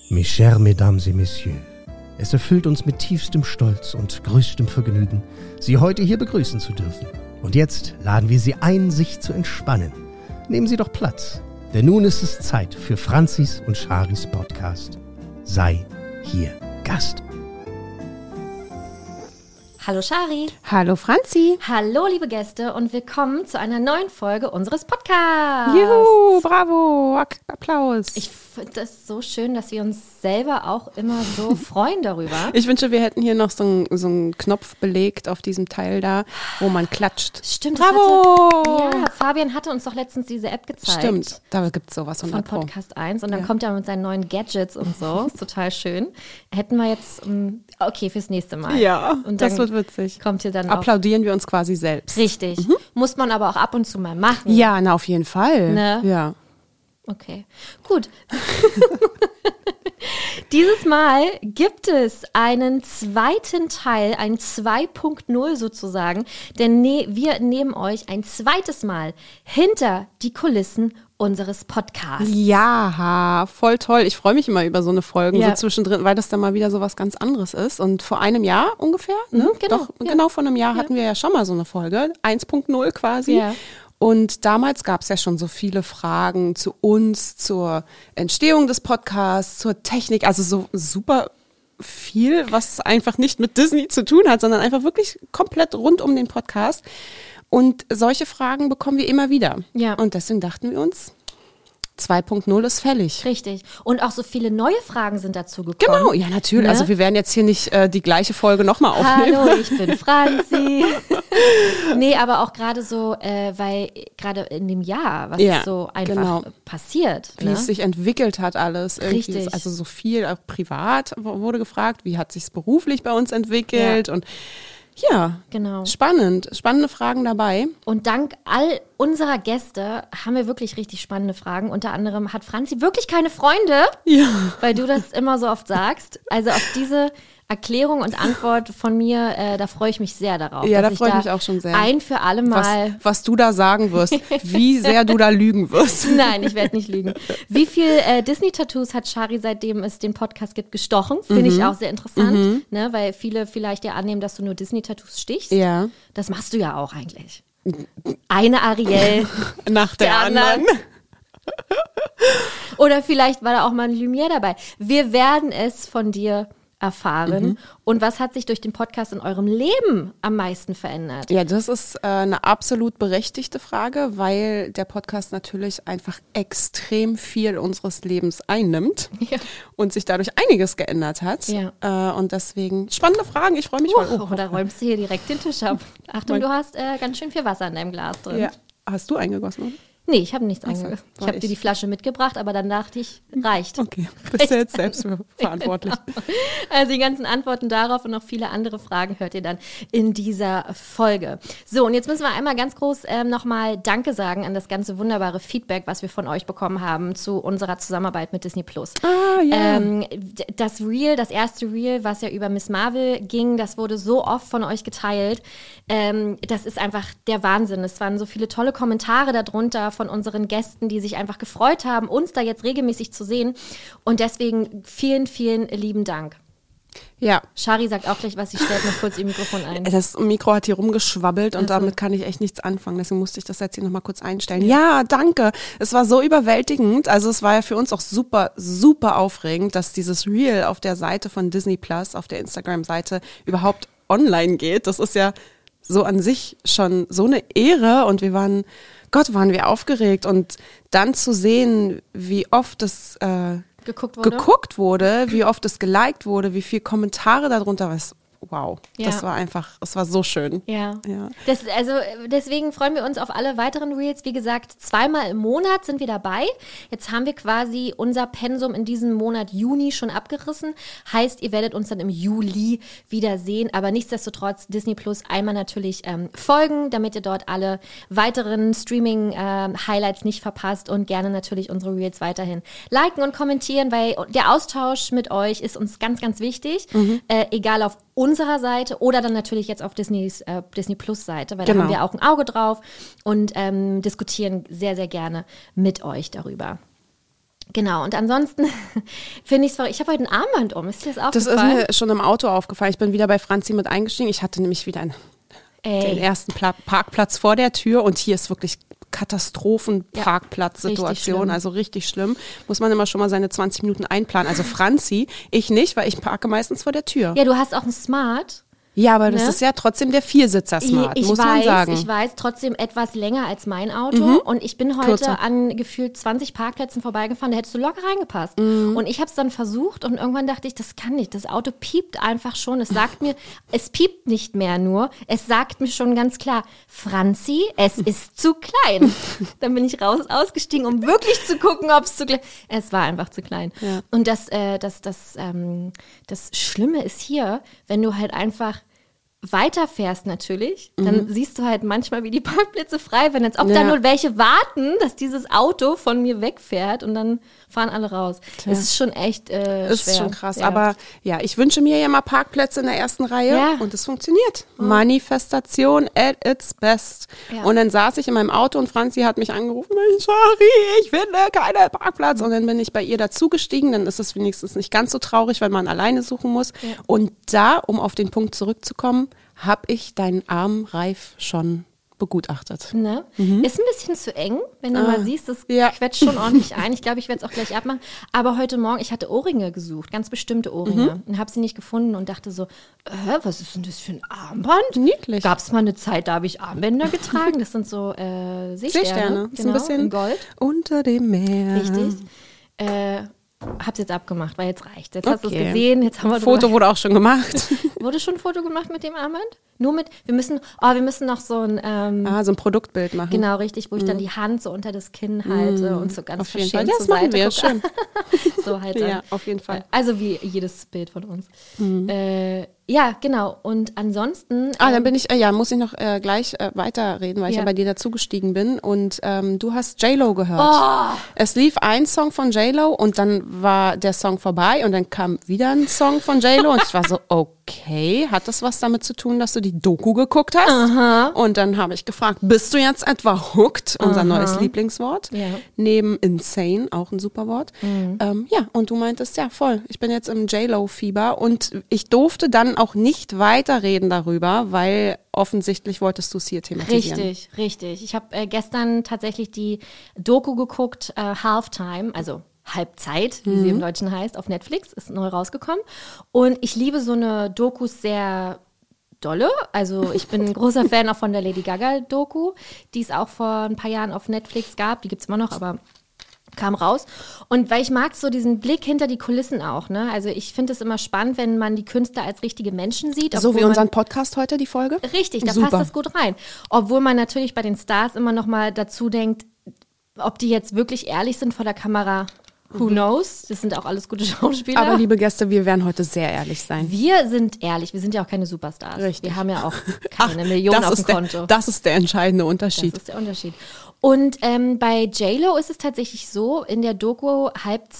Mes chers Mesdames et Messieurs, es erfüllt uns mit tiefstem Stolz und größtem Vergnügen, Sie heute hier begrüßen zu dürfen. Und jetzt laden wir Sie ein, sich zu entspannen. Nehmen Sie doch Platz, denn nun ist es Zeit für Franzis und Charis Podcast. Sei hier Gast. Hallo Chari. Hallo Franzi. Hallo liebe Gäste und willkommen zu einer neuen Folge unseres Podcasts. Juhu, bravo, Applaus. Ich finde das so schön, dass wir uns selber auch immer so freuen darüber. Ich wünsche, wir hätten hier noch so einen Knopf belegt auf diesem Teil da, wo man klatscht. Stimmt, bravo. Fabian hatte uns doch letztens diese App gezeigt. Stimmt, da gibt es sowas 100 von Podcast 1 und dann kommt er mit seinen neuen Gadgets und so. Ist total schön. Hätten wir jetzt, okay, fürs nächste Mal. Ja, und das wird witzig. Kommt hier dann applaudieren wir uns quasi selbst. Richtig. Muss man aber auch ab und zu mal machen. Ja, na auf jeden Fall. Ne? Ja. Okay, gut. Dieses Mal gibt es einen zweiten Teil, ein 2.0 sozusagen, denn wir nehmen euch ein zweites Mal hinter die Kulissen unseres Podcasts. Ja, voll toll. Ich freue mich immer über so eine Folgen so zwischendrin, weil das dann mal wieder so was ganz anderes ist. Und vor einem Jahr ungefähr, ne? Genau vor einem Jahr hatten wir ja schon mal so eine Folge, 1.0 quasi. Ja. Und damals gab es ja schon so viele Fragen zu uns, zur Entstehung des Podcasts, zur Technik, also so super viel, was einfach nicht mit Disney zu tun hat, sondern einfach wirklich komplett rund um den Podcast. Und solche Fragen bekommen wir immer wieder. Ja. Und deswegen dachten wir uns, 2.0 ist fällig. Richtig. Und auch so viele neue Fragen sind dazu gekommen. Genau, ja natürlich. Ne? Also wir werden jetzt hier nicht die gleiche Folge nochmal aufnehmen. Hallo, ich bin Franzi. Nee, aber auch gerade so, weil gerade in dem Jahr, was ist so einfach passiert. Wie es sich entwickelt hat alles. Richtig. Also so viel auch privat wurde gefragt, wie hat sich's beruflich bei uns entwickelt und ja, genau. Spannende Fragen dabei. Und dank all unserer Gäste haben wir wirklich richtig spannende Fragen. Unter anderem hat Franzi wirklich keine Freunde, weil du das immer so oft sagst. Also auf diese Erklärung und Antwort von mir, da freue ich mich sehr darauf. Ja, da freue ich mich auch schon sehr. Ein für alle Mal. Was du da sagen wirst, wie sehr du da lügen wirst. Nein, ich werde nicht lügen. Wie viel Disney-Tattoos hat Chari, seitdem es den Podcast gibt, gestochen? Finde ich auch sehr interessant, ne? Weil viele vielleicht ja annehmen, dass du nur Disney-Tattoos stichst. Ja. Das machst du ja auch eigentlich. Eine Ariel nach der anderen. Oder vielleicht war da auch mal ein Lumière dabei. Wir werden es von dir erfahren. Und was hat sich durch den Podcast in eurem Leben am meisten verändert? Ja, das ist eine absolut berechtigte Frage, weil der Podcast natürlich einfach extrem viel unseres Lebens einnimmt und sich dadurch einiges geändert hat. Ja. Und deswegen spannende Fragen, ich freue mich mal. Da räumst du hier direkt den Tisch ab. Achtung, du hast ganz schön viel Wasser in deinem Glas drin. Ja. Hast du eingegossen, oder? Nee, ich habe nichts eingegossen. Ich habe dir die Flasche mitgebracht, aber dann dachte ich, reicht. Okay, bist du jetzt selbst verantwortlich. Genau. Also die ganzen Antworten darauf und noch viele andere Fragen hört ihr dann in dieser Folge. So, und jetzt müssen wir einmal ganz groß nochmal Danke sagen an das ganze wunderbare Feedback, was wir von euch bekommen haben zu unserer Zusammenarbeit mit Disney+. Das Reel, das erste Reel, was ja über Miss Marvel ging, das wurde so oft von euch geteilt. Das ist einfach der Wahnsinn. Es waren so viele tolle Kommentare darunter von unseren Gästen, die sich einfach gefreut haben, uns da jetzt regelmäßig zu sehen. Und deswegen vielen, vielen lieben Dank. Ja. Chari sagt auch gleich was, sie stellt noch kurz ihr Mikrofon ein. Das Mikro hat hier rumgeschwabbelt und damit kann ich echt nichts anfangen. Deswegen musste ich das jetzt hier nochmal kurz einstellen. Ja, danke. Es war so überwältigend. Also es war ja für uns auch super, super aufregend, dass dieses Reel auf der Seite von Disney Plus, auf der Instagram-Seite überhaupt online geht. Das ist ja so an sich schon so eine Ehre und waren wir aufgeregt und dann zu sehen, wie oft es geguckt wurde, wie oft es geliked wurde, wie viele Kommentare darunter war. Wow, das war einfach, es war so schön. Ja. Deswegen freuen wir uns auf alle weiteren Reels. Wie gesagt, 2-mal im Monat sind wir dabei. Jetzt haben wir quasi unser Pensum in diesem Monat Juni schon abgerissen. Heißt, ihr werdet uns dann im Juli wiedersehen. Aber nichtsdestotrotz Disney Plus einmal natürlich folgen, damit ihr dort alle weiteren Streaming-Highlights nicht verpasst und gerne natürlich unsere Reels weiterhin liken und kommentieren, weil der Austausch mit euch ist uns ganz, ganz wichtig. Egal auf unserer Seite oder dann natürlich jetzt auf Disney Plus Seite, weil da haben wir auch ein Auge drauf und diskutieren sehr, sehr gerne mit euch darüber. Genau, und ansonsten finde ich es verrückt. Ich habe heute ein Armband um. Ist dir das aufgefallen? Das ist mir schon im Auto aufgefallen. Ich bin wieder bei Franzi mit eingestiegen. Ich hatte nämlich wieder den ersten Parkplatz vor der Tür und hier ist wirklich Katastrophen-Parkplatz-Situation, also richtig schlimm. Muss man immer schon mal seine 20 Minuten einplanen. Also Franzi, ich nicht, weil ich parke meistens vor der Tür. Ja, du hast auch ein Smart. Ja, aber das ist ja trotzdem der Viersitzer-Smart, muss man sagen. Ich weiß, trotzdem etwas länger als mein Auto. Und ich bin heute an gefühlt 20 Parkplätzen vorbeigefahren, da hättest du locker reingepasst. Und ich habe es dann versucht und irgendwann dachte ich, das kann nicht. Das Auto piept einfach schon. Es sagt mir, es piept nicht mehr nur, es sagt mir schon ganz klar, Franzi, es ist zu klein. Dann bin ich ausgestiegen, um wirklich zu gucken, ob es zu klein ist. Es war einfach zu klein. Ja. Und das Schlimme ist hier, wenn du halt einfach weiterfährst natürlich, dann siehst du halt manchmal, wie die Parkplätze frei werden, als ob da nur welche warten, dass dieses Auto von mir wegfährt und dann fahren alle raus. Das ist schon echt schwer. Das ist schon krass, aber ja, ich wünsche mir ja mal Parkplätze in der ersten Reihe und es funktioniert. Manifestation at its best. Ja. Und dann saß ich in meinem Auto und Franzi hat mich angerufen, sorry, ich finde keinen Parkplatz. Und dann bin ich bei ihr dazugestiegen, dann ist es wenigstens nicht ganz so traurig, weil man alleine suchen muss. Ja. Und da, um auf den Punkt zurückzukommen, habe ich deinen Armreif schon begutachtet. Ne? Ist ein bisschen zu eng, wenn du mal siehst, das quetscht schon ordentlich ein. Ich glaube, ich werde es auch gleich abmachen. Aber heute Morgen, ich hatte Ohrringe gesucht, ganz bestimmte Ohrringe. Und habe sie nicht gefunden und dachte so, was ist denn das für ein Armband? Niedlich. Gab es mal eine Zeit, da habe ich Armbänder getragen. Das sind so Seesterne. Ist ein bisschen in Gold. Unter dem Meer. Richtig. Hab's jetzt abgemacht, weil jetzt reicht's. Jetzt hast du es gesehen, jetzt haben wir Foto wurde auch schon gemacht. Wurde schon ein Foto gemacht mit dem Armband? Nur mit, wir müssen noch so ein so ein Produktbild machen. Genau, richtig, wo ich dann die Hand so unter das Kinn halte und so ganz verschämt zur Seite gucke. Schön. So halt. Ja, auf jeden Fall. Also wie jedes Bild von uns. Ja, genau. Und ansonsten. Dann bin ich, muss ich noch gleich weiterreden, weil ich ja bei dir dazugestiegen bin. Und du hast J-Lo gehört. Oh. Es lief ein Song von J-Lo und dann war der Song vorbei und dann kam wieder ein Song von J-Lo und ich war so, okay, hat das was damit zu tun, dass du die Doku geguckt hast? Aha. Und dann habe ich gefragt, bist du jetzt etwa hooked? Unser neues Lieblingswort. Ja. Neben insane, auch ein super Wort. Und du meintest, ja, voll. Ich bin jetzt im J-Lo-Fieber und ich durfte dann auch nicht weiterreden darüber, weil offensichtlich wolltest du es hier thematisieren. Richtig. Ich habe gestern tatsächlich die Doku geguckt, Halftime, also Halbzeit, wie sie im Deutschen heißt, auf Netflix, ist neu rausgekommen. Und ich liebe so eine Dokus sehr dolle. Also ich bin ein großer Fan auch von der Lady Gaga-Doku, die es auch vor ein paar Jahren auf Netflix gab. Die gibt es immer noch, aber kam raus. Und weil ich mag so diesen Blick hinter die Kulissen auch. Ne? Also ich finde es immer spannend, wenn man die Künstler als richtige Menschen sieht. So wie unseren Podcast heute, die Folge? Richtig, da passt das gut rein. Obwohl man natürlich bei den Stars immer noch mal dazu denkt, ob die jetzt wirklich ehrlich sind vor der Kamera. Who knows? Das sind auch alles gute Schauspieler. Aber liebe Gäste, wir werden heute sehr ehrlich sein. Wir sind ehrlich, wir sind ja auch keine Superstars. Richtig. Wir haben ja auch keine Millionen auf dem Konto. Das ist der entscheidende Unterschied. Das ist der Unterschied. Und bei J-Lo ist es tatsächlich so, in der Doku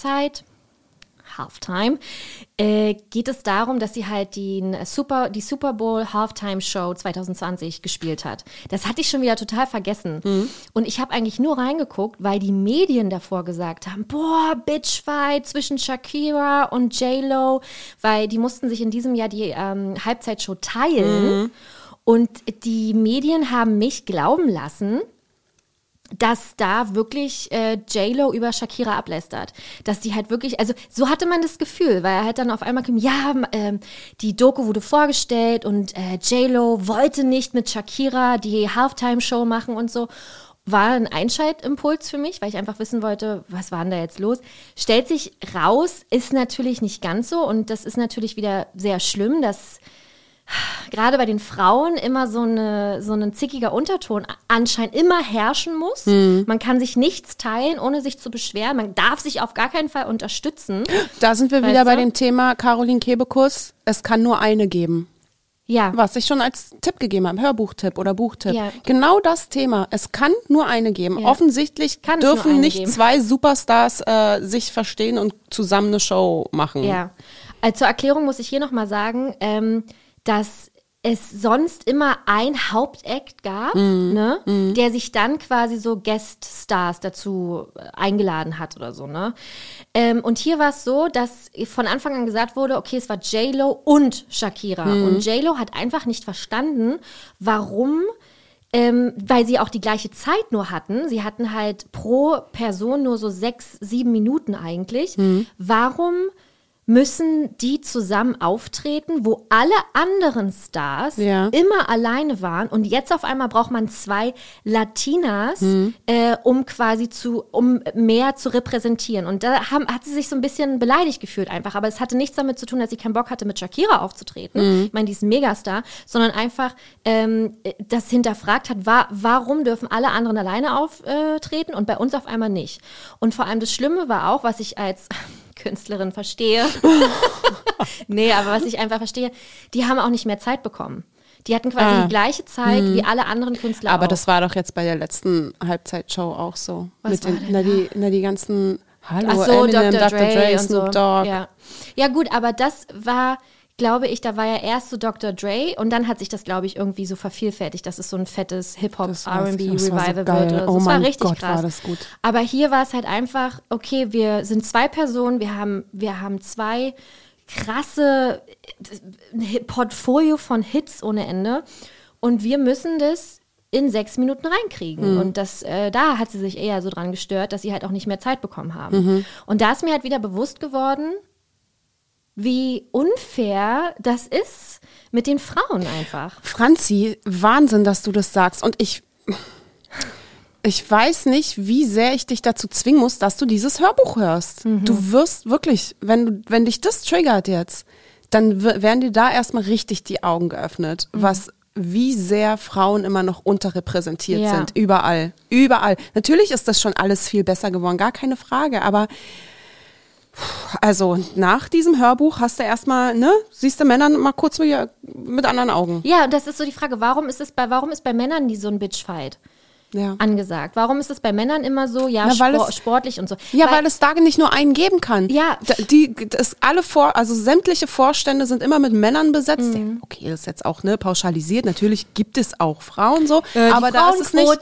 Halftime, geht es darum, dass sie halt die Super Bowl Halftime Show 2020 gespielt hat. Das hatte ich schon wieder total vergessen. Und ich habe eigentlich nur reingeguckt, weil die Medien davor gesagt haben, boah, Bitchfight zwischen Shakira und J-Lo, weil die mussten sich in diesem Jahr die Halbzeitshow teilen. Und die Medien haben mich glauben lassen, dass da wirklich J-Lo über Shakira ablästert. Dass die halt wirklich, also so hatte man das Gefühl, weil er halt dann auf einmal kam, die Doku wurde vorgestellt und J-Lo wollte nicht mit Shakira die Halftime-Show machen und so. War ein Einschaltimpuls für mich, weil ich einfach wissen wollte, was war denn da jetzt los? Stellt sich raus, ist natürlich nicht ganz so und das ist natürlich wieder sehr schlimm, dass gerade bei den Frauen immer so ein zickiger Unterton anscheinend immer herrschen muss. Man kann sich nichts teilen, ohne sich zu beschweren. Man darf sich auf gar keinen Fall unterstützen. Da sind wir wieder bei dem Thema Caroline Kebekus. Es kann nur eine geben. Ja. Was ich schon als Tipp gegeben habe, Hörbuchtipp oder Buchtipp. Ja. Genau das Thema. Es kann nur eine geben. Ja. Offensichtlich dürfen nicht zwei Superstars sich verstehen und zusammen eine Show machen. Ja. Zur Erklärung muss ich hier nochmal sagen, dass es sonst immer ein Hauptakt gab, ne, der sich dann quasi so Guest-Stars dazu eingeladen hat oder so, ne. Und hier war es so, dass von Anfang an gesagt wurde, okay, es war J-Lo und Shakira. Und J-Lo hat einfach nicht verstanden, warum, weil sie auch die gleiche Zeit nur hatten. Sie hatten halt pro Person nur so 6-7 Minuten eigentlich. Warum müssen die zusammen auftreten, wo alle anderen Stars immer alleine waren und jetzt auf einmal braucht man 2 Latinas, um quasi um mehr zu repräsentieren. Und da hat sie sich so ein bisschen beleidigt gefühlt einfach, aber es hatte nichts damit zu tun, dass sie keinen Bock hatte, mit Shakira aufzutreten. Ich meine, die ist ein Megastar, sondern einfach das hinterfragt hat, warum dürfen alle anderen alleine auftreten und bei uns auf einmal nicht. Und vor allem das Schlimme war auch, was ich als Künstlerin verstehe. Nee, aber was ich einfach verstehe, die haben auch nicht mehr Zeit bekommen. Die hatten quasi die gleiche Zeit wie alle anderen Künstler aber auch. Das war doch jetzt bei der letzten Halbzeitshow auch so. Was mit die ganzen Hallo, so, Eminem, Dr. Dre, und Snoop so. Dogg. Ja gut, aber das war, glaube ich, da war ja erst so Dr. Dre und dann hat sich das, glaube ich, irgendwie so vervielfältigt, dass es so ein fettes Hip-Hop-R&B-Revival wird. Oh das war richtig Gott, krass. war das gut. Aber hier war es halt einfach, okay, wir sind 2 Personen, wir haben 2 krasse Portfolio von Hits ohne Ende und wir müssen das in 6 Minuten reinkriegen. Und das, da hat sie sich eher so dran gestört, dass sie halt auch nicht mehr Zeit bekommen haben. Und da ist mir halt wieder bewusst geworden, wie unfair das ist mit den Frauen einfach. Franzi, Wahnsinn, dass du das sagst. Und ich weiß nicht, wie sehr ich dich dazu zwingen muss, dass du dieses Hörbuch hörst. Du wirst wirklich, wenn dich das triggert jetzt, dann werden dir da erstmal richtig die Augen geöffnet, wie sehr Frauen immer noch unterrepräsentiert sind. Überall. Natürlich ist das schon alles viel besser geworden, gar keine Frage, aber also nach diesem Hörbuch hast du erstmal, siehst du Männern mal kurz mit anderen Augen. Ja, und das ist so die Frage, warum ist bei Männern so ein Bitchfight angesagt? Warum ist es bei Männern immer so, sportlich und so? Ja, weil es da nicht nur einen geben kann. Ja. Also sämtliche Vorstände sind immer mit Männern besetzt. Okay, das ist jetzt auch pauschalisiert. Natürlich gibt es auch Frauen so, aber da ist es nicht,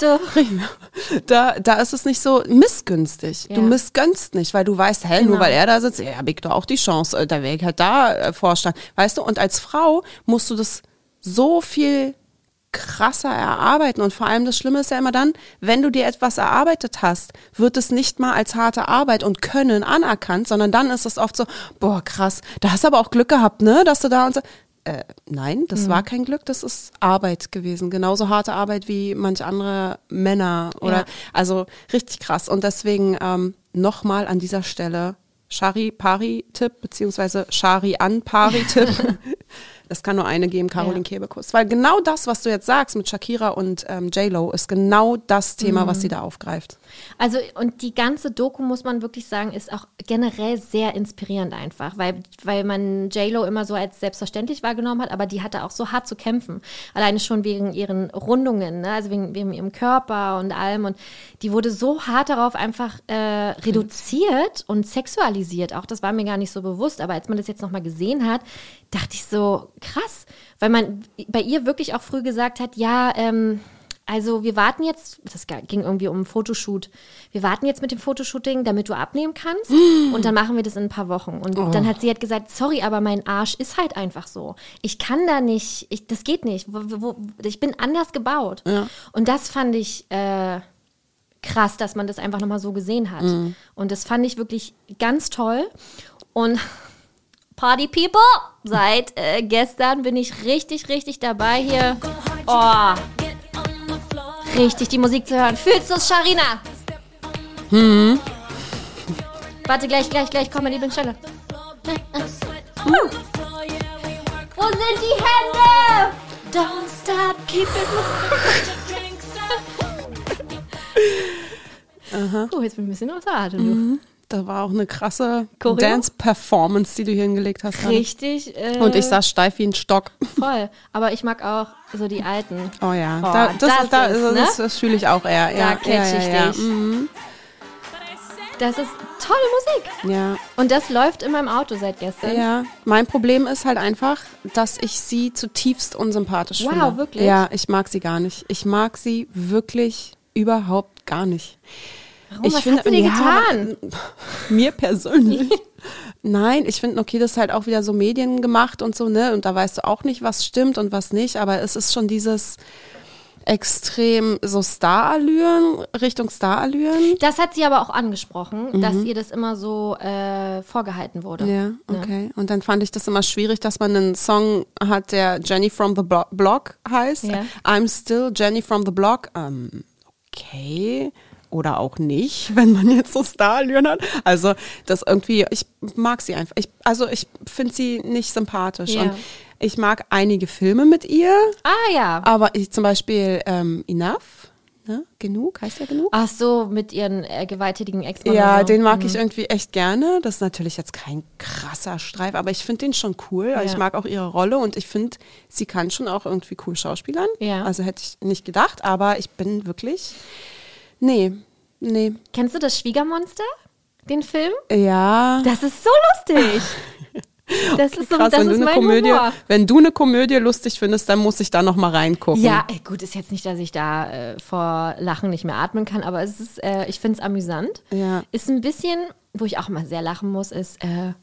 da ist es nicht so missgünstig. Ja. Du missgönnst nicht, weil du weißt, nur weil er da sitzt, habe ich doch auch die Chance, da wäre ich halt da Vorstand. Weißt du, und als Frau musst du das so viel krasser erarbeiten und vor allem das Schlimme ist ja immer dann, wenn du dir etwas erarbeitet hast, wird es nicht mal als harte Arbeit und Können anerkannt, sondern dann ist es oft so, boah krass, da hast du aber auch Glück gehabt, dass du da und so. Nein, das war kein Glück, das ist Arbeit gewesen, genauso harte Arbeit wie manch andere Männer oder also richtig krass und deswegen nochmal an dieser Stelle Shari-Pari-Tipp beziehungsweise Shari-An-Pari-Tipp. Es kann nur eine geben, Caroline Kebekus. Weil genau das, was du jetzt sagst mit Shakira und J-Lo, ist genau das Thema, was sie da aufgreift. Also und die ganze Doku, muss man wirklich sagen, ist auch generell sehr inspirierend einfach, weil man J-Lo immer so als selbstverständlich wahrgenommen hat, aber die hatte auch so hart zu kämpfen. Alleine schon wegen ihren Rundungen, also wegen ihrem Körper und allem. Und die wurde so hart darauf einfach reduziert und sexualisiert. Auch das war mir gar nicht so bewusst, aber als man das jetzt nochmal gesehen hat, dachte ich so, krass, weil man bei ihr wirklich auch früh gesagt hat, also wir warten jetzt, das ging irgendwie um ein Fotoshoot, wir warten jetzt mit dem Fotoshooting, damit du abnehmen kannst und dann machen wir das in ein paar Wochen. Und dann hat sie halt gesagt, sorry, aber mein Arsch ist halt einfach so. Ich kann da nicht, das geht nicht, ich bin anders gebaut. Ja. Und das fand ich krass, dass man das einfach nochmal so gesehen hat. Und das fand ich wirklich ganz toll. Und Party People, seit gestern bin ich richtig, richtig dabei hier. Oh, richtig die Musik zu hören. Fühlst du es, Sharina? Warte, gleich, komm, meine Lieblingsstelle. Wo sind die Hände? Don't stop, keep it moving. Jetzt bin ich ein bisschen außer Atem, du. Da war auch eine krasse Dance-Performance, die du hier hingelegt hast. Richtig. Und ich saß steif wie ein Stock. Voll. Aber ich mag auch so die alten. Oh ja, das fühle ich auch eher. Da catch ich dich. Das ist tolle Musik. Ja. Und das läuft in meinem Auto seit gestern. Ja, mein Problem ist halt einfach, dass ich sie zutiefst unsympathisch finde. Wow, wirklich? Ja, ich mag sie gar nicht. Ich mag sie wirklich überhaupt gar nicht. Warum? Was hat sie dir getan? Mir persönlich? Nein, ich finde, okay, das ist halt auch wieder so Medien gemacht und so, ne? Und da weißt du auch nicht, was stimmt und was nicht. Aber es ist schon dieses extrem so Richtung Star-Allüren. Das hat sie aber auch angesprochen, dass ihr das immer so vorgehalten wurde. Ja, okay. Und dann fand ich das immer schwierig, dass man einen Song hat, der Jenny from the Block heißt. Ja. I'm still Jenny from the Block. Okay. Oder auch nicht, wenn man jetzt so Star-Allüren hat. Also das irgendwie, ich mag sie einfach. Ich finde sie nicht sympathisch. Ja. Und ich mag einige Filme mit ihr. Ah ja. Aber zum Beispiel Enough, ne? Genug, heißt ja Genug? Ach so, mit ihren gewalttätigen Ex-Mann. Ja, so. den mag ich irgendwie echt gerne. Das ist natürlich jetzt kein krasser Streif, aber ich finde den schon cool. Ja. Ich mag auch ihre Rolle und ich finde, sie kann schon auch irgendwie cool schauspielern. Ja. Also hätte ich nicht gedacht, aber ich bin wirklich, nee. Kennst du das Schwiegermonster? Den Film? Ja. Das ist so lustig. Das ist so, krass, das ist mein Humor. Wenn du eine Komödie lustig findest, dann muss ich da noch mal reingucken. Ja, gut, ist jetzt nicht, dass ich da vor Lachen nicht mehr atmen kann, aber es ist, ich finde es amüsant. Ja. Ist ein bisschen, wo ich auch immer sehr lachen muss, ist,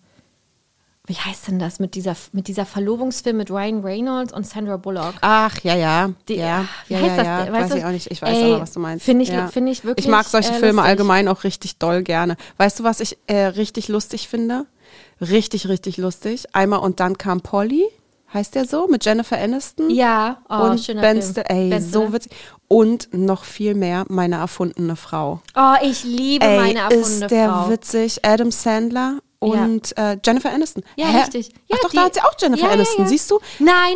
wie heißt denn das, mit dieser Verlobungsfilm mit Ryan Reynolds und Sandra Bullock? Ach, ja. Wie ja, heißt das? ja. Weißt weiß ich auch nicht. Ich weiß aber, was du meinst. Finde ich, ja. find ich wirklich Ich mag solche Filme lustig. allgemein auch richtig doll gerne. Weißt du, was ich richtig lustig finde? Richtig, richtig lustig. Einmal und dann kam Polly, heißt der so, mit Jennifer Aniston. Ja, und schöner Ben Film. Stiller, ey, Ben so Stiller. witzig. Und noch viel mehr, meine erfundene Frau. Oh, ich liebe meine erfundene ist der Frau. witzig. Adam Sandler und Jennifer Aniston. Ja, Hä? richtig. Ja, Ach doch, da hat sie auch Jennifer Aniston, siehst du? Nein,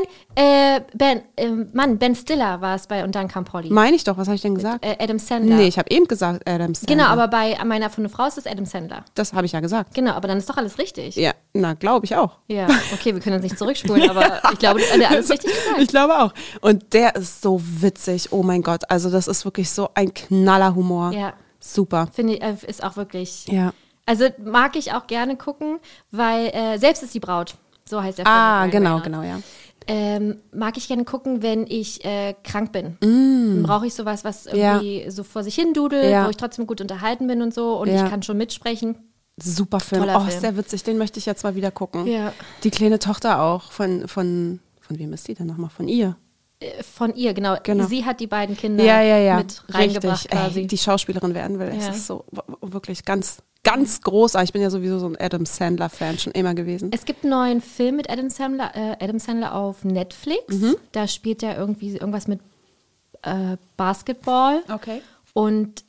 Ben Stiller war es bei Und dann kam Polly. Meine ich doch, was habe ich denn gesagt? Adam Sandler. Nee, ich habe eben gesagt Adam Sandler. Genau, aber bei meiner erfundene Frau ist es Adam Sandler. Das habe ich ja gesagt. Genau, aber dann ist doch alles richtig. Ja, na, glaube ich auch. Ja, okay, wir können uns nicht zurückspulen, aber ich glaube, der hat alles richtig gesagt. Ich glaube auch. Und der ist so witzig. Oh mein Gott. Also das ist wirklich so ein knaller Humor. Ja. Super. Finde ich, ist auch wirklich. Ja. Also mag ich auch gerne gucken, weil Selbst ist die Braut. So heißt der Film. Ah, mit Ryan genau, Reynolds. ja. Mag ich gerne gucken, wenn ich krank bin. Dann brauche ich sowas, was irgendwie so vor sich hin dudelt, Ja. wo ich trotzdem gut unterhalten bin und so und Ja. ich kann schon mitsprechen. Super Film. Toller Oh, Film. ist der witzig. Den möchte ich jetzt mal wieder gucken. Ja. Die kleine Tochter auch. Von wem ist die denn nochmal? Von ihr. Von ihr, genau. Sie hat die beiden Kinder Ja. mit reingebracht Richtig. quasi. Die Schauspielerin werden will. Ja. Es ist so wirklich ganz, ganz großartig. Ich bin ja sowieso so ein Adam Sandler-Fan schon immer gewesen. Es gibt einen neuen Film mit Adam Sandler auf Netflix. Da spielt er irgendwie irgendwas mit Basketball. Okay. Und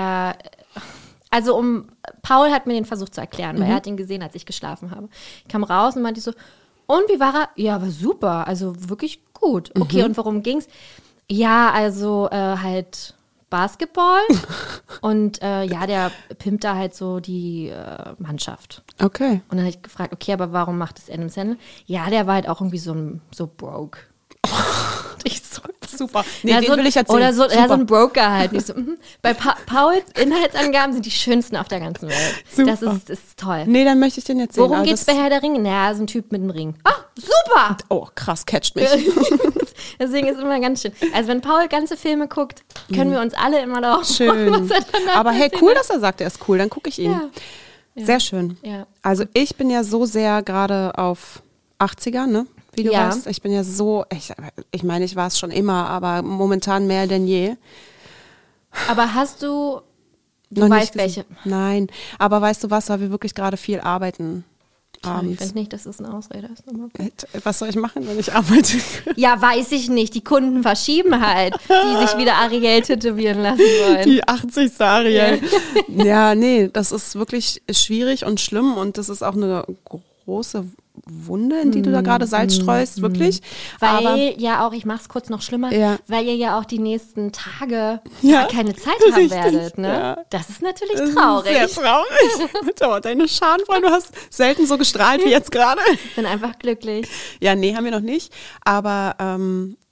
Paul hat mir den versucht zu erklären, weil er hat ihn gesehen, als ich geschlafen habe. Ich kam raus und meinte so, und wie war er? Ja, war super, also wirklich gut. Okay, und worum ging's? Ja, also halt Basketball und der pimpt da halt so die Mannschaft. Okay. Und dann habe ich gefragt, okay, aber warum macht das Adam Sandler? Ja, der war halt auch irgendwie so broke. Ich so, Super. Nee, ja, den so, will ich erzählen. oder so, Super. so ein Broker halt. Nicht so, Bei Pauls Inhaltsangaben sind die schönsten auf der ganzen Welt. Super. Das ist toll. Nee, dann möchte ich den jetzt sehen. Worum Aber geht's bei Herr der Ringe? Naja, so ein Typ mit einem Ring. Ah, super! Oh, krass, catcht mich. Deswegen ist es immer ganz schön. Also wenn Paul ganze Filme guckt, können wir uns alle immer darauf freuen, Schön. was er dann Aber hey, erzählt cool, hat. dass er sagt, er ist cool. Dann gucke ich ihn. Ja. Sehr schön. Ja. Also ich bin ja so sehr gerade auf 80er, ne? Wie du Ja. weißt. Ich bin ja so, ich meine, ich war es schon immer, aber momentan mehr denn je. Aber hast du Noch weißt nicht gesehen. welche? Nein, aber weißt du was, weil wir wirklich gerade viel arbeiten Ich abends. finde nicht, dass das eine Ausrede ist. Aber Was soll ich machen, wenn ich arbeite? ja, weiß ich nicht. Die Kunden verschieben halt, die sich wieder Ariel tätowieren lassen wollen. Die 80. Ariel. Ja, nee, das ist wirklich schwierig und schlimm und das ist auch eine große Wunde, in die du da gerade Salz streust, wirklich. Aber Weil ja auch, ich mach's kurz noch schlimmer, Ja. weil ihr ja auch die nächsten Tage Ja, gar keine Zeit haben richtig, werdet. Ne? ja. Das ist natürlich das ist traurig. sehr traurig. Aber deine Schadenfreude, du hast selten so gestrahlt wie jetzt gerade. Ich bin einfach glücklich. Ja, nee, haben wir noch nicht. Aber ja,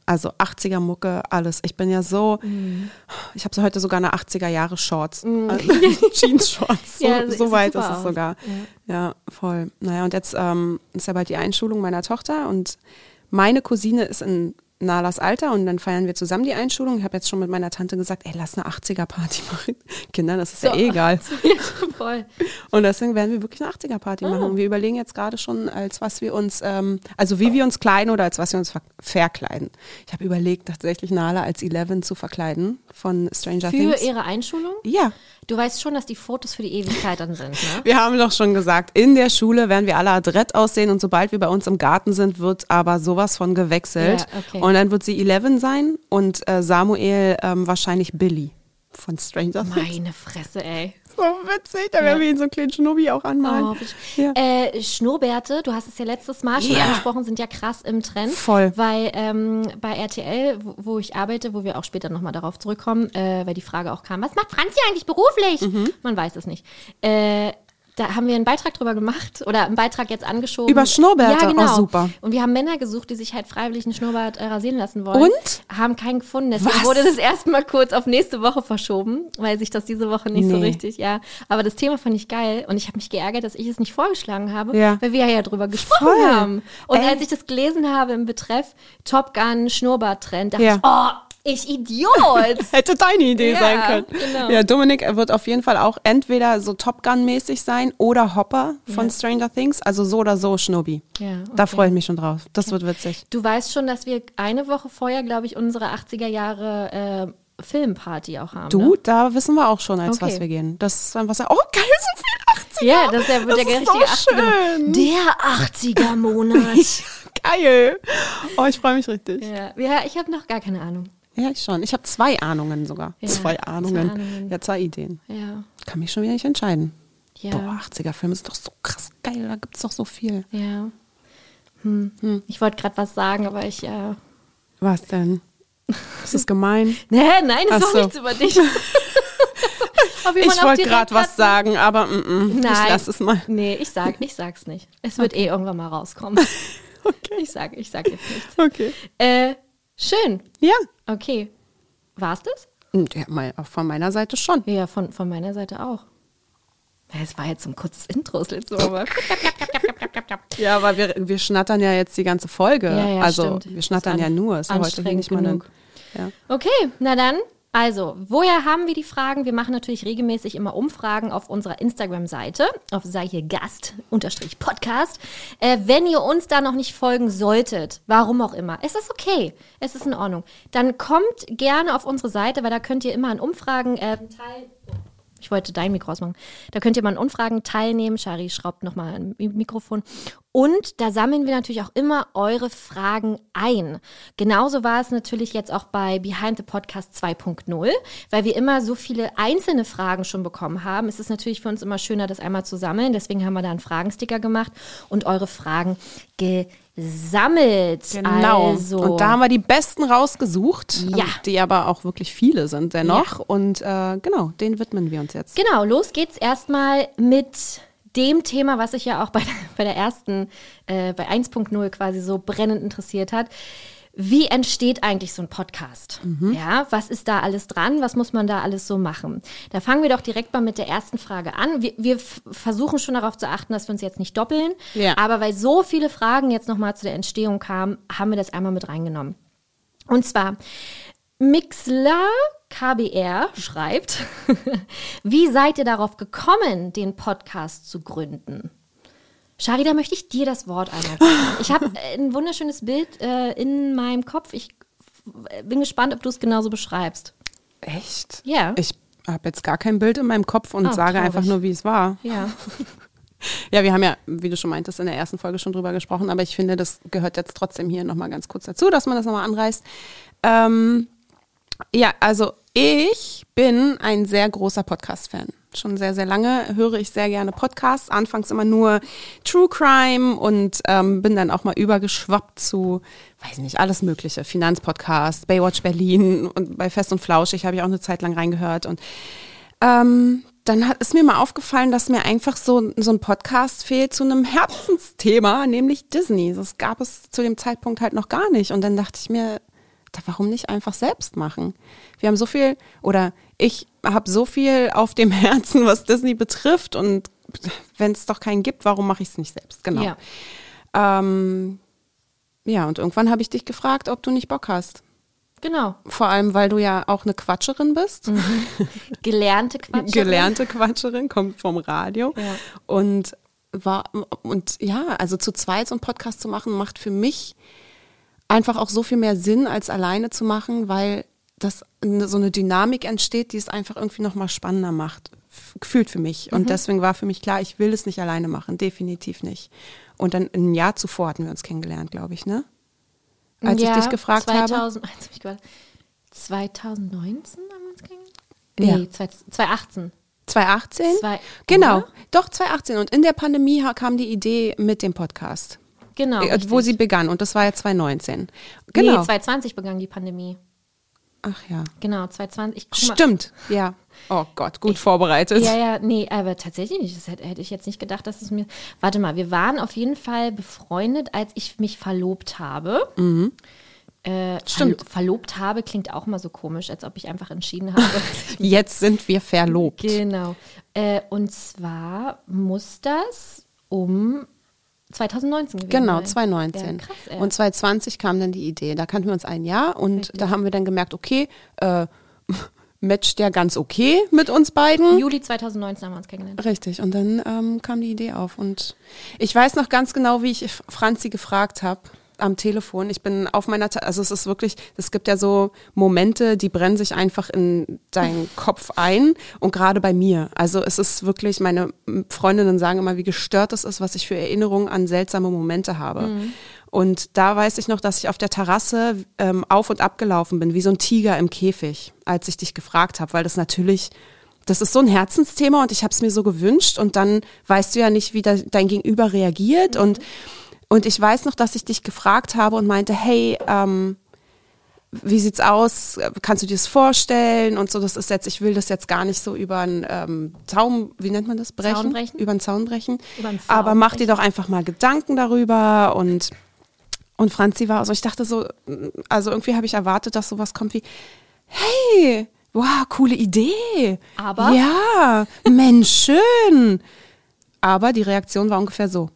Also 80er Mucke, alles. Ich bin ja so, ich habe so heute sogar eine 80er Jahre Shorts, Jeans-Shorts, so weit ist es sogar. Ja, voll. Naja, und jetzt ist ja bald die Einschulung meiner Tochter und meine Cousine ist in Nalas Alter und dann feiern wir zusammen die Einschulung. Ich habe jetzt schon mit meiner Tante gesagt, ey, lass eine 80er-Party machen. Kindern, das ist ja eh egal. Voll. Und deswegen werden wir wirklich eine 80er-Party machen. Und wir überlegen jetzt gerade schon, als was wir uns, also wie wir uns kleiden oder als was wir uns verkleiden. Ich habe überlegt, tatsächlich Nala als Eleven zu verkleiden von Stranger Things. Für ihre Einschulung? Ja. Du weißt schon, dass die Fotos für die Ewigkeit dann sind, ne? Wir haben doch schon gesagt, in der Schule werden wir alle adrett aussehen und sobald wir bei uns im Garten sind, wird aber sowas von gewechselt. Ja, okay. Und dann wird sie 11 sein und Samuel wahrscheinlich Billy von Stranger Things. Meine Fresse, ey. So witzig, da werden wir ihn so einen kleinen Schnurri auch anmalen. Schnurrbärte, du hast es ja letztes Mal schon angesprochen, sind ja krass im Trend. Voll. Weil bei RTL, wo ich arbeite, wo wir auch später nochmal darauf zurückkommen, weil die Frage auch kam, was macht Franzi eigentlich beruflich? Man weiß es nicht. Da haben wir einen Beitrag drüber gemacht oder einen Beitrag jetzt angeschoben. Über Schnurrbärte? Ja, genau. Oh, super. Und wir haben Männer gesucht, die sich halt freiwillig einen Schnurrbart rasieren lassen wollen. Und? Haben keinen gefunden. Deswegen wurde das erstmal kurz auf nächste Woche verschoben, weil sich das diese Woche nicht so richtig, Aber das Thema fand ich geil und ich habe mich geärgert, dass ich es nicht vorgeschlagen habe, weil wir ja drüber gesprochen haben. Und als ich das gelesen habe im Betreff Top Gun Schnurrbart-Trend, dachte ich, ich Idiot! Hätte deine Idee sein können. Genau. Ja, Dominik wird auf jeden Fall auch entweder so Top Gun-mäßig sein oder Hopper von Stranger Things. Also so oder so Schnurbi. Ja, okay. Da freue ich mich schon drauf. Das wird witzig. Du weißt schon, dass wir eine Woche vorher, glaube ich, unsere 80er Jahre Filmparty auch haben. Du, ne? Da wissen wir auch schon, als was wir gehen. Das ist dann was. Oh, geil, so viel 80er. Ja, das wird der richtige so 80er. schön. Der 80er-Monat. Geil. Oh, ich freue mich richtig. Ja, ich habe noch gar keine Ahnung. Ja, ich schon. Ich habe 2 Ahnungen sogar. Ja, 2 Ahnungen. 2 Ahnungen. Ja, 2 Ideen. Ja. Kann mich schon wieder nicht entscheiden. Ja. Boah, 80er-Filme sind doch so krass geil. Da gibt es doch so viel. Ja. Ich wollte gerade was sagen, aber ich... Was denn? Ist das gemein? Nein, das ist Ach doch so. nichts über dich. Ich wollte gerade was sagen, aber Nein. ich lass es mal. Nee, ich sag's nicht. Es wird irgendwann mal rauskommen. Okay. Ich sag jetzt nichts. Okay. Schön. Ja. Okay. War's das? Ja, von meiner Seite schon. Ja, von meiner Seite auch. Es war jetzt so ein kurzes Intro das letzte Mal. Ja, aber wir schnattern ja jetzt die ganze Folge. Ja, also stimmt. wir schnattern ja nur. Ist ja heute hier nicht mal genug. Ja. Okay, na dann. Also, woher haben wir die Fragen? Wir machen natürlich regelmäßig immer Umfragen auf unserer Instagram-Seite, auf sei hier Gast_Podcast. Wenn ihr uns da noch nicht folgen solltet, warum auch immer, es ist okay, es ist in Ordnung, dann kommt gerne auf unsere Seite, weil da könnt ihr immer an Umfragen teilnehmen. Ich wollte dein Mikro ausmachen. Da könnt ihr mal an Umfragen teilnehmen. Shari schraubt nochmal ein Mikrofon. Und da sammeln wir natürlich auch immer eure Fragen ein. Genauso war es natürlich jetzt auch bei Behind the Podcast 2.0, weil wir immer so viele einzelne Fragen schon bekommen haben. Es ist natürlich für uns immer schöner, das einmal zu sammeln. Deswegen haben wir da einen Fragensticker gemacht und eure Fragen gesammelt. Genau. Also, und da haben wir die besten rausgesucht, Ja. die aber auch wirklich viele sind dennoch. Ja. Und genau, denen widmen wir uns jetzt. Genau, los geht's erstmal mit dem Thema, was sich ja auch bei der ersten, bei 1.0 quasi so brennend interessiert hat. Wie entsteht eigentlich so ein Podcast? Ja, was ist da alles dran? Was muss man da alles so machen? Da fangen wir doch direkt mal mit der ersten Frage an. Wir versuchen schon darauf zu achten, dass wir uns jetzt nicht doppeln. Ja. Aber weil so viele Fragen jetzt nochmal zu der Entstehung kamen, haben wir das einmal mit reingenommen. Und zwar Mixler KBR schreibt, wie seid ihr darauf gekommen, den Podcast zu gründen? Shari, da möchte ich dir das Wort einmal geben. Ich habe ein wunderschönes Bild in meinem Kopf. Ich bin gespannt, ob du es genauso beschreibst. Echt? Ja. Ich habe jetzt gar kein Bild in meinem Kopf und sage traurig. einfach nur, wie es war. Ja. Ja, wir haben ja, wie du schon meintest, in der ersten Folge schon drüber gesprochen, aber ich finde, das gehört jetzt trotzdem hier nochmal ganz kurz dazu, dass man das nochmal anreißt. Ja, also ich bin ein sehr großer Podcast-Fan. Schon sehr, sehr lange höre ich sehr gerne Podcasts. Anfangs immer nur True Crime und bin dann auch mal übergeschwappt zu, weiß nicht, alles Mögliche. Finanzpodcasts, Baywatch Berlin und bei Fest und Flauschig habe ich auch eine Zeit lang reingehört. Und dann ist mir mal aufgefallen, dass mir einfach so ein Podcast fehlt zu einem Herzensthema, nämlich Disney. Das gab es zu dem Zeitpunkt halt noch gar nicht. Und dann dachte ich mir, warum nicht einfach selbst machen? Wir haben so viel, oder ich habe so viel auf dem Herzen, was Disney betrifft, und wenn es doch keinen gibt, warum mache ich es nicht selbst? Genau. Ja. Ja, und irgendwann habe ich dich gefragt, ob du nicht Bock hast. Genau. Vor allem, weil du ja auch eine Quatscherin bist. Gelernte Quatscherin. Gelernte Quatscherin, kommt vom Radio. Ja. Und also zu zweit so einen Podcast zu machen, macht für mich einfach auch so viel mehr Sinn, als alleine zu machen, weil das so eine Dynamik entsteht, die es einfach irgendwie nochmal spannender macht. Gefühlt für mich. Und deswegen war für mich klar, ich will es nicht alleine machen. Definitiv nicht. Und dann ein Jahr zuvor hatten wir uns kennengelernt, glaube ich, ne? Als ich dich gefragt habe. 2019 haben wir uns kennengelernt? Ja. Nee, 2018. 2018? Genau. Oder? Doch, 2018. Und in der Pandemie kam die Idee mit dem Podcast. Genau. Wo sie begann. Und das war ja 2019. Genau. Nee, 2020 begann die Pandemie. Ach ja. Genau, 2020. Stimmt, ja. Oh Gott, gut vorbereitet. Ja, nee, aber tatsächlich nicht. Das hätte ich jetzt nicht gedacht, dass es mir... Warte mal, wir waren auf jeden Fall befreundet, als ich mich verlobt habe. Mhm. Stimmt. Verlobt habe klingt auch mal so komisch, als ob ich einfach entschieden habe. Jetzt sind wir verlobt. Genau. Und zwar muss das um 2019 gewesen Genau, sein. 2019. Ja, krass, ey. Und 2020 kam dann die Idee. Da kannten wir uns ein Jahr und Richtig. da haben wir dann gemerkt, okay, matcht der ganz okay mit uns beiden. Juli 2019 haben wir uns kennengelernt. Richtig, und dann kam die Idee auf. Und ich weiß noch ganz genau, wie ich Franzi gefragt habe am Telefon. Ich bin auf meiner, also es ist wirklich, es gibt ja so Momente, die brennen sich einfach in deinen Kopf ein, und gerade bei mir. Also es ist wirklich, meine Freundinnen sagen immer, wie gestört es ist, was ich für Erinnerungen an seltsame Momente habe. Mhm. Und da weiß ich noch, dass ich auf der Terrasse auf und ab gelaufen bin, wie so ein Tiger im Käfig, als ich dich gefragt habe, weil das natürlich, das ist so ein Herzensthema und ich habe es mir so gewünscht, und dann weißt du ja nicht, wie dein Gegenüber reagiert. Und ich weiß noch, dass ich dich gefragt habe und meinte, hey, wie sieht's aus? Kannst du dir das vorstellen? Und so, das ist jetzt, ich will das jetzt gar nicht so über einen Zaun, wie nennt man das? Zaunbrechen? Über einen Zaun brechen. Über einen Aber mach dir doch einfach mal Gedanken darüber. Und Franzi war, also ich dachte so, also irgendwie habe ich erwartet, dass sowas kommt wie, hey, wow, coole Idee. Aber? Ja, Mensch, schön. Aber die Reaktion war ungefähr so,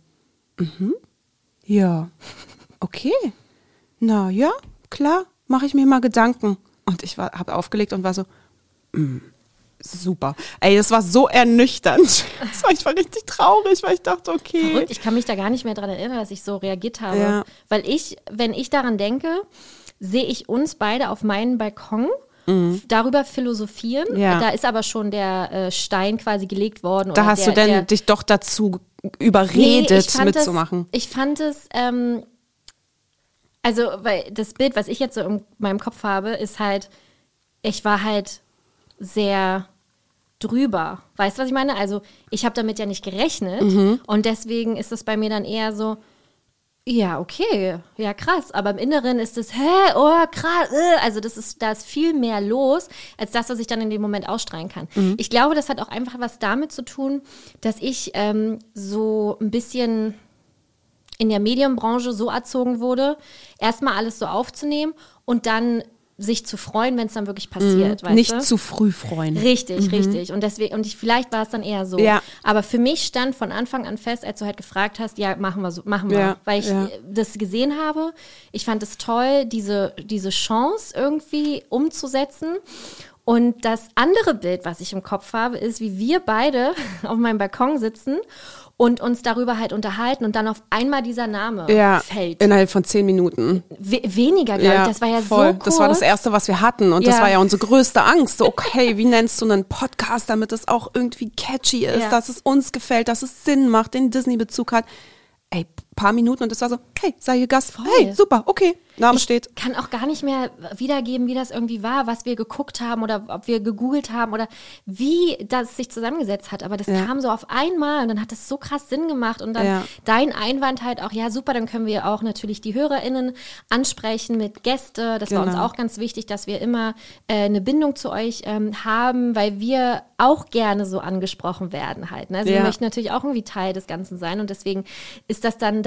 ja, okay, na ja, klar, mache ich mir mal Gedanken. Und ich habe aufgelegt und war so, super. Ey, das war so ernüchternd. Ich war richtig traurig, weil ich dachte, okay. Verrückt, ich kann mich da gar nicht mehr dran erinnern, dass ich so reagiert habe. Ja. Weil wenn ich daran denke, sehe ich uns beide auf meinem Balkon darüber philosophieren. Ja. Da ist aber schon der Stein quasi gelegt worden. Da hast du denn dich doch dazu überredet, mitzumachen. Ich fand es, also weil das Bild, was ich jetzt so in meinem Kopf habe, ist halt, ich war halt sehr drüber. Weißt du, was ich meine? Also ich habe damit ja nicht gerechnet und deswegen ist es bei mir dann eher so, ja, okay, ja krass, aber im Inneren ist es, oh krass, also da ist viel mehr los, als das, was ich dann in dem Moment ausstrahlen kann. Ich glaube, das hat auch einfach was damit zu tun, dass ich so ein bisschen in der Medienbranche so erzogen wurde, erstmal alles so aufzunehmen und dann sich zu freuen, wenn es dann wirklich passiert. Weißt Nicht du? zu früh freuen. Richtig, richtig. Und deswegen, vielleicht war es dann eher so. Ja. Aber für mich stand von Anfang an fest, als du halt gefragt hast, ja, machen wir. Ja, weil ich das gesehen habe. Ich fand es toll, diese Chance irgendwie umzusetzen. Und das andere Bild, was ich im Kopf habe, ist, wie wir beide auf meinem Balkon sitzen und uns darüber halt unterhalten und dann auf einmal dieser Name fällt. Innerhalb von 10 Minuten. Weniger, glaube ich. Das war ja voll. So kurz. Das war das Erste, was wir hatten. Und das war ja unsere größte Angst. So, okay, wie nennst du einen Podcast, damit es auch irgendwie catchy ist, dass es uns gefällt, dass es Sinn macht, den Disney-Bezug hat. Ey, paar Minuten und das war so, hey, sei hier Gast. Voll. Hey, super, okay, Name steht. Ich kann auch gar nicht mehr wiedergeben, wie das irgendwie war, was wir geguckt haben oder ob wir gegoogelt haben oder wie das sich zusammengesetzt hat. Aber das kam so auf einmal und dann hat das so krass Sinn gemacht. Und dann dein Einwand halt auch, ja super, dann können wir auch natürlich die HörerInnen ansprechen mit Gäste. Das war uns auch ganz wichtig, dass wir immer eine Bindung zu euch haben, weil wir auch gerne so angesprochen werden halt. Ne? Also wir möchten natürlich auch irgendwie Teil des Ganzen sein und deswegen ist das dann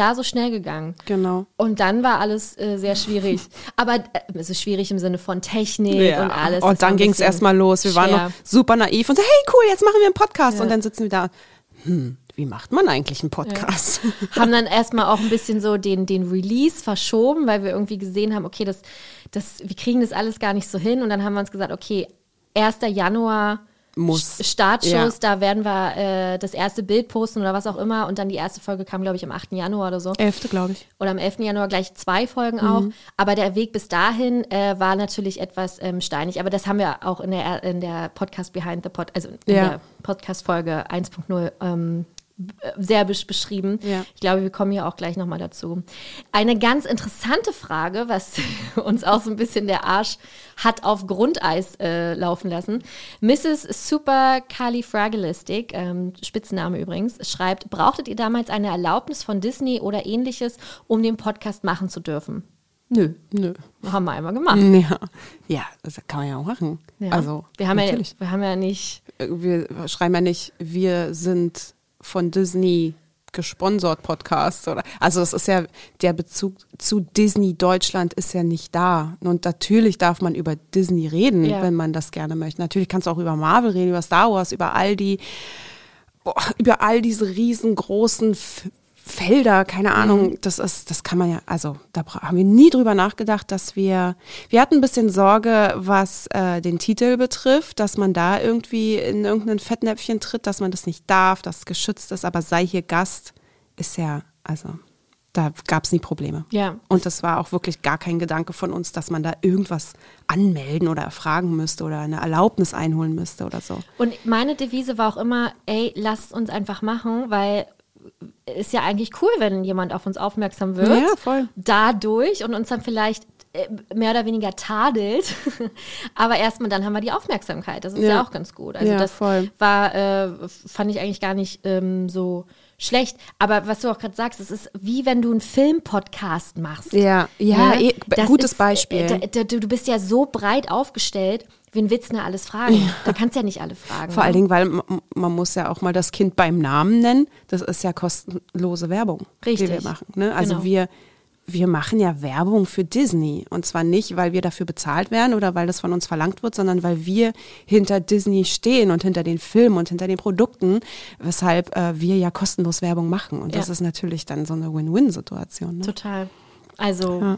klar so schnell gegangen. Genau. Und dann war alles sehr schwierig. Aber es ist schwierig im Sinne von Technik und alles. Und dann ging es erstmal los. Wir waren noch super naiv und so, hey cool, jetzt machen wir einen Podcast. Und dann sitzen wir da, wie macht man eigentlich einen Podcast? Ja. Haben dann erstmal auch ein bisschen so den Release verschoben, weil wir irgendwie gesehen haben, okay, wir kriegen das alles gar nicht so hin. Und dann haben wir uns gesagt, okay, 1. Januar Startschuss, da werden wir das erste Bild posten oder was auch immer. Und dann die erste Folge kam, glaube ich, am 8. Januar oder so. 11. glaube ich. Oder am 11. Januar gleich 2 Folgen auch. Aber der Weg bis dahin war natürlich etwas steinig. Aber das haben wir auch in der Podcast Behind the Pod, also in der Podcast-Folge 1.0 sehr beschrieben. Ja. Ich glaube, wir kommen hier auch gleich nochmal dazu. Eine ganz interessante Frage, was uns auch so ein bisschen der Arsch hat auf Grundeis laufen lassen. Mrs. Supercalifragilistic, Spitzname übrigens, schreibt, brauchtet ihr damals eine Erlaubnis von Disney oder ähnliches, um den Podcast machen zu dürfen? Nö. Haben wir einmal gemacht. Ja, das kann man ja auch machen. Ja. Also, wir haben ja nicht... Wir schreiben ja nicht, wir sind von Disney gesponsert Podcast oder also es ist ja der Bezug zu Disney Deutschland ist ja nicht da und natürlich darf man über Disney reden, wenn man das gerne möchte. Natürlich kannst du auch über Marvel reden, über Star Wars, über all diese riesengroßen Felder, keine Ahnung, das kann man ja, also da haben wir nie drüber nachgedacht, dass wir hatten ein bisschen Sorge, was den Titel betrifft, dass man da irgendwie in irgendein Fettnäpfchen tritt, dass man das nicht darf, dass es geschützt ist, aber sei hier Gast, ist ja, also da gab es nie Probleme. Ja. Und das war auch wirklich gar kein Gedanke von uns, dass man da irgendwas anmelden oder erfragen müsste oder eine Erlaubnis einholen müsste oder so. Und meine Devise war auch immer, lasst uns einfach machen, weil ist ja eigentlich cool, wenn jemand auf uns aufmerksam wird. Ja, voll. Dadurch und uns dann vielleicht mehr oder weniger tadelt. Aber erstmal dann haben wir die Aufmerksamkeit. Das ist ja auch ganz gut. Also das voll. fand ich eigentlich gar nicht so schlecht. Aber was du auch gerade sagst, es ist wie wenn du einen Film-Podcast machst. Ja, gutes Beispiel. Du bist ja so breit aufgestellt. Wen willst du denn alles fragen? Ja. Da kannst du ja nicht alle fragen. Vor allen Dingen, weil man muss ja auch mal das Kind beim Namen nennen. Das ist ja kostenlose Werbung, die wir machen. Ne? Also wir machen ja Werbung für Disney. Und zwar nicht, weil wir dafür bezahlt werden oder weil das von uns verlangt wird, sondern weil wir hinter Disney stehen und hinter den Filmen und hinter den Produkten, weshalb wir ja kostenlos Werbung machen. Und das ist natürlich dann so eine Win-Win-Situation. Ne? Total. Also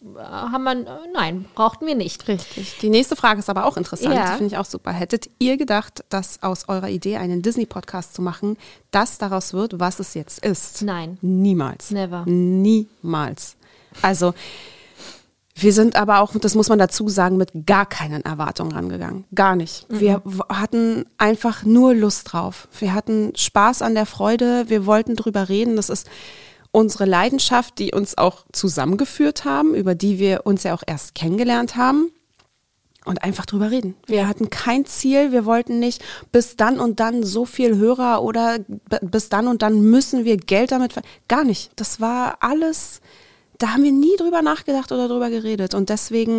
brauchten wir nicht. Richtig. Die nächste Frage ist aber auch interessant, die finde ich auch super. Hättet ihr gedacht, dass aus eurer Idee, einen Disney-Podcast zu machen, das daraus wird, was es jetzt ist? Nein. Niemals. Never. Niemals. Also wir sind aber auch, das muss man dazu sagen, mit gar keinen Erwartungen rangegangen. Gar nicht. Wir hatten einfach nur Lust drauf. Wir hatten Spaß an der Freude. Wir wollten drüber reden. Das ist unsere Leidenschaft, die uns auch zusammengeführt haben, über die wir uns ja auch erst kennengelernt haben und einfach drüber reden. Wir hatten kein Ziel, wir wollten nicht bis dann und dann so viel Hörer oder bis dann und dann müssen wir Geld damit gar nicht. Das war alles, da haben wir nie drüber nachgedacht oder drüber geredet und deswegen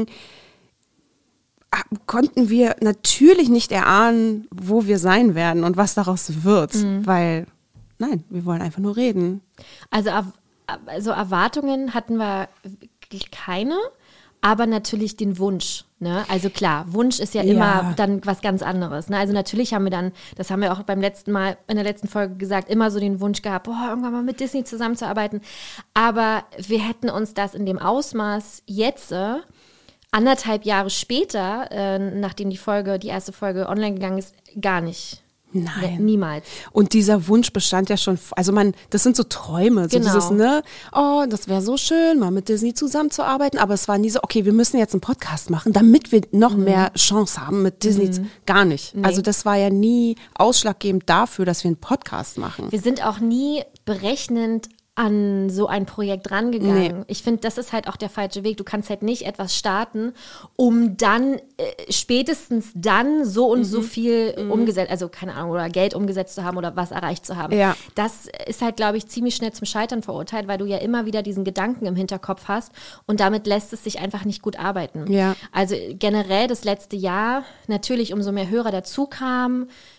konnten wir natürlich nicht erahnen, wo wir sein werden und was daraus wird, weil nein, wir wollen einfach nur reden. Also Erwartungen hatten wir keine, aber natürlich den Wunsch. Ne? Also klar, Wunsch ist ja immer dann was ganz anderes. Ne? Also natürlich haben wir dann, das haben wir auch beim letzten Mal, in der letzten Folge gesagt, immer so den Wunsch gehabt, irgendwann mal mit Disney zusammenzuarbeiten. Aber wir hätten uns das in dem Ausmaß jetzt 1,5 Jahre später, nachdem die erste Folge online gegangen ist, gar nicht. Nein. Niemals. Und dieser Wunsch bestand ja schon, also das sind so Träume, so dieses, das wäre so schön, mal mit Disney zusammenzuarbeiten, aber es war nie so, okay, wir müssen jetzt einen Podcast machen, damit wir noch mehr Chance haben mit Disney, gar nicht. Nee. Also das war ja nie ausschlaggebend dafür, dass wir einen Podcast machen. Wir sind auch nie berechnend an so ein Projekt rangegangen. Nee. Ich finde, das ist halt auch der falsche Weg. Du kannst halt nicht etwas starten, um dann spätestens dann so und so viel umgesetzt, also keine Ahnung, oder Geld umgesetzt zu haben oder was erreicht zu haben. Ja. Das ist halt, glaube ich, ziemlich schnell zum Scheitern verurteilt, weil du ja immer wieder diesen Gedanken im Hinterkopf hast und damit lässt es sich einfach nicht gut arbeiten. Ja. Also generell das letzte Jahr, natürlich umso mehr Hörer dazu kamen,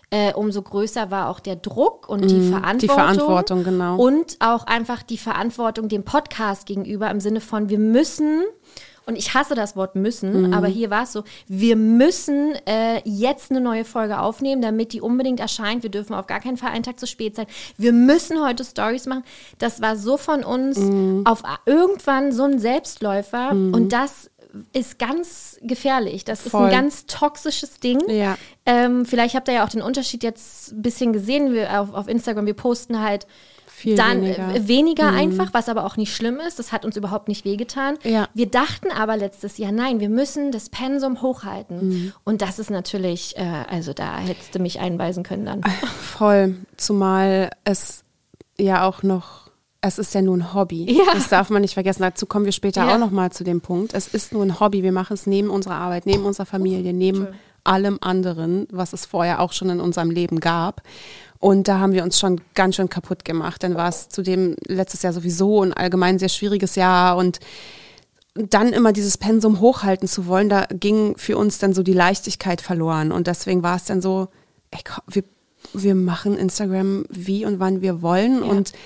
umso größer war auch der Druck und die Verantwortung. Die Verantwortung, genau. Und auch einfach die Verantwortung dem Podcast gegenüber im Sinne von, wir müssen, und ich hasse das Wort müssen, aber hier war es so, wir müssen jetzt eine neue Folge aufnehmen, damit die unbedingt erscheint. Wir dürfen auf gar keinen Fall einen Tag zu spät sein. Wir müssen heute Stories machen. Das war so von uns auf irgendwann so ein Selbstläufer und das ist ganz gefährlich. Das ist ein ganz toxisches Ding. Ja. Vielleicht habt ihr ja auch den Unterschied jetzt ein bisschen gesehen. Wir auf Instagram, wir posten halt Viel dann weniger Mhm. einfach, was aber auch nicht schlimm ist. Das hat uns überhaupt nicht wehgetan. Ja. Wir dachten aber letztes Jahr, nein, wir müssen das Pensum hochhalten. Und das ist natürlich, also da hättest du mich einweisen können dann. Voll, zumal es ja auch noch, es ist ja nur ein Hobby. Ja. Das darf man nicht vergessen. Dazu kommen wir später Ja. auch nochmal zu dem Punkt. Es ist nur ein Hobby. Wir machen es neben unserer Arbeit, neben unserer Familie, neben allem anderen, was es vorher auch schon in unserem Leben gab. Und da haben wir uns schon ganz schön kaputt gemacht. Dann war es zudem letztes Jahr sowieso ein allgemein sehr schwieriges Jahr und dann immer dieses Pensum hochhalten zu wollen, da ging für uns dann so die Leichtigkeit verloren. Und deswegen war es dann so, ey, komm, wir machen Instagram wie und wann wir wollen. Ja. Und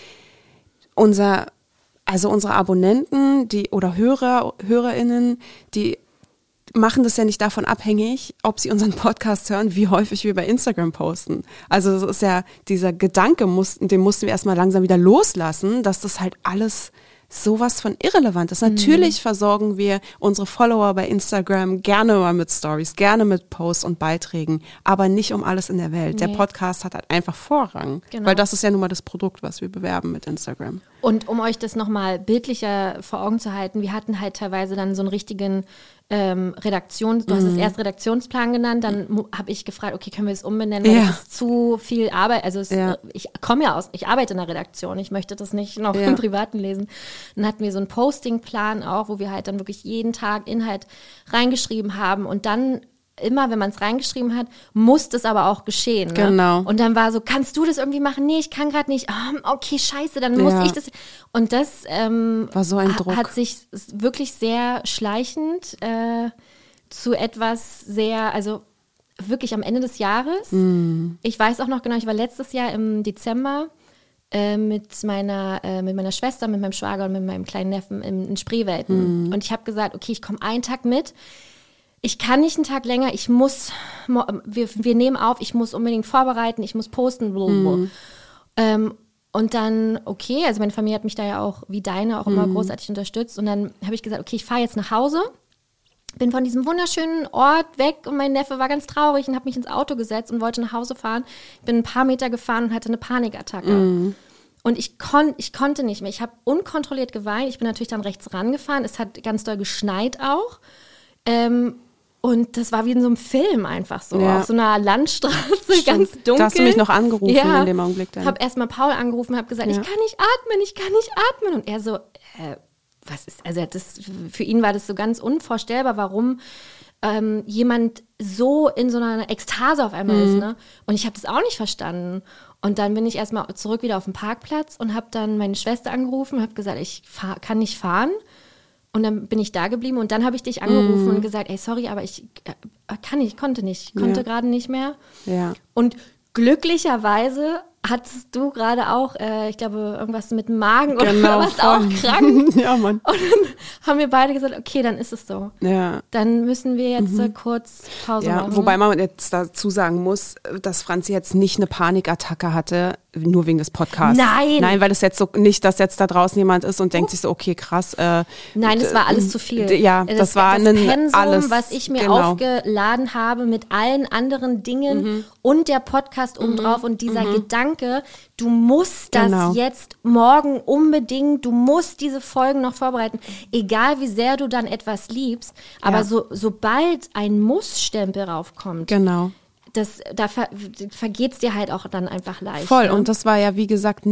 unsere Abonnenten, oder HörerInnen, die machen das ja nicht davon abhängig, ob sie unseren Podcast hören, wie häufig wir bei Instagram posten. Also das ist ja dieser Gedanke, den mussten wir erstmal langsam wieder loslassen, dass das halt alles sowas von irrelevant ist. Natürlich versorgen wir unsere Follower bei Instagram gerne mal mit Stories, gerne mit Posts und Beiträgen, aber nicht um alles in der Welt. Der Podcast hat halt einfach Vorrang, weil das ist ja nun mal das Produkt, was wir bewerben mit Instagram. Und um euch das nochmal bildlicher vor Augen zu halten, wir hatten halt teilweise dann so einen richtigen du hast es erst Redaktionsplan genannt, dann habe ich gefragt, okay, können wir es umbenennen, weil das ist zu viel Arbeit, also ich arbeite in der Redaktion, ich möchte das nicht noch im Privaten lesen. Dann hatten wir so einen Postingplan auch, wo wir halt dann wirklich jeden Tag Inhalt reingeschrieben haben und dann immer, wenn man es reingeschrieben hat, muss das aber auch geschehen. Ne? Genau. Und dann war so, kannst du das irgendwie machen? Nee, ich kann gerade nicht. Okay, scheiße, dann muss ich das. Und das war so ein Druck. Hat sich wirklich sehr schleichend zu etwas sehr, also wirklich am Ende des Jahres. Ich weiß auch noch genau, ich war letztes Jahr im Dezember mit meiner Schwester, mit meinem Schwager und mit meinem kleinen Neffen in Spreewelten. Und ich habe gesagt, okay, ich komme einen Tag mit. Ich kann nicht einen Tag länger, wir nehmen auf, ich muss unbedingt vorbereiten, ich muss posten, blablabla. Und dann, okay, also meine Familie hat mich da ja auch, wie deine, auch immer großartig unterstützt. Und dann habe ich gesagt, okay, ich fahre jetzt nach Hause, bin von diesem wunderschönen Ort weg und mein Neffe war ganz traurig und habe mich ins Auto gesetzt und wollte nach Hause fahren. Ich bin ein paar Meter gefahren und hatte eine Panikattacke. Und ich konnte nicht mehr. Ich habe unkontrolliert geweint. Ich bin natürlich dann rechts rangefahren. Es hat ganz doll geschneit auch. Und das war wie in so einem Film einfach so, auf so einer Landstraße, ganz dunkel. Da hast du mich noch angerufen in dem Augenblick dann. Ich habe erstmal Paul angerufen und habe gesagt, ich kann nicht atmen. Und er so, was ist, also für ihn war das so ganz unvorstellbar, warum jemand so in so einer Ekstase auf einmal ist. Ne? Und ich habe das auch nicht verstanden. Und dann bin ich erstmal zurück wieder auf den Parkplatz und habe dann meine Schwester angerufen und habe gesagt, ich kann nicht fahren. Und dann bin ich da geblieben und dann habe ich dich angerufen und gesagt, ey, sorry, aber ich konnte gerade nicht mehr. Ja. Und glücklicherweise hattest du gerade auch, ich glaube, irgendwas mit dem Magen oder was auch krank. Ja, Mann. Und dann haben wir beide gesagt, okay, dann ist es so. Ja. Dann müssen wir jetzt kurz Pause machen. Wobei man jetzt dazu sagen muss, dass Franzi jetzt nicht eine Panikattacke hatte, nur wegen des Podcasts. Nein, weil das jetzt so nicht, dass jetzt da draußen jemand ist und denkt sich so, okay, krass. Nein, das war alles zu viel. Ja, das war das Pensum, alles, was ich mir aufgeladen habe mit allen anderen Dingen und der Podcast obendrauf und dieser Gedanke, du musst das jetzt morgen unbedingt, du musst diese Folgen noch vorbereiten, egal wie sehr du dann etwas liebst, aber sobald ein Muss-Stempel raufkommt, da vergeht es dir halt auch dann einfach leicht. Voll, ne? und das war ja wie gesagt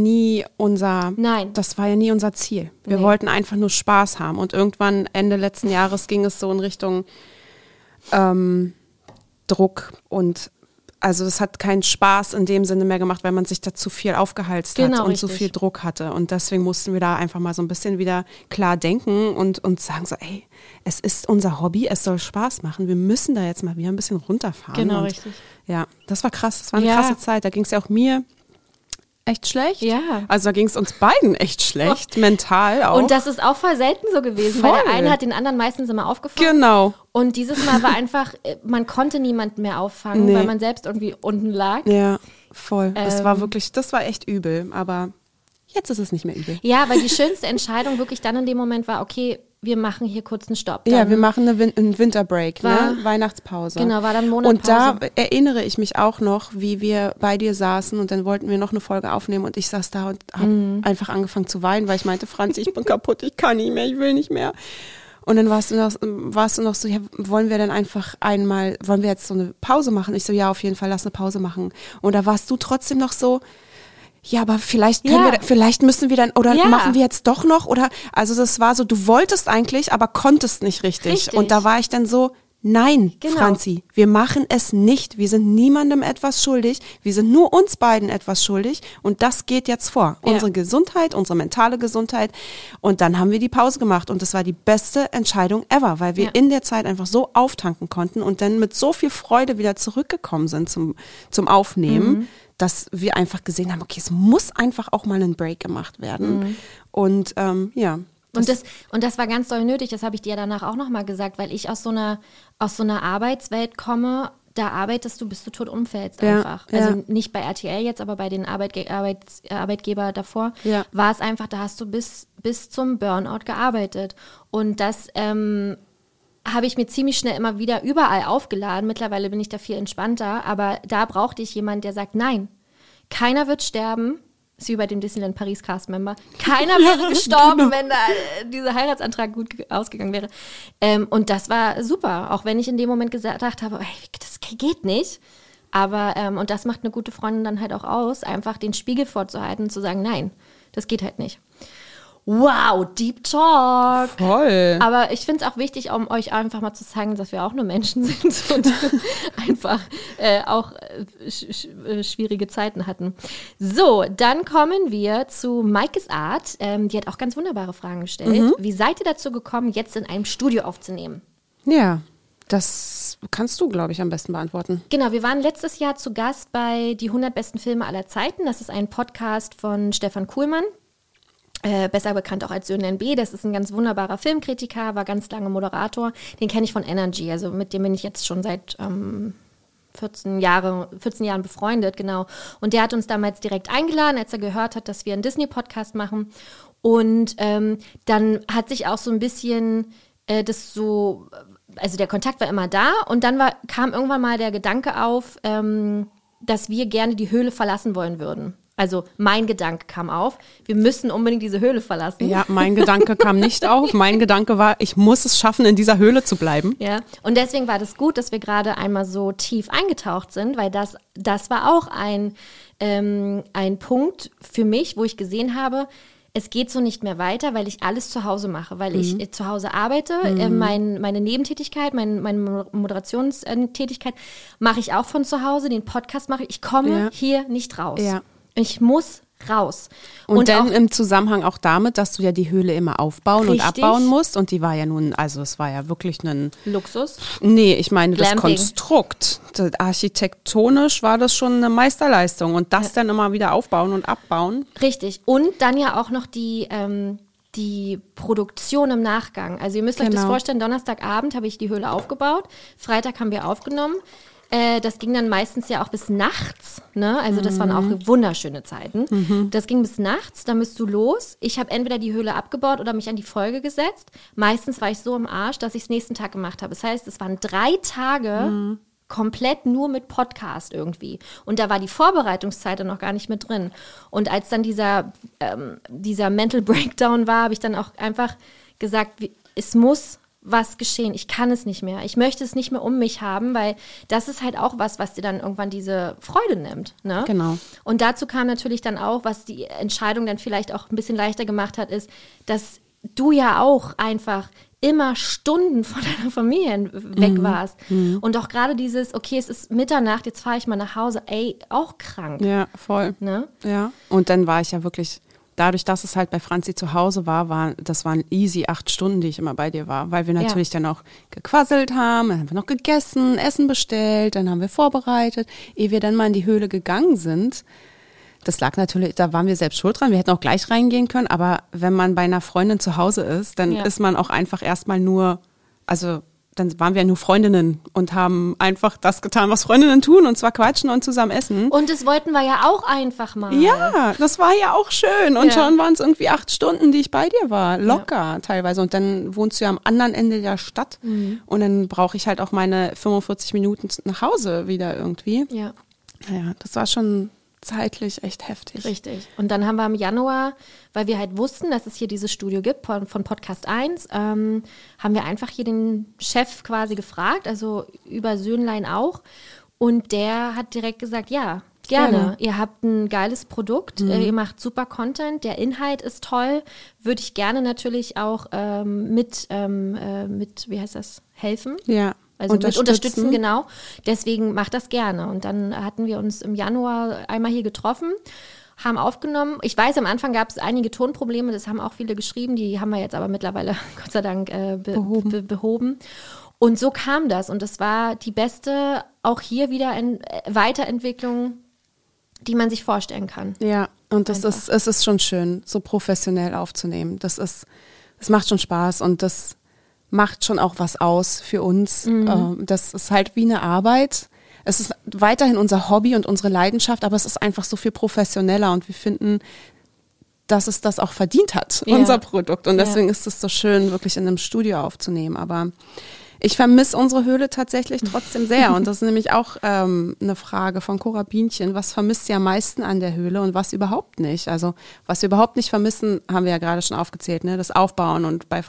das war ja nie unser Ziel. Wir wollten einfach nur Spaß haben und irgendwann Ende letzten Jahres ging es so in Richtung Druck und also es hat keinen Spaß in dem Sinne mehr gemacht, weil man sich da zu viel aufgeheizt hat und zu viel Druck hatte. Und deswegen mussten wir da einfach mal so ein bisschen wieder klar denken und sagen so, ey, es ist unser Hobby, es soll Spaß machen. Wir müssen da jetzt mal wieder ein bisschen runterfahren. Genau, richtig. Ja, das war krass. Das war eine krasse Zeit. Da ging es ja auch mir echt schlecht. Ja. Also da ging es uns beiden echt schlecht, mental auch. Und das ist auch voll selten so gewesen, weil der eine hat den anderen meistens immer aufgefangen. Genau. Und dieses Mal war einfach, man konnte niemanden mehr auffangen, weil man selbst irgendwie unten lag. Ja, voll. Das war echt übel, aber jetzt ist es nicht mehr übel. Ja, weil die schönste Entscheidung wirklich dann in dem Moment war, okay, wir machen hier kurz einen Stopp. Ja, wir machen einen Winterbreak, Weihnachtspause. Genau, war dann Monatpause. Und da erinnere ich mich auch noch, wie wir bei dir saßen und dann wollten wir noch eine Folge aufnehmen und ich saß da und habe einfach angefangen zu weinen, weil ich meinte, Franzi, ich bin kaputt, ich kann nicht mehr, ich will nicht mehr. Und dann warst du noch so, ja, wollen wir jetzt so eine Pause machen? Ich so, ja, auf jeden Fall, lass eine Pause machen. Und da warst du trotzdem noch so, ja, aber vielleicht müssen wir dann, oder machen wir jetzt doch noch, oder, also das war so, du wolltest eigentlich, aber konntest nicht richtig. Und da war ich dann so, nein, Franzi, wir machen es nicht. Wir sind niemandem etwas schuldig. Wir sind nur uns beiden etwas schuldig. Und das geht jetzt vor. Ja. Unsere Gesundheit, unsere mentale Gesundheit. Und dann haben wir die Pause gemacht. Und das war die beste Entscheidung ever, weil wir in der Zeit einfach so auftanken konnten und dann mit so viel Freude wieder zurückgekommen sind zum Aufnehmen, dass wir einfach gesehen haben, okay, es muss einfach auch mal ein Break gemacht werden. Und Und das war ganz doll nötig, das habe ich dir danach auch nochmal gesagt, weil ich aus so einer Arbeitswelt komme, da arbeitest du, bis du tot umfällst einfach. Also nicht bei RTL jetzt, aber bei den Arbeitgeber davor war es einfach, da hast du bis zum Burnout gearbeitet. Und das habe ich mir ziemlich schnell immer wieder überall aufgeladen. Mittlerweile bin ich da viel entspannter, aber da brauchte ich jemanden, der sagt, nein, keiner wird sterben. Ist wie bei dem Disneyland Paris Cast-Member. Keiner wäre gestorben, wenn da dieser Heiratsantrag gut ausgegangen wäre. Und das war super, auch wenn ich in dem Moment gedacht habe, ey, das geht nicht. Aber, und das macht eine gute Freundin dann halt auch aus, einfach den Spiegel vorzuhalten und zu sagen, nein, das geht halt nicht. Wow, Deep Talk. Voll. Aber ich finde es auch wichtig, um euch einfach mal zu zeigen, dass wir auch nur Menschen sind und einfach auch schwierige Zeiten hatten. So, dann kommen wir zu Maikes Art. Die hat auch ganz wunderbare Fragen gestellt. Wie seid ihr dazu gekommen, jetzt in einem Studio aufzunehmen? Ja, das kannst du, glaube ich, am besten beantworten. Genau, wir waren letztes Jahr zu Gast bei Die 100 besten Filme aller Zeiten. Das ist ein Podcast von Stefan Kuhlmann. Besser bekannt auch als Söhne NB. Das ist ein ganz wunderbarer Filmkritiker, war ganz lange Moderator. Den kenne ich von Energy, also mit dem bin ich jetzt schon seit 14 Jahren befreundet, genau. Und der hat uns damals direkt eingeladen, als er gehört hat, dass wir einen Disney-Podcast machen. Und dann hat sich auch so ein bisschen also der Kontakt war immer da. Und dann kam irgendwann mal der Gedanke auf, dass wir gerne die Höhle verlassen wollen würden. Also mein Gedanke kam auf, wir müssen unbedingt diese Höhle verlassen. Ja, mein Gedanke kam nicht auf. Mein Gedanke war, ich muss es schaffen, in dieser Höhle zu bleiben. Ja, und deswegen war das gut, dass wir gerade einmal so tief eingetaucht sind, weil das war auch ein Punkt für mich, wo ich gesehen habe, es geht so nicht mehr weiter, weil ich alles zu Hause mache, weil ich zu Hause arbeite. Meine Nebentätigkeit, meine Moderationstätigkeit mache ich auch von zu Hause. Den Podcast mache ich. Ich komme hier nicht raus. Ja. Ich muss raus. Und dann auch im Zusammenhang auch damit, dass du ja die Höhle immer aufbauen und abbauen musst. Und die war ja nun, also es war ja wirklich ein Luxus? Nee, ich meine Glamping. Das Konstrukt. Architektonisch war das schon eine Meisterleistung. Und das dann immer wieder aufbauen und abbauen. Richtig. Und dann ja auch noch die Produktion im Nachgang. Also ihr müsst euch das vorstellen, Donnerstagabend habe ich die Höhle aufgebaut, Freitag haben wir aufgenommen. Das ging dann meistens ja auch bis nachts, ne? Also das waren auch wunderschöne Zeiten. Das ging bis nachts, dann bist du los. Ich habe entweder die Höhle abgebaut oder mich an die Folge gesetzt. Meistens war ich so im Arsch, dass ich es nächsten Tag gemacht habe. Das heißt, es waren 3 Tage komplett nur mit Podcast irgendwie. Und da war die Vorbereitungszeit dann noch gar nicht mit drin. Und als dann dieser Mental Breakdown war, habe ich dann auch einfach gesagt, es muss was geschehen. Ich kann es nicht mehr. Ich möchte es nicht mehr um mich haben, weil das ist halt auch was dir dann irgendwann diese Freude nimmt. Ne? Genau. Und dazu kam natürlich dann auch, was die Entscheidung dann vielleicht auch ein bisschen leichter gemacht hat, ist, dass du ja auch einfach immer Stunden von deiner Familie weg warst. Und auch gerade dieses, okay, es ist Mitternacht, jetzt fahre ich mal nach Hause, auch krank. Ja, voll. Ne? Ja. Und dann war ich ja wirklich, dadurch, dass es halt bei Franzi zu Hause war, das waren easy 8 Stunden, die ich immer bei dir war, weil wir natürlich dann auch gequasselt haben, dann haben wir noch gegessen, Essen bestellt, dann haben wir vorbereitet, ehe wir dann mal in die Höhle gegangen sind. Das lag natürlich, da waren wir selbst schuld dran, wir hätten auch gleich reingehen können, aber wenn man bei einer Freundin zu Hause ist, dann ist man auch einfach erstmal nur, also dann waren wir ja nur Freundinnen und haben einfach das getan, was Freundinnen tun, und zwar quatschen und zusammen essen. Und das wollten wir ja auch einfach mal. Ja, das war ja auch schön. Und schon waren es irgendwie 8 Stunden, die ich bei dir war. Locker teilweise. Und dann wohnst du ja am anderen Ende der Stadt. Und dann brauche ich halt auch meine 45 Minuten nach Hause wieder irgendwie. Ja. Naja, das war schon zeitlich echt heftig. Richtig. Und dann haben wir im Januar, weil wir halt wussten, dass es hier dieses Studio gibt von Podcast 1, haben wir einfach hier den Chef quasi gefragt, also über Söhnlein auch. Und der hat direkt gesagt, ja, gerne. Ihr habt ein geiles Produkt, ihr macht super Content, der Inhalt ist toll, würde ich gerne natürlich auch mit, wie heißt das, helfen? Ja. Also mit unterstützen, genau. Deswegen macht das gerne. Und dann hatten wir uns im Januar einmal hier getroffen, haben aufgenommen. Ich weiß, am Anfang gab es einige Tonprobleme, das haben auch viele geschrieben, die haben wir jetzt aber mittlerweile, Gott sei Dank, behoben. Und so kam das. Und das war die beste, auch hier wieder Weiterentwicklung, die man sich vorstellen kann. Ja, und es ist schon schön, so professionell aufzunehmen. Das macht schon Spaß und das macht schon auch was aus für uns. Das ist halt wie eine Arbeit. Es ist weiterhin unser Hobby und unsere Leidenschaft, aber es ist einfach so viel professioneller und wir finden, dass es das auch verdient hat, unser Produkt. Und deswegen ist es so schön, wirklich in einem Studio aufzunehmen. Aber ich vermisse unsere Höhle tatsächlich trotzdem sehr. Und das ist nämlich auch eine Frage von Cora Bienchen. Was vermisst ihr am meisten an der Höhle und was überhaupt nicht? Also was wir überhaupt nicht vermissen, haben wir ja gerade schon aufgezählt, ne? Das Aufbauen und bei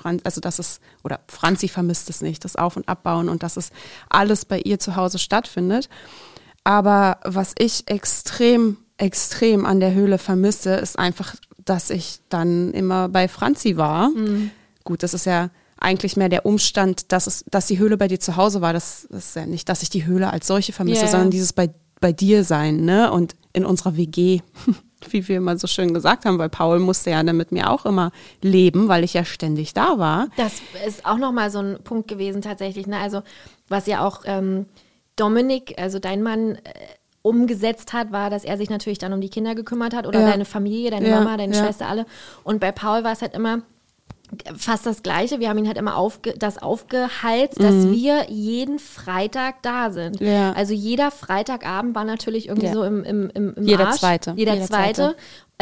Franzi vermisst es nicht, das Auf- und Abbauen und dass es alles bei ihr zu Hause stattfindet. Aber was ich extrem, extrem an der Höhle vermisse, ist einfach, dass ich dann immer bei Franzi war. Gut, das ist ja eigentlich mehr der Umstand, dass die Höhle bei dir zu Hause war. Das ist ja nicht, dass ich die Höhle als solche vermisse, sondern dieses bei dir sein, ne? Und in unserer WG, wie wir immer so schön gesagt haben, weil Paul musste ja dann mit mir auch immer leben, weil ich ja ständig da war. Das ist auch nochmal so ein Punkt gewesen tatsächlich, ne? Also was ja auch Dominik, also dein Mann, umgesetzt hat, war, dass er sich natürlich dann um die Kinder gekümmert hat oder deine Familie, deine Mama, deine Schwester, alle. Und bei Paul war es halt immer fast das Gleiche. Wir haben ihn halt immer aufgeheizt, dass wir jeden Freitag da sind. Ja. Also jeder Freitagabend war natürlich irgendwie so im jeder Arsch. Zweite. Jeder Zweite.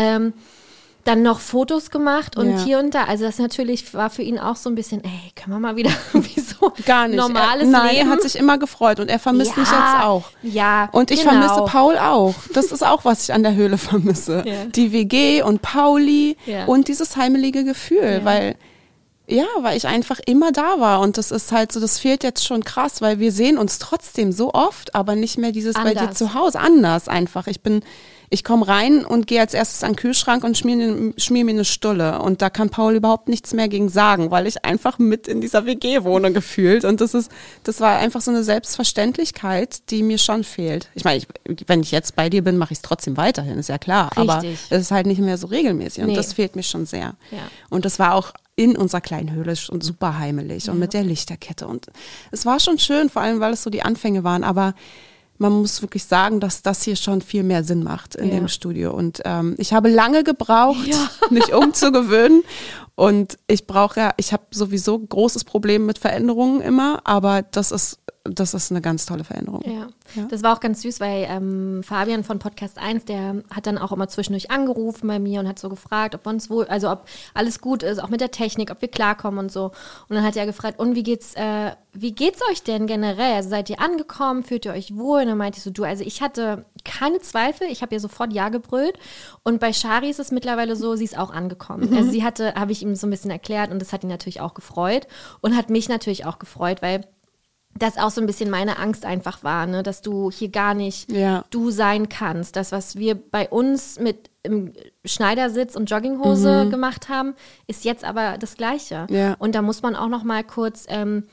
Dann noch Fotos gemacht und hier und da. Also das natürlich war für ihn auch so ein bisschen, können wir mal wieder irgendwie so gar nicht. Normales Nein, Leben. Er hat sich immer gefreut und er vermisst mich jetzt auch. Ja, und ich vermisse Paul auch. Das ist auch, was ich an der Höhle vermisse. Ja. Die WG und Pauli und dieses heimelige Gefühl, weil ich einfach immer da war und das ist halt so, das fehlt jetzt schon krass, weil wir sehen uns trotzdem so oft, aber nicht mehr dieses anders. Bei dir zu Hause, anders einfach. Ich komme rein und gehe als erstes an den Kühlschrank und schmier mir eine Stulle und da kann Paul überhaupt nichts mehr gegen sagen, weil ich einfach mit in dieser WG wohne gefühlt und das war einfach so eine Selbstverständlichkeit, die mir schon fehlt. Ich meine, wenn ich jetzt bei dir bin, mache ich es trotzdem weiterhin, ist ja klar, Richtig. Aber es ist halt nicht mehr so regelmäßig und das fehlt mir schon sehr. Ja. Und das war auch in unserer kleinen Höhle und super heimelig und mit der Lichterkette und es war schon schön, vor allem, weil es so die Anfänge waren, aber man muss wirklich sagen, dass das hier schon viel mehr Sinn macht in dem Studio. Und ich habe lange gebraucht, mich umzugewöhnen. Und ich habe sowieso ein großes Problem mit Veränderungen immer, aber das ist eine ganz tolle Veränderung. Ja. Das war auch ganz süß, weil Fabian von Podcast 1, der hat dann auch immer zwischendurch angerufen bei mir und hat so gefragt, ob ob alles gut ist, auch mit der Technik, ob wir klarkommen und so. Und dann hat er gefragt, und wie geht's euch denn generell? Also seid ihr angekommen, fühlt ihr euch wohl? Und dann meinte ich so, also ich hatte keine Zweifel, ich habe ihr sofort Ja gebrüllt. Und bei Shari ist es mittlerweile so, sie ist auch angekommen. Also habe ich ihm so ein bisschen erklärt und das hat ihn natürlich auch gefreut und hat mich natürlich auch gefreut, weil das auch so ein bisschen meine Angst einfach war, ne? Dass du hier gar nicht du sein kannst. Das, was wir bei uns mit im Schneidersitz und Jogginghose gemacht haben, ist jetzt aber das Gleiche. Ja. Und da muss man auch noch mal kurz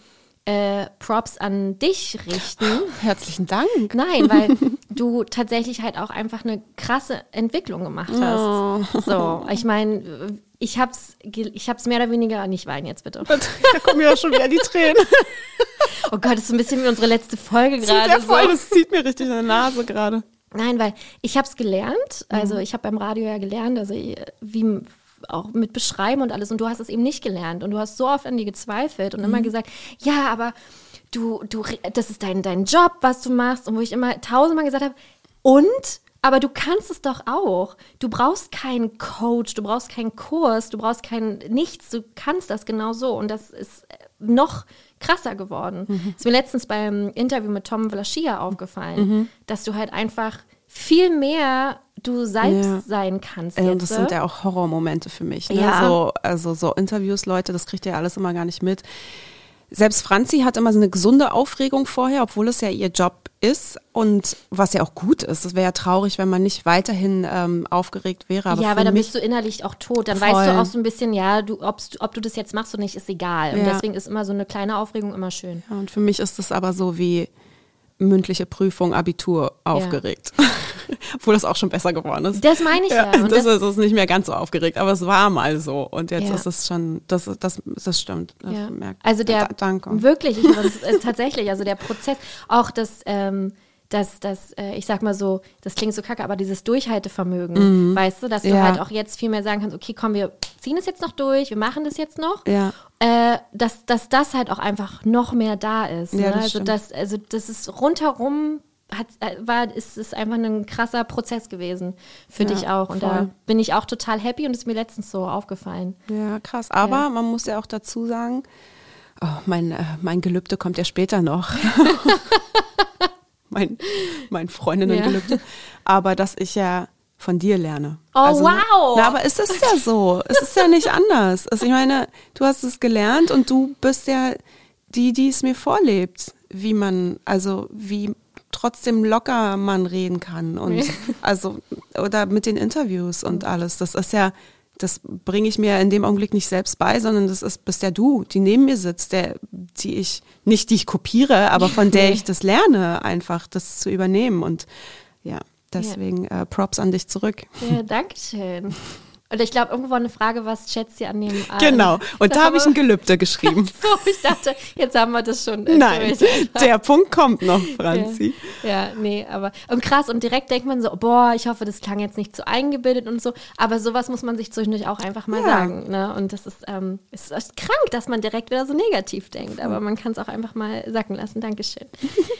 Props an dich richten. Herzlichen Dank. Nein, weil du tatsächlich halt auch einfach eine krasse Entwicklung gemacht hast. So, ich meine, ich hab's mehr oder weniger, nicht weinen jetzt bitte. Da kommen ja schon wieder die Tränen. Oh Gott, das ist so ein bisschen wie unsere letzte Folge gerade. Das zieht mir richtig in der Nase gerade. Nein, weil ich habe es gelernt, also ich habe beim Radio ja gelernt, also wie auch mit Beschreiben und alles und du hast es eben nicht gelernt und du hast so oft an dir gezweifelt und immer gesagt, ja, aber du, das ist dein Job, was du machst und wo ich immer 1000-mal gesagt habe, aber du kannst es doch auch. Du brauchst keinen Coach, du brauchst keinen Kurs, du brauchst nichts, du kannst das genau so und das ist noch krasser geworden. Ist mir letztens beim Interview mit Tom Vlaschia aufgefallen, dass du halt einfach viel mehr du selbst sein kannst. Und das sind ja auch Horrormomente für mich. Ne? Ja. So Interviews, Leute, das kriegt ihr alles immer gar nicht mit. Selbst Franzi hat immer so eine gesunde Aufregung vorher, obwohl es ja ihr Job ist und was ja auch gut ist. Es wäre ja traurig, wenn man nicht weiterhin aufgeregt wäre. Aber weil dann bist du innerlich auch tot. Dann weißt du auch so ein bisschen, ob du das jetzt machst oder nicht, ist egal. Und deswegen ist immer so eine kleine Aufregung immer schön. Ja, und für mich ist das aber so wie mündliche Prüfung, Abitur aufgeregt. Ja. Obwohl das auch schon besser geworden ist. Das meine ich ja. Und das ist nicht mehr ganz so aufgeregt, aber es war mal so. Und jetzt ist es schon, das stimmt. Das merkt. Also danke. Wirklich, tatsächlich, also der Prozess, auch das ich sag mal so, das klingt so kacke, aber dieses Durchhaltevermögen, weißt du, dass du halt auch jetzt viel mehr sagen kannst, okay, komm, wir ziehen es jetzt noch durch, wir machen das jetzt noch, dass das halt auch einfach noch mehr da ist. Ja, ne? Das ist rundherum ist es einfach ein krasser Prozess gewesen für dich auch. Und da bin ich auch total happy und ist mir letztens so aufgefallen. Ja, krass. Aber man muss ja auch dazu sagen, mein Gelübde kommt ja später noch. mein Freundinnen-Gelübde. Aber dass ich ja von dir lerne. Oh, wow! Aber es ist ja so. Es ist ja nicht anders. Also ich meine, du hast es gelernt und du bist ja die es mir vorlebt, wie trotzdem locker man reden kann und oder mit den Interviews und alles. Das ist ja, das bringe ich mir in dem Augenblick nicht selbst bei, sondern bist ja du, die neben mir sitzt, die ich kopiere, aber von der ich das lerne, einfach das zu übernehmen und deswegen Props an dich zurück. Ja, danke schön. Und ich glaube, irgendwo war eine Frage, was schätzt ihr an dem Genau, und da habe ich ein Gelübde geschrieben. So, ich dachte, jetzt haben wir das schon. Nein, der Punkt kommt noch, Franzi. Ja, nee, aber und krass, und direkt denkt man so, boah, ich hoffe, das klang jetzt nicht zu eingebildet und so, aber sowas muss man sich zwischendurch auch einfach mal sagen. Ne? Und das ist echt krank, dass man direkt wieder so negativ denkt, aber man kann es auch einfach mal sacken lassen. Dankeschön.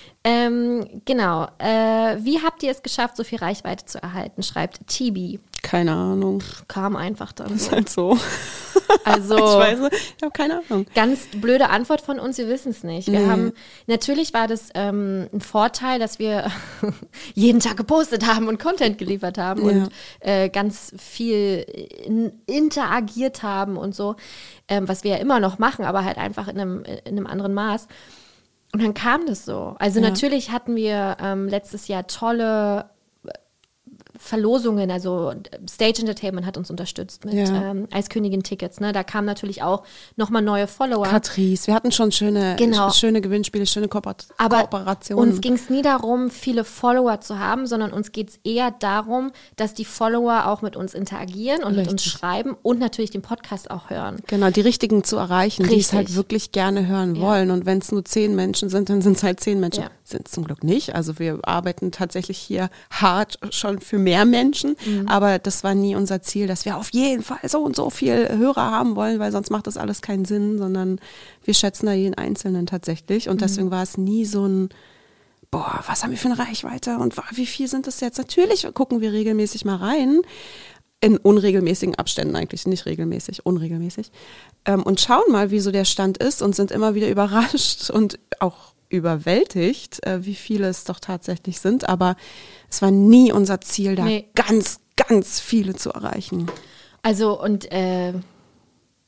Genau, wie habt ihr es geschafft, so viel Reichweite zu erhalten, schreibt Tibi. Keine Ahnung. Kam einfach dann. Das ist halt so. Also, ich habe keine Ahnung. Ganz blöde Antwort von uns, wir wissen es nicht. Natürlich war das ein Vorteil, dass wir jeden Tag gepostet haben und Content geliefert haben und ganz viel interagiert haben und so, was wir ja immer noch machen, aber halt einfach in einem anderen Maß. Und dann kam das so. Also natürlich hatten wir letztes Jahr tolle Verlosungen, also Stage Entertainment hat uns unterstützt mit Eiskönigin-Tickets. Ne? Da kamen natürlich auch nochmal neue Follower. Catrice, wir hatten schon schöne Gewinnspiele, schöne Kooperationen. Aber uns ging es nie darum, viele Follower zu haben, sondern uns geht es eher darum, dass die Follower auch mit uns interagieren und mit uns schreiben und natürlich den Podcast auch hören. Genau, die Richtigen zu erreichen, die es halt wirklich gerne hören wollen. Und wenn es nur 10 Menschen sind, dann sind es halt 10 Menschen. Sind es zum Glück nicht. Also wir arbeiten tatsächlich hier hart schon für mehr Menschen, aber das war nie unser Ziel, dass wir auf jeden Fall so und so viel Hörer haben wollen, weil sonst macht das alles keinen Sinn, sondern wir schätzen da jeden Einzelnen tatsächlich und deswegen war es nie so ein was haben wir für eine Reichweite und wie viel sind das jetzt? Natürlich gucken wir regelmäßig mal rein, in unregelmäßigen Abständen eigentlich, nicht regelmäßig, unregelmäßig und schauen mal, wie so der Stand ist und sind immer wieder überrascht und auch überwältigt, wie viele es doch tatsächlich sind, aber es war nie unser Ziel, da ganz, ganz viele zu erreichen. Also und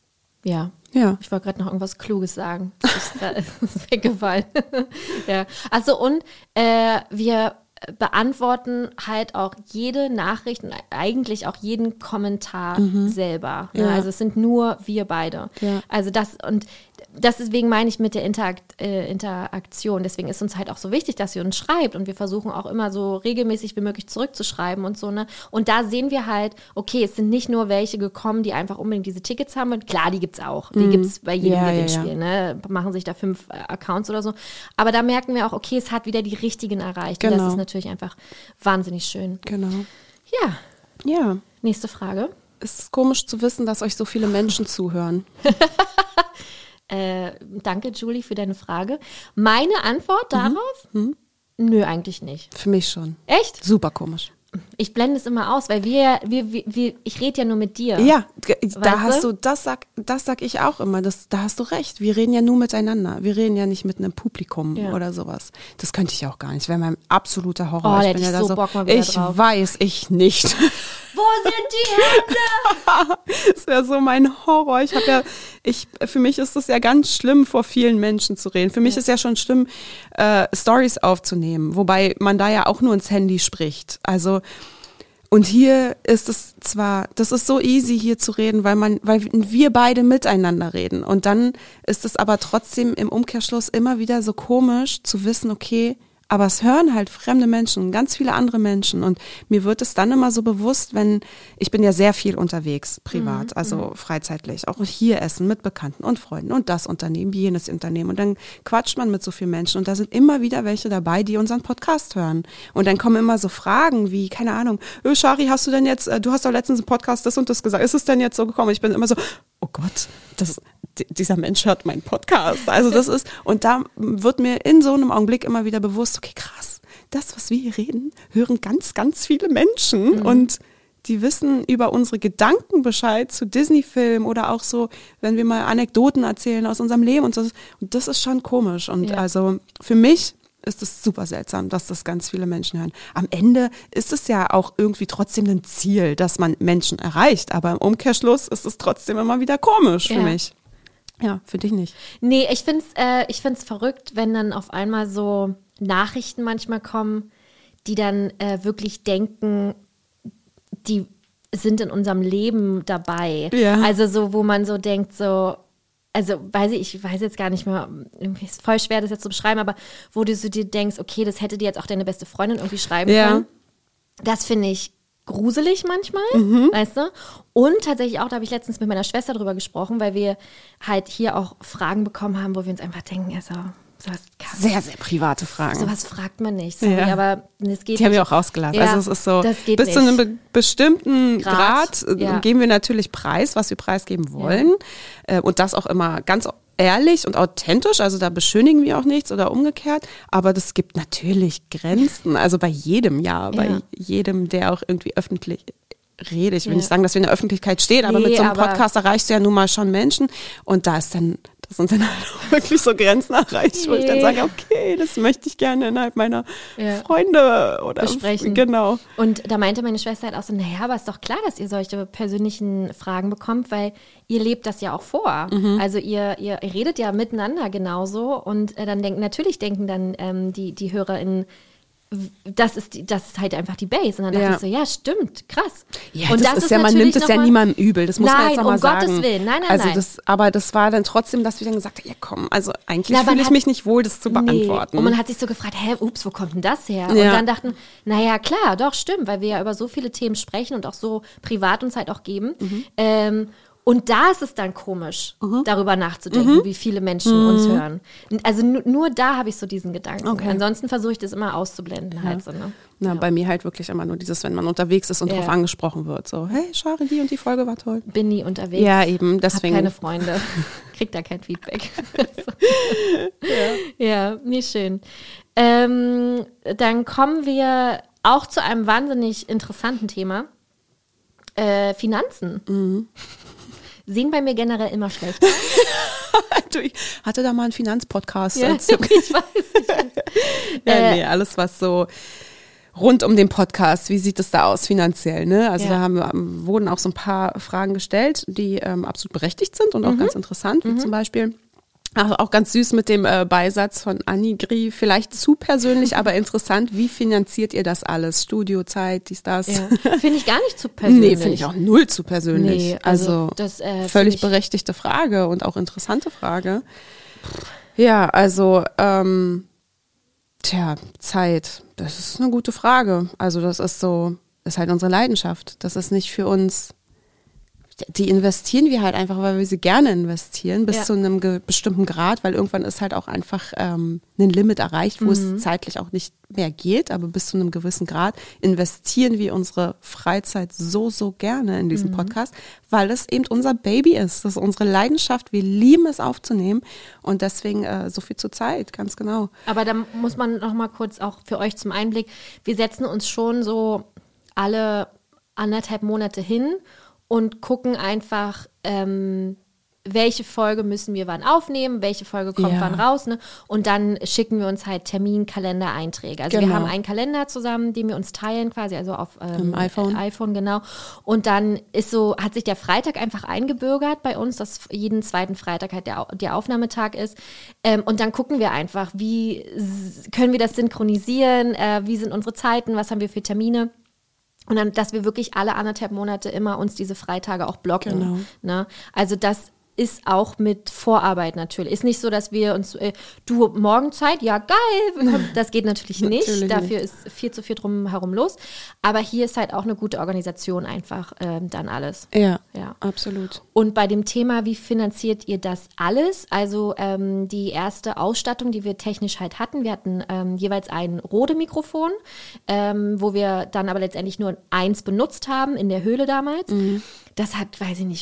Ja. Ja. Ich wollte gerade noch irgendwas Kluges sagen. Das ist weggefallen. Ja. Also und wir beantworten halt auch jede Nachricht und eigentlich auch jeden Kommentar selber. Ne? Ja. Also es sind nur wir beide. Ja. Also deswegen meine ich mit der Interaktion. Deswegen ist uns halt auch so wichtig, dass ihr uns schreibt und wir versuchen auch immer so regelmäßig wie möglich zurückzuschreiben und so. Ne? Und da sehen wir halt, okay, es sind nicht nur welche gekommen, die einfach unbedingt diese Tickets haben. Und klar, die gibt's auch. Die gibt's bei jedem Gewinnspiel. Ne? Machen sich da 5 Accounts oder so. Aber da merken wir auch, okay, es hat wieder die richtigen erreicht. Genau. Und das ist natürlich einfach wahnsinnig schön. Genau. Ja. Ja. Nächste Frage. Es ist komisch zu wissen, dass euch so viele Menschen zuhören. Danke, Julie, für deine Frage. Meine Antwort darauf? Nö, eigentlich nicht. Für mich schon. Echt? Super komisch. Ich blende es immer aus, weil ich rede ja nur mit dir. Ja, da Weißt hast du? du, das sag ich auch immer, da hast du recht. Wir reden ja nur miteinander. Wir reden ja nicht mit einem Publikum oder sowas. Das könnte ich auch gar nicht. Das wäre mein absoluter Horror. Oh, da ich hätte bin ich ja so da Bock mal wieder ich drauf. weiß, ich nicht. Wo sind die Hände? Das wäre so mein Horror. Für mich ist das ja ganz schlimm, vor vielen Menschen zu reden. Für mich ist ja schon schlimm, Stories aufzunehmen, wobei man da ja auch nur ins Handy spricht. Also und hier ist es das ist so easy hier zu reden, weil wir beide miteinander reden. Und dann ist es aber trotzdem im Umkehrschluss immer wieder so komisch zu wissen, okay, aber es hören halt fremde Menschen, ganz viele andere Menschen. Und mir wird es dann immer so bewusst, ich bin ja sehr viel unterwegs, privat, also freizeitlich, auch hier essen mit Bekannten und Freunden und das Unternehmen, jenes Unternehmen. Und dann quatscht man mit so vielen Menschen und da sind immer wieder welche dabei, die unseren Podcast hören. Und dann kommen immer so Fragen wie, keine Ahnung, Shari, hast du denn jetzt, du hast doch letztens im Podcast das und das gesagt, ist es denn jetzt so gekommen? Ich bin immer so, oh Gott, dieser Mensch hört meinen Podcast. Also das ist, und da wird mir in so einem Augenblick immer wieder bewusst, okay, krass, das, was wir hier reden, hören ganz, ganz viele Menschen und die wissen über unsere Gedanken Bescheid zu Disney-Filmen oder auch so, wenn wir mal Anekdoten erzählen aus unserem Leben und so. Und das ist schon komisch. Und also für mich ist es super seltsam, dass das ganz viele Menschen hören. Am Ende ist es ja auch irgendwie trotzdem ein Ziel, dass man Menschen erreicht. Aber im Umkehrschluss ist es trotzdem immer wieder komisch für mich. Ja, für dich nicht. Nee, ich find's verrückt, wenn dann auf einmal so Nachrichten manchmal kommen, die dann wirklich denken, die sind in unserem Leben dabei. Ja. Also so, wo man so denkt, so, also ich weiß jetzt gar nicht mehr, irgendwie ist voll schwer, das jetzt zu beschreiben, aber wo du so dir denkst, okay, das hätte dir jetzt auch deine beste Freundin irgendwie schreiben können. Das finde ich gruselig manchmal, weißt du? Und tatsächlich auch, da habe ich letztens mit meiner Schwester drüber gesprochen, weil wir halt hier auch Fragen bekommen haben, wo wir uns einfach denken, also sowas sehr, sehr private Fragen. Sowas fragt man nicht, sorry, aber es geht. Die haben wir auch rausgelassen. Ja, also es ist so, das geht bis nicht. zu einem bestimmten Grad geben wir natürlich preis, was wir preisgeben wollen. Und das auch immer ganz ehrlich und authentisch, also da beschönigen wir auch nichts oder umgekehrt, aber das gibt natürlich Grenzen, also bei jedem, bei jedem, der auch irgendwie öffentlich redet. Ich will nicht sagen, dass wir in der Öffentlichkeit stehen, aber mit so einem Podcast erreichst du ja nun mal schon Menschen und da sind dann halt auch wirklich so Grenzen erreicht, wo ich dann sage, okay, das möchte ich gerne innerhalb meiner Freunde oder besprechen. Genau. Und da meinte meine Schwester halt auch so, naja, aber ist doch klar, dass ihr solche persönlichen Fragen bekommt, weil ihr lebt das ja auch vor. Also ihr redet ja miteinander genauso und dann denken dann die HörerInnen, das ist halt einfach die Base. Und dann dachte ich so, ja, stimmt, krass. Ja, und das ist ja, man nimmt es ja niemandem übel, das muss man jetzt nochmal sagen. Nein, um Gottes Willen, nein. Aber das war dann trotzdem, dass wir dann gesagt haben, ja komm, also eigentlich fühle ich mich nicht wohl, das zu beantworten. Und man hat sich so gefragt, wo kommt denn das her? Und dann dachten, naja, klar, doch, stimmt, weil wir ja über so viele Themen sprechen und auch so privat uns halt auch geben. Und da ist es dann komisch, darüber nachzudenken, wie viele Menschen uns hören. Also nur da habe ich so diesen Gedanken. Okay. Ansonsten versuche ich das immer auszublenden. Halt so, ne? Bei mir halt wirklich immer nur dieses, wenn man unterwegs ist und darauf angesprochen wird. So, hey, Shari, die und die Folge war toll. Bin nie unterwegs. Ja, eben, deswegen. Hab keine Freunde. Krieg da kein Feedback. Ja, nie schön. Dann kommen wir auch zu einem wahnsinnig interessanten Thema. Finanzen. Sehen bei mir generell immer schlecht. Ich hatte da mal einen Finanzpodcast. Ja, ich weiß nicht. Nee, alles was so rund um den Podcast, wie sieht es da aus finanziell? Ne? Also da wurden auch so ein paar Fragen gestellt, die absolut berechtigt sind und auch ganz interessant, wie zum Beispiel auch ganz süß mit dem Beisatz von Annegret, vielleicht zu persönlich, aber interessant, wie finanziert ihr das alles? Studiozeit, dies, das? Ja. Finde ich gar nicht zu persönlich. Nee, finde ich auch null zu persönlich. Nee, also das, völlig berechtigte Frage und auch interessante Frage. Ja, also Zeit, das ist eine gute Frage. Also das ist halt unsere Leidenschaft. Das ist nicht für uns, die investieren wir halt einfach, weil wir sie gerne investieren, bis zu einem bestimmten Grad, weil irgendwann ist halt auch einfach ein Limit erreicht, wo es zeitlich auch nicht mehr geht, aber bis zu einem gewissen Grad investieren wir unsere Freizeit so gerne in diesen Podcast, weil es eben unser Baby ist. Das ist unsere Leidenschaft, wir lieben es aufzunehmen und deswegen so viel zur Zeit, ganz genau. Aber da muss man noch mal kurz auch für euch zum Einblick, wir setzen uns schon so alle 1,5 Monate hin und gucken einfach, welche Folge müssen wir wann aufnehmen, welche Folge kommt wann raus, ne? Und dann schicken wir uns halt Terminkalender-Einträge. Also wir haben einen Kalender zusammen, den wir uns teilen quasi, also auf iPhone, genau. Und dann hat sich der Freitag einfach eingebürgert bei uns, dass jeden zweiten Freitag halt der Aufnahmetag ist. Und dann gucken wir einfach, wie können wir das synchronisieren, wie sind unsere Zeiten, was haben wir für Termine. Und dann, dass wir wirklich alle 1,5 Monate immer uns diese Freitage auch blocken. Genau. Ne? Also das ist auch mit Vorarbeit natürlich. Ist nicht so, dass wir uns, du Morgenzeit, ja geil, das geht natürlich nicht. Natürlich Dafür ist viel zu viel drumherum los. Aber hier ist halt auch eine gute Organisation einfach dann alles. Ja, absolut. Und bei dem Thema, wie finanziert ihr das alles? Also die erste Ausstattung, die wir technisch halt hatten, wir hatten jeweils ein Rode-Mikrofon, wo wir dann aber letztendlich nur eins benutzt haben, in der Höhle damals. Das hat, weiß ich nicht,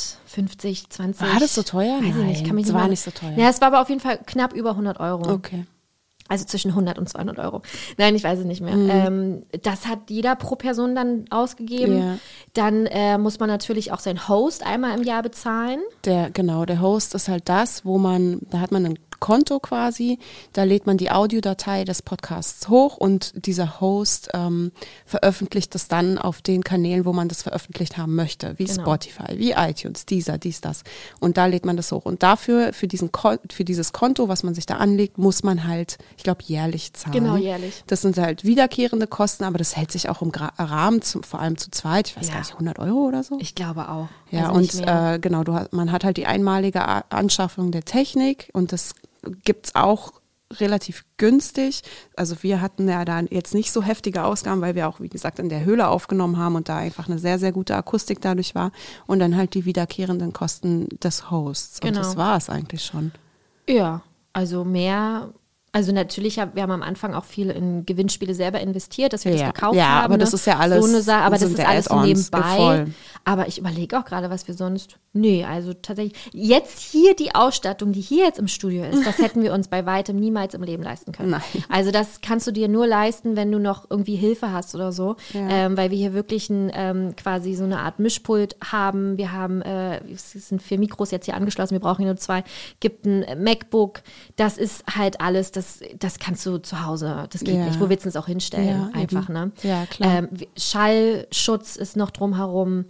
150, 20. War das so teuer? Weiß ich nicht, kann mich das nicht war mal, nicht so teuer. Ja, es war aber auf jeden Fall knapp über 100 Euro. Okay. Also zwischen 100 und 200 Euro. Nein, ich weiß es nicht mehr. Das hat jeder pro Person dann ausgegeben. Ja. Dann muss man natürlich auch seinen Host einmal im Jahr bezahlen. Der Host ist halt das, da hat man ein Konto quasi, da lädt man die Audiodatei des Podcasts hoch und dieser Host veröffentlicht das dann auf den Kanälen, wo man das veröffentlicht haben möchte, wie Spotify, wie iTunes, Deezer, dies, das. Und da lädt man das hoch. Und dafür, für dieses Konto, was man sich da anlegt, muss man halt, ich glaube, jährlich zahlen. Genau, jährlich. Das sind halt wiederkehrende Kosten, aber das hält sich auch im Rahmen, vor allem zu zweit, ich weiß gar nicht, 100 Euro oder so? Ich glaube auch. Ja, also und genau, man hat halt die einmalige Anschaffung der Technik und das gibt's auch relativ günstig. Also wir hatten ja da jetzt nicht so heftige Ausgaben, weil wir auch, wie gesagt, in der Höhle aufgenommen haben und da einfach eine sehr, sehr gute Akustik dadurch war. Und dann halt die wiederkehrenden Kosten des Hosts. Und das war es eigentlich schon. Ja, also mehr. Also natürlich, wir haben am Anfang auch viel in Gewinnspiele selber investiert, dass wir das gekauft haben. Ja, aber das ist ja alles so eine Sache, aber das ist alles so nebenbei. Voll. Aber ich überlege auch gerade, was wir sonst. Nee, also tatsächlich. Jetzt hier die Ausstattung, die hier jetzt im Studio ist, das hätten wir uns bei weitem niemals im Leben leisten können. Nein. Also das kannst du dir nur leisten, wenn du noch irgendwie Hilfe hast oder so. Ja. Weil wir hier wirklich quasi so eine Art Mischpult haben. Wir haben, es sind 4 Mikros jetzt hier angeschlossen, wir brauchen hier nur 2. Gibt ein MacBook. Das ist halt alles, das kannst du zu Hause, das geht nicht. Wo willst du es auch hinstellen? Einfach, eben. Ne? Ja, klar. Schallschutz ist noch drumherum.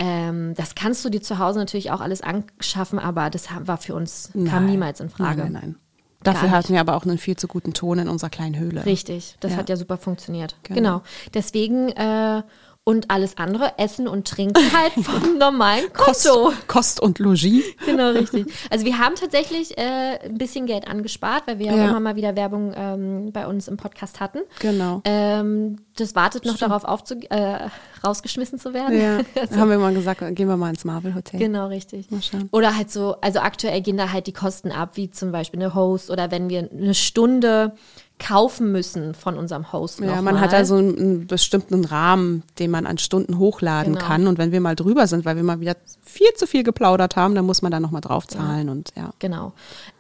Das kannst du dir zu Hause natürlich auch alles anschaffen, aber das war für uns, kam niemals in Frage. Nein. Dafür hatten wir aber auch einen viel zu guten Ton in unserer kleinen Höhle. Richtig, das hat ja super funktioniert. Genau. Deswegen und alles andere, Essen und Trinken halt vom normalen Konto. Kost und Logis. Genau, richtig. Also wir haben tatsächlich ein bisschen Geld angespart, weil wir auch immer mal wieder Werbung bei uns im Podcast hatten. Genau. Das wartet noch darauf, rausgeschmissen zu werden. Ja, also, haben wir mal gesagt, gehen wir mal ins Marvel Hotel. Genau, richtig. Mal schauen. Oder halt so, also aktuell gehen da halt die Kosten ab, wie zum Beispiel eine Host oder wenn wir eine Stunde kaufen müssen von unserem Host. Ja, man hat da so einen bestimmten Rahmen, den man an Stunden hochladen kann. Und wenn wir mal drüber sind, weil wir mal wieder viel zu viel geplaudert haben, dann muss man da nochmal drauf zahlen. Und Genau.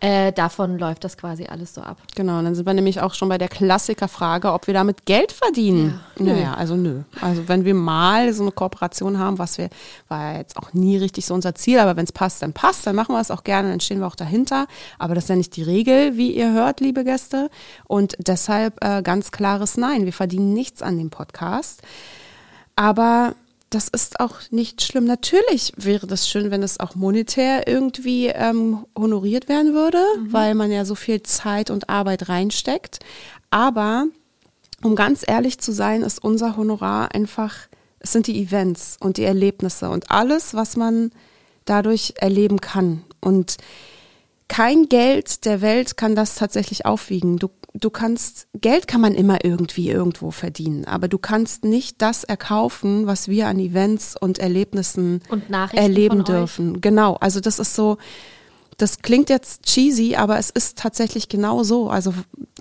Davon läuft das quasi alles so ab. Genau, und dann sind wir nämlich auch schon bei der Klassikerfrage, ob wir damit Geld verdienen. Ja. Naja, also nö. Also wenn wir mal so eine Kooperation haben, war jetzt auch nie richtig so unser Ziel, aber wenn es passt, dann machen wir es auch gerne, dann stehen wir auch dahinter. Aber das ist ja nicht die Regel, wie ihr hört, liebe Gäste. Und deshalb ganz klares Nein. Wir verdienen nichts an dem Podcast. Aber das ist auch nicht schlimm. Natürlich wäre das schön, wenn es auch monetär irgendwie honoriert werden würde, weil man ja so viel Zeit und Arbeit reinsteckt. Aber um ganz ehrlich zu sein, ist unser Honorar einfach, es sind die Events und die Erlebnisse und alles, was man dadurch erleben kann. Und kein Geld der Welt kann das tatsächlich aufwiegen. Geld kann man immer irgendwie irgendwo verdienen, aber du kannst nicht das erkaufen, was wir an Events und Erlebnissen und erleben dürfen. Genau, also das ist so, das klingt jetzt cheesy, aber es ist tatsächlich genau so. Also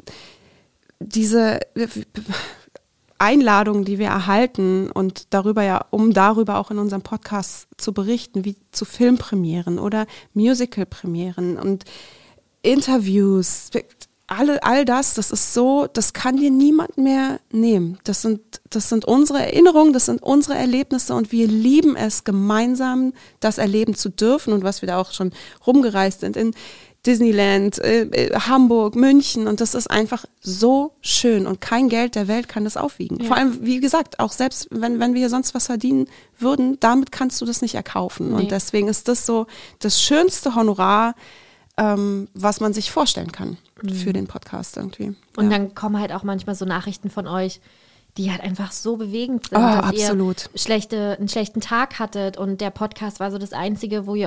diese Einladungen, die wir erhalten und um darüber auch in unserem Podcast zu berichten, wie zu Filmpremieren oder Musicalpremieren und Interviews, all das ist so, das kann dir niemand mehr nehmen. Das sind unsere Erinnerungen, das sind unsere Erlebnisse und wir lieben es, gemeinsam das erleben zu dürfen und was wir da auch schon rumgereist sind in Disneyland, Hamburg, München und das ist einfach so schön und kein Geld der Welt kann das aufwiegen. Ja. Vor allem, wie gesagt, auch selbst wenn wir hier sonst was verdienen würden, damit kannst du das nicht erkaufen. Nee. Und deswegen ist das so das schönste Honorar, was man sich vorstellen kann für den Podcast irgendwie. Und dann kommen halt auch manchmal so Nachrichten von euch, die halt einfach so bewegend sind, dass absolut. Ihr einen schlechten Tag hattet und der Podcast war so das Einzige, wo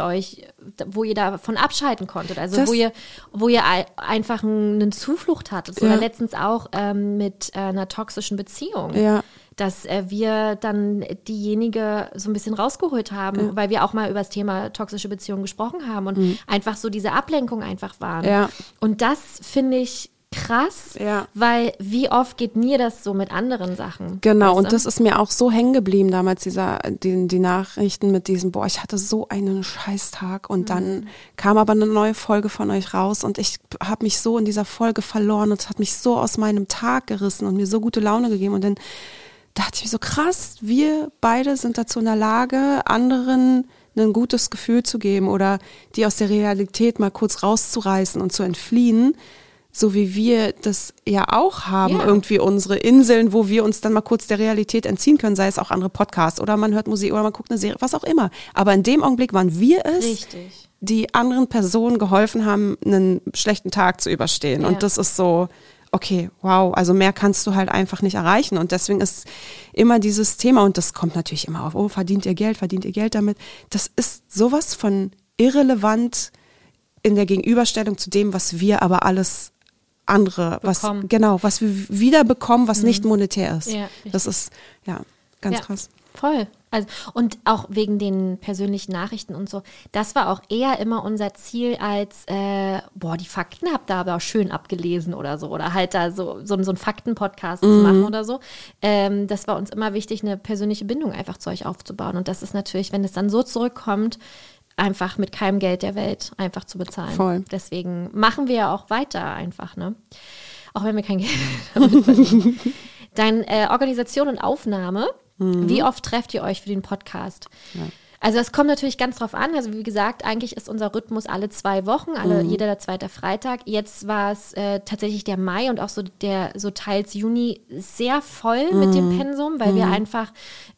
ihr davon abschalten konntet, also wo ihr einfach einen Zuflucht hattet. Oder letztens auch mit einer toxischen Beziehung. Ja. Dass wir dann diejenige so ein bisschen rausgeholt haben, weil wir auch mal über das Thema toxische Beziehungen gesprochen haben und einfach so diese Ablenkung einfach waren. Ja. Und das finde ich krass, weil wie oft geht mir das so mit anderen Sachen? Genau, und das ist mir auch so hängen geblieben damals, die Nachrichten mit diesem, ich hatte so einen Scheißtag und dann kam aber eine neue Folge von euch raus und ich habe mich so in dieser Folge verloren und es hat mich so aus meinem Tag gerissen und mir so gute Laune gegeben und dann dachte ich mir so, krass, wir beide sind dazu in der Lage, anderen ein gutes Gefühl zu geben oder die aus der Realität mal kurz rauszureißen und zu entfliehen, so wie wir das ja auch haben, irgendwie unsere Inseln, wo wir uns dann mal kurz der Realität entziehen können, sei es auch andere Podcasts oder man hört Musik oder man guckt eine Serie, was auch immer. Aber in dem Augenblick waren wir es, die anderen Personen geholfen haben, einen schlechten Tag zu überstehen. Und das ist so, okay, wow, also mehr kannst du halt einfach nicht erreichen und deswegen ist immer dieses Thema und das kommt natürlich immer auf, verdient ihr Geld damit? Das ist sowas von irrelevant in der Gegenüberstellung zu dem, was wir aber alles andere, was wir wieder bekommen, was nicht monetär ist. Ja, das ist, ganz krass. Voll. Also, und auch wegen den persönlichen Nachrichten und so, das war auch eher immer unser Ziel als, die Fakten habt ihr aber auch schön abgelesen oder so. Oder halt da so einen Fakten-Podcast zu machen oder so. Das war uns immer wichtig, eine persönliche Bindung einfach zu euch aufzubauen. Und das ist natürlich, wenn es dann so zurückkommt, einfach mit keinem Geld der Welt einfach zu bezahlen. Voll. Deswegen machen wir ja auch weiter einfach, ne? Auch wenn wir kein Geld damit verdienen. Dann Organisation und Aufnahme. Wie oft trefft ihr euch für den Podcast? Ja. Also es kommt natürlich ganz drauf an. Also wie gesagt, eigentlich ist unser Rhythmus alle 2 Wochen, jeder zweite Freitag. Jetzt war es tatsächlich der Mai und auch so teils Juni sehr voll mit dem Pensum, weil wir einfach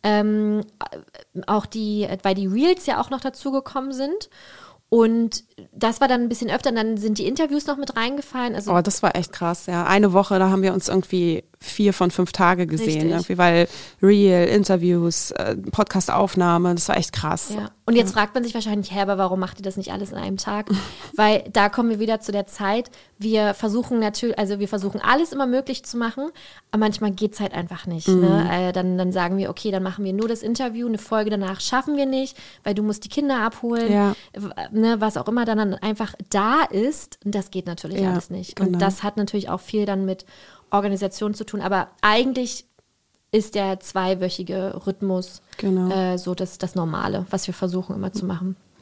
weil die Reels ja auch noch dazugekommen sind. Und das war dann ein bisschen öfter, und dann sind die Interviews noch mit reingefallen. Also das war echt krass, ja. Eine Woche, da haben wir uns irgendwie 4 von 5 Tage gesehen, irgendwie, weil Reel, Interviews, Podcast-Aufnahme, das war echt krass. Ja. Und jetzt fragt man sich wahrscheinlich, aber warum macht ihr das nicht alles in einem Tag? Weil da kommen wir wieder zu der Zeit, wir versuchen alles immer möglich zu machen, aber manchmal geht es halt einfach nicht. Ne? Dann sagen wir, okay, dann machen wir nur das Interview, eine Folge danach schaffen wir nicht, weil du musst die Kinder abholen, ne, was auch immer dann einfach da ist. Und das geht natürlich alles nicht. Genau. Und das hat natürlich auch viel dann mit Organisation zu tun, aber eigentlich ist der 2-wöchige Rhythmus so das Normale, was wir versuchen immer zu machen.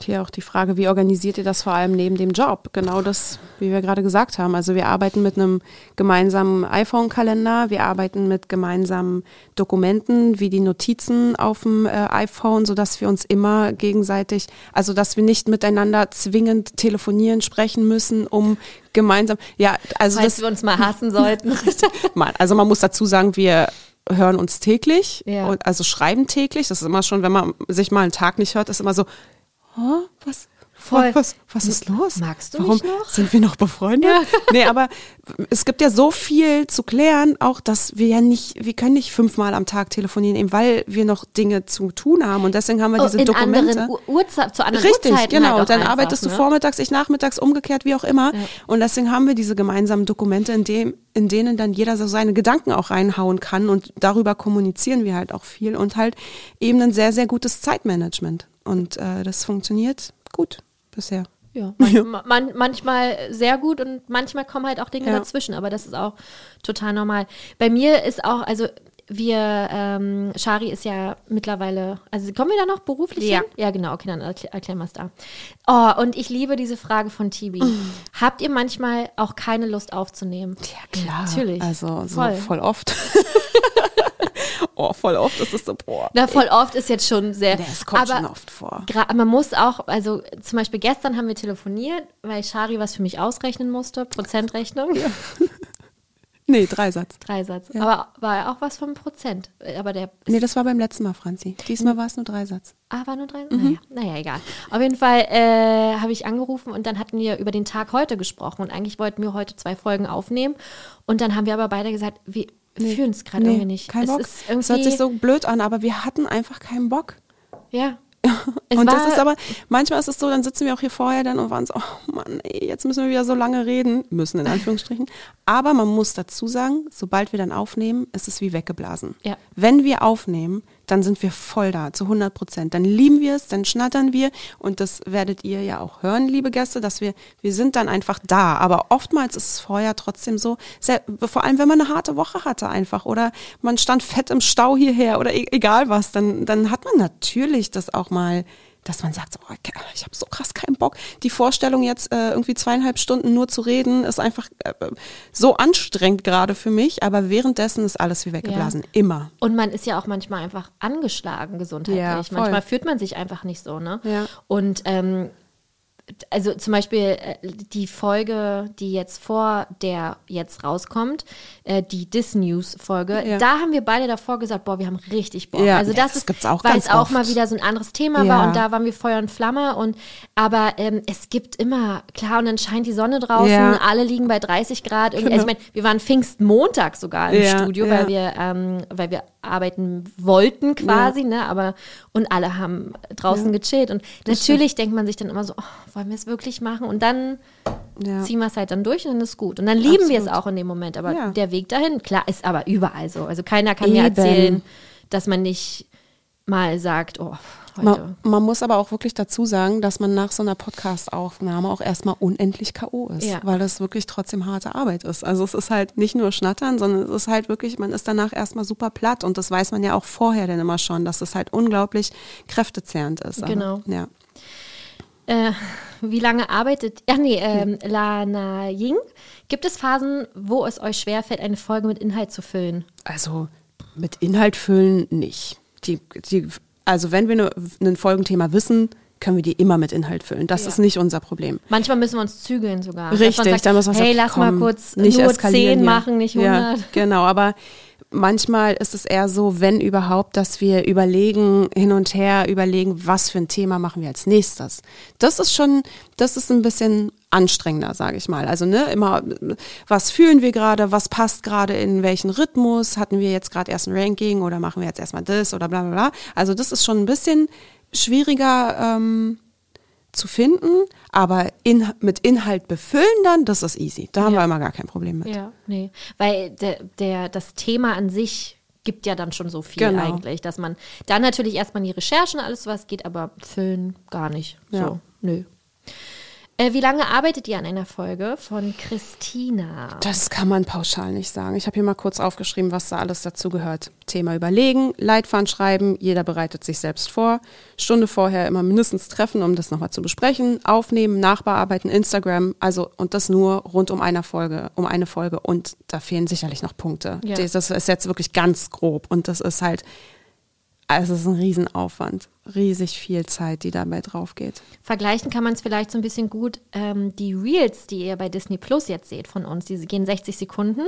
Hier auch die Frage, wie organisiert ihr das vor allem neben dem Job? Genau das, wie wir gerade gesagt haben. Also wir arbeiten mit einem gemeinsamen iPhone-Kalender, wir arbeiten mit gemeinsamen Dokumenten, wie die Notizen auf dem iPhone, sodass wir uns immer gegenseitig, also dass wir nicht miteinander zwingend telefonieren, sprechen müssen, um gemeinsam, ja, also falls wir uns mal hassen sollten. Also man muss dazu sagen, wir hören uns täglich, ja. Also schreiben täglich. Das ist immer schon, wenn man sich mal einen Tag nicht hört, ist immer so, oh, was ist los? Magst du Warum mich noch? sind wir noch befreundet? Ja. Nee, aber es gibt ja so viel zu klären, auch dass wir wir können nicht 5-mal am Tag telefonieren, eben weil wir noch Dinge zu tun haben und deswegen haben wir diese Dokumente. Zu anderen Richtig, Uhrzeiten genau. Halt und dann einfach, arbeitest du vormittags, ich nachmittags, umgekehrt, wie auch immer. Ja. Und deswegen haben wir diese gemeinsamen Dokumente, in denen dann jeder so seine Gedanken auch reinhauen kann und darüber kommunizieren wir halt auch viel und halt eben ein sehr, sehr gutes Zeitmanagement. Und das funktioniert gut bisher. Ja, manchmal sehr gut und manchmal kommen halt auch Dinge dazwischen, aber das ist auch total normal. Bei mir ist auch, also Shari ist ja mittlerweile, also kommen wir da noch beruflich hin? Ja, genau, okay, dann erklären wir es da. Oh, und ich liebe diese Frage von Tibi. Habt ihr manchmal auch keine Lust aufzunehmen? Ja, klar. Natürlich. Also so voll oft. Voll oft ist es so, boah. Na, voll oft ist jetzt schon sehr. Das kommt schon oft vor. Man muss auch, also zum Beispiel gestern haben wir telefoniert, weil Shari was für mich ausrechnen musste, Prozentrechnung. Ja. Nee, Dreisatz. Ja. Aber war ja auch was vom Prozent. Aber nee, das war beim letzten Mal, Franzi. Diesmal war es nur Dreisatz. Ah, war nur Dreisatz? Naja, egal. Auf jeden Fall habe ich angerufen und dann hatten wir über den Tag heute gesprochen und eigentlich wollten wir heute 2 Folgen aufnehmen und dann haben wir aber beide gesagt, wir fühlen es gerade irgendwie nicht. Kein Bock. Es hört sich so blöd an, aber wir hatten einfach keinen Bock. Ja. Und das ist aber, manchmal ist es so, dann sitzen wir auch hier vorher dann und waren so, oh Mann, ey, jetzt müssen wir wieder so lange reden. Müssen in Anführungsstrichen. Aber man muss dazu sagen, sobald wir dann aufnehmen, ist es wie weggeblasen. Ja. Wenn wir aufnehmen, dann sind wir voll da, zu 100%. Dann lieben wir es, dann schnattern wir und das werdet ihr ja auch hören, liebe Gäste, dass wir sind dann einfach da. Aber oftmals ist es vorher trotzdem so, vor allem wenn man eine harte Woche hatte einfach oder man stand fett im Stau hierher oder egal was, dann hat man natürlich das auch mal, dass man sagt, so, oh, ich habe so krass keinen Bock. Die Vorstellung jetzt irgendwie 2,5 Stunden nur zu reden, ist einfach so anstrengend gerade für mich. Aber währenddessen ist alles wie weggeblasen. Ja. Immer. Und man ist ja auch manchmal einfach angeschlagen gesundheitlich. Ja, manchmal fühlt man sich einfach nicht so, ne? Ja. Und also zum Beispiel die Folge, die jetzt jetzt rauskommt, die Dis-News-Folge, da haben wir beide davor gesagt, boah, wir haben richtig Bock. Ja, also das gibt's auch weil ganz es auch oft mal wieder so ein anderes Thema war und da waren wir Feuer und Flamme. Aber es gibt immer, klar, und dann scheint die Sonne draußen, alle liegen bei 30 Grad. Genau. Also ich meine, wir waren Pfingstmontag sogar im Studio, weil wir arbeiten wollten quasi, ne? Aber und alle haben draußen gechillt. Und natürlich denkt man sich dann immer so, oh, wollen wir es wirklich machen? Und dann ziehen wir es halt dann durch und dann ist gut. Und dann lieben wir es auch in dem Moment. Aber der Weg dahin, klar, ist aber überall so. Also keiner kann mir erzählen, dass man nicht mal sagt, oh, heute. Man muss aber auch wirklich dazu sagen, dass man nach so einer Podcast-Aufnahme auch erstmal unendlich K.O. ist, weil das wirklich trotzdem harte Arbeit ist. Also es ist halt nicht nur Schnattern, sondern es ist halt wirklich, man ist danach erstmal super platt und das weiß man ja auch vorher dann immer schon, dass es halt unglaublich kräftezehrend ist. Genau. Aber, ja. Wie lange arbeitet, Lana Ying, gibt es Phasen, wo es euch schwerfällt, eine Folge mit Inhalt zu füllen? Also mit Inhalt füllen nicht. Also wenn wir ein Folgenthema wissen, können wir die immer mit Inhalt füllen. Das ist nicht unser Problem. Manchmal müssen wir uns zügeln sogar. Richtig. Dann muss man sagen, lass mal kurz nicht nur 10 machen, nicht 100. Ja, genau, aber manchmal ist es eher so, wenn überhaupt, dass wir hin und her überlegen, was für ein Thema machen wir als nächstes. Das ist ein bisschen anstrengender, sage ich mal. Also immer, was fühlen wir gerade, was passt gerade in welchen Rhythmus, hatten wir jetzt gerade erst ein Ranking oder machen wir jetzt erstmal das oder bla bla bla. Also das ist schon ein bisschen schwieriger zu finden, aber mit Inhalt befüllen dann, das ist easy. Da haben wir immer gar kein Problem mit. Ja, nee, weil das Thema an sich gibt ja dann schon so viel eigentlich, dass man dann natürlich erstmal in die Recherchen alles was geht, aber füllen gar nicht. Ja. So, nö. Wie lange arbeitet ihr an einer Folge von Christina? Das kann man pauschal nicht sagen. Ich habe hier mal kurz aufgeschrieben, was da alles dazu gehört. Thema überlegen, Leitfaden schreiben, jeder bereitet sich selbst vor. Stunde vorher immer mindestens treffen, um das nochmal zu besprechen. Aufnehmen, nachbearbeiten, Instagram. Also, und das nur rund um eine Folge. Und da fehlen sicherlich noch Punkte. Ja. Das ist jetzt wirklich ganz grob. Und das ist halt, also es ist ein Riesenaufwand. Riesig viel Zeit, die dabei drauf geht. Vergleichen kann man es vielleicht so ein bisschen gut. Die Reels, die ihr bei Disney Plus jetzt seht von uns, die gehen 60 Sekunden.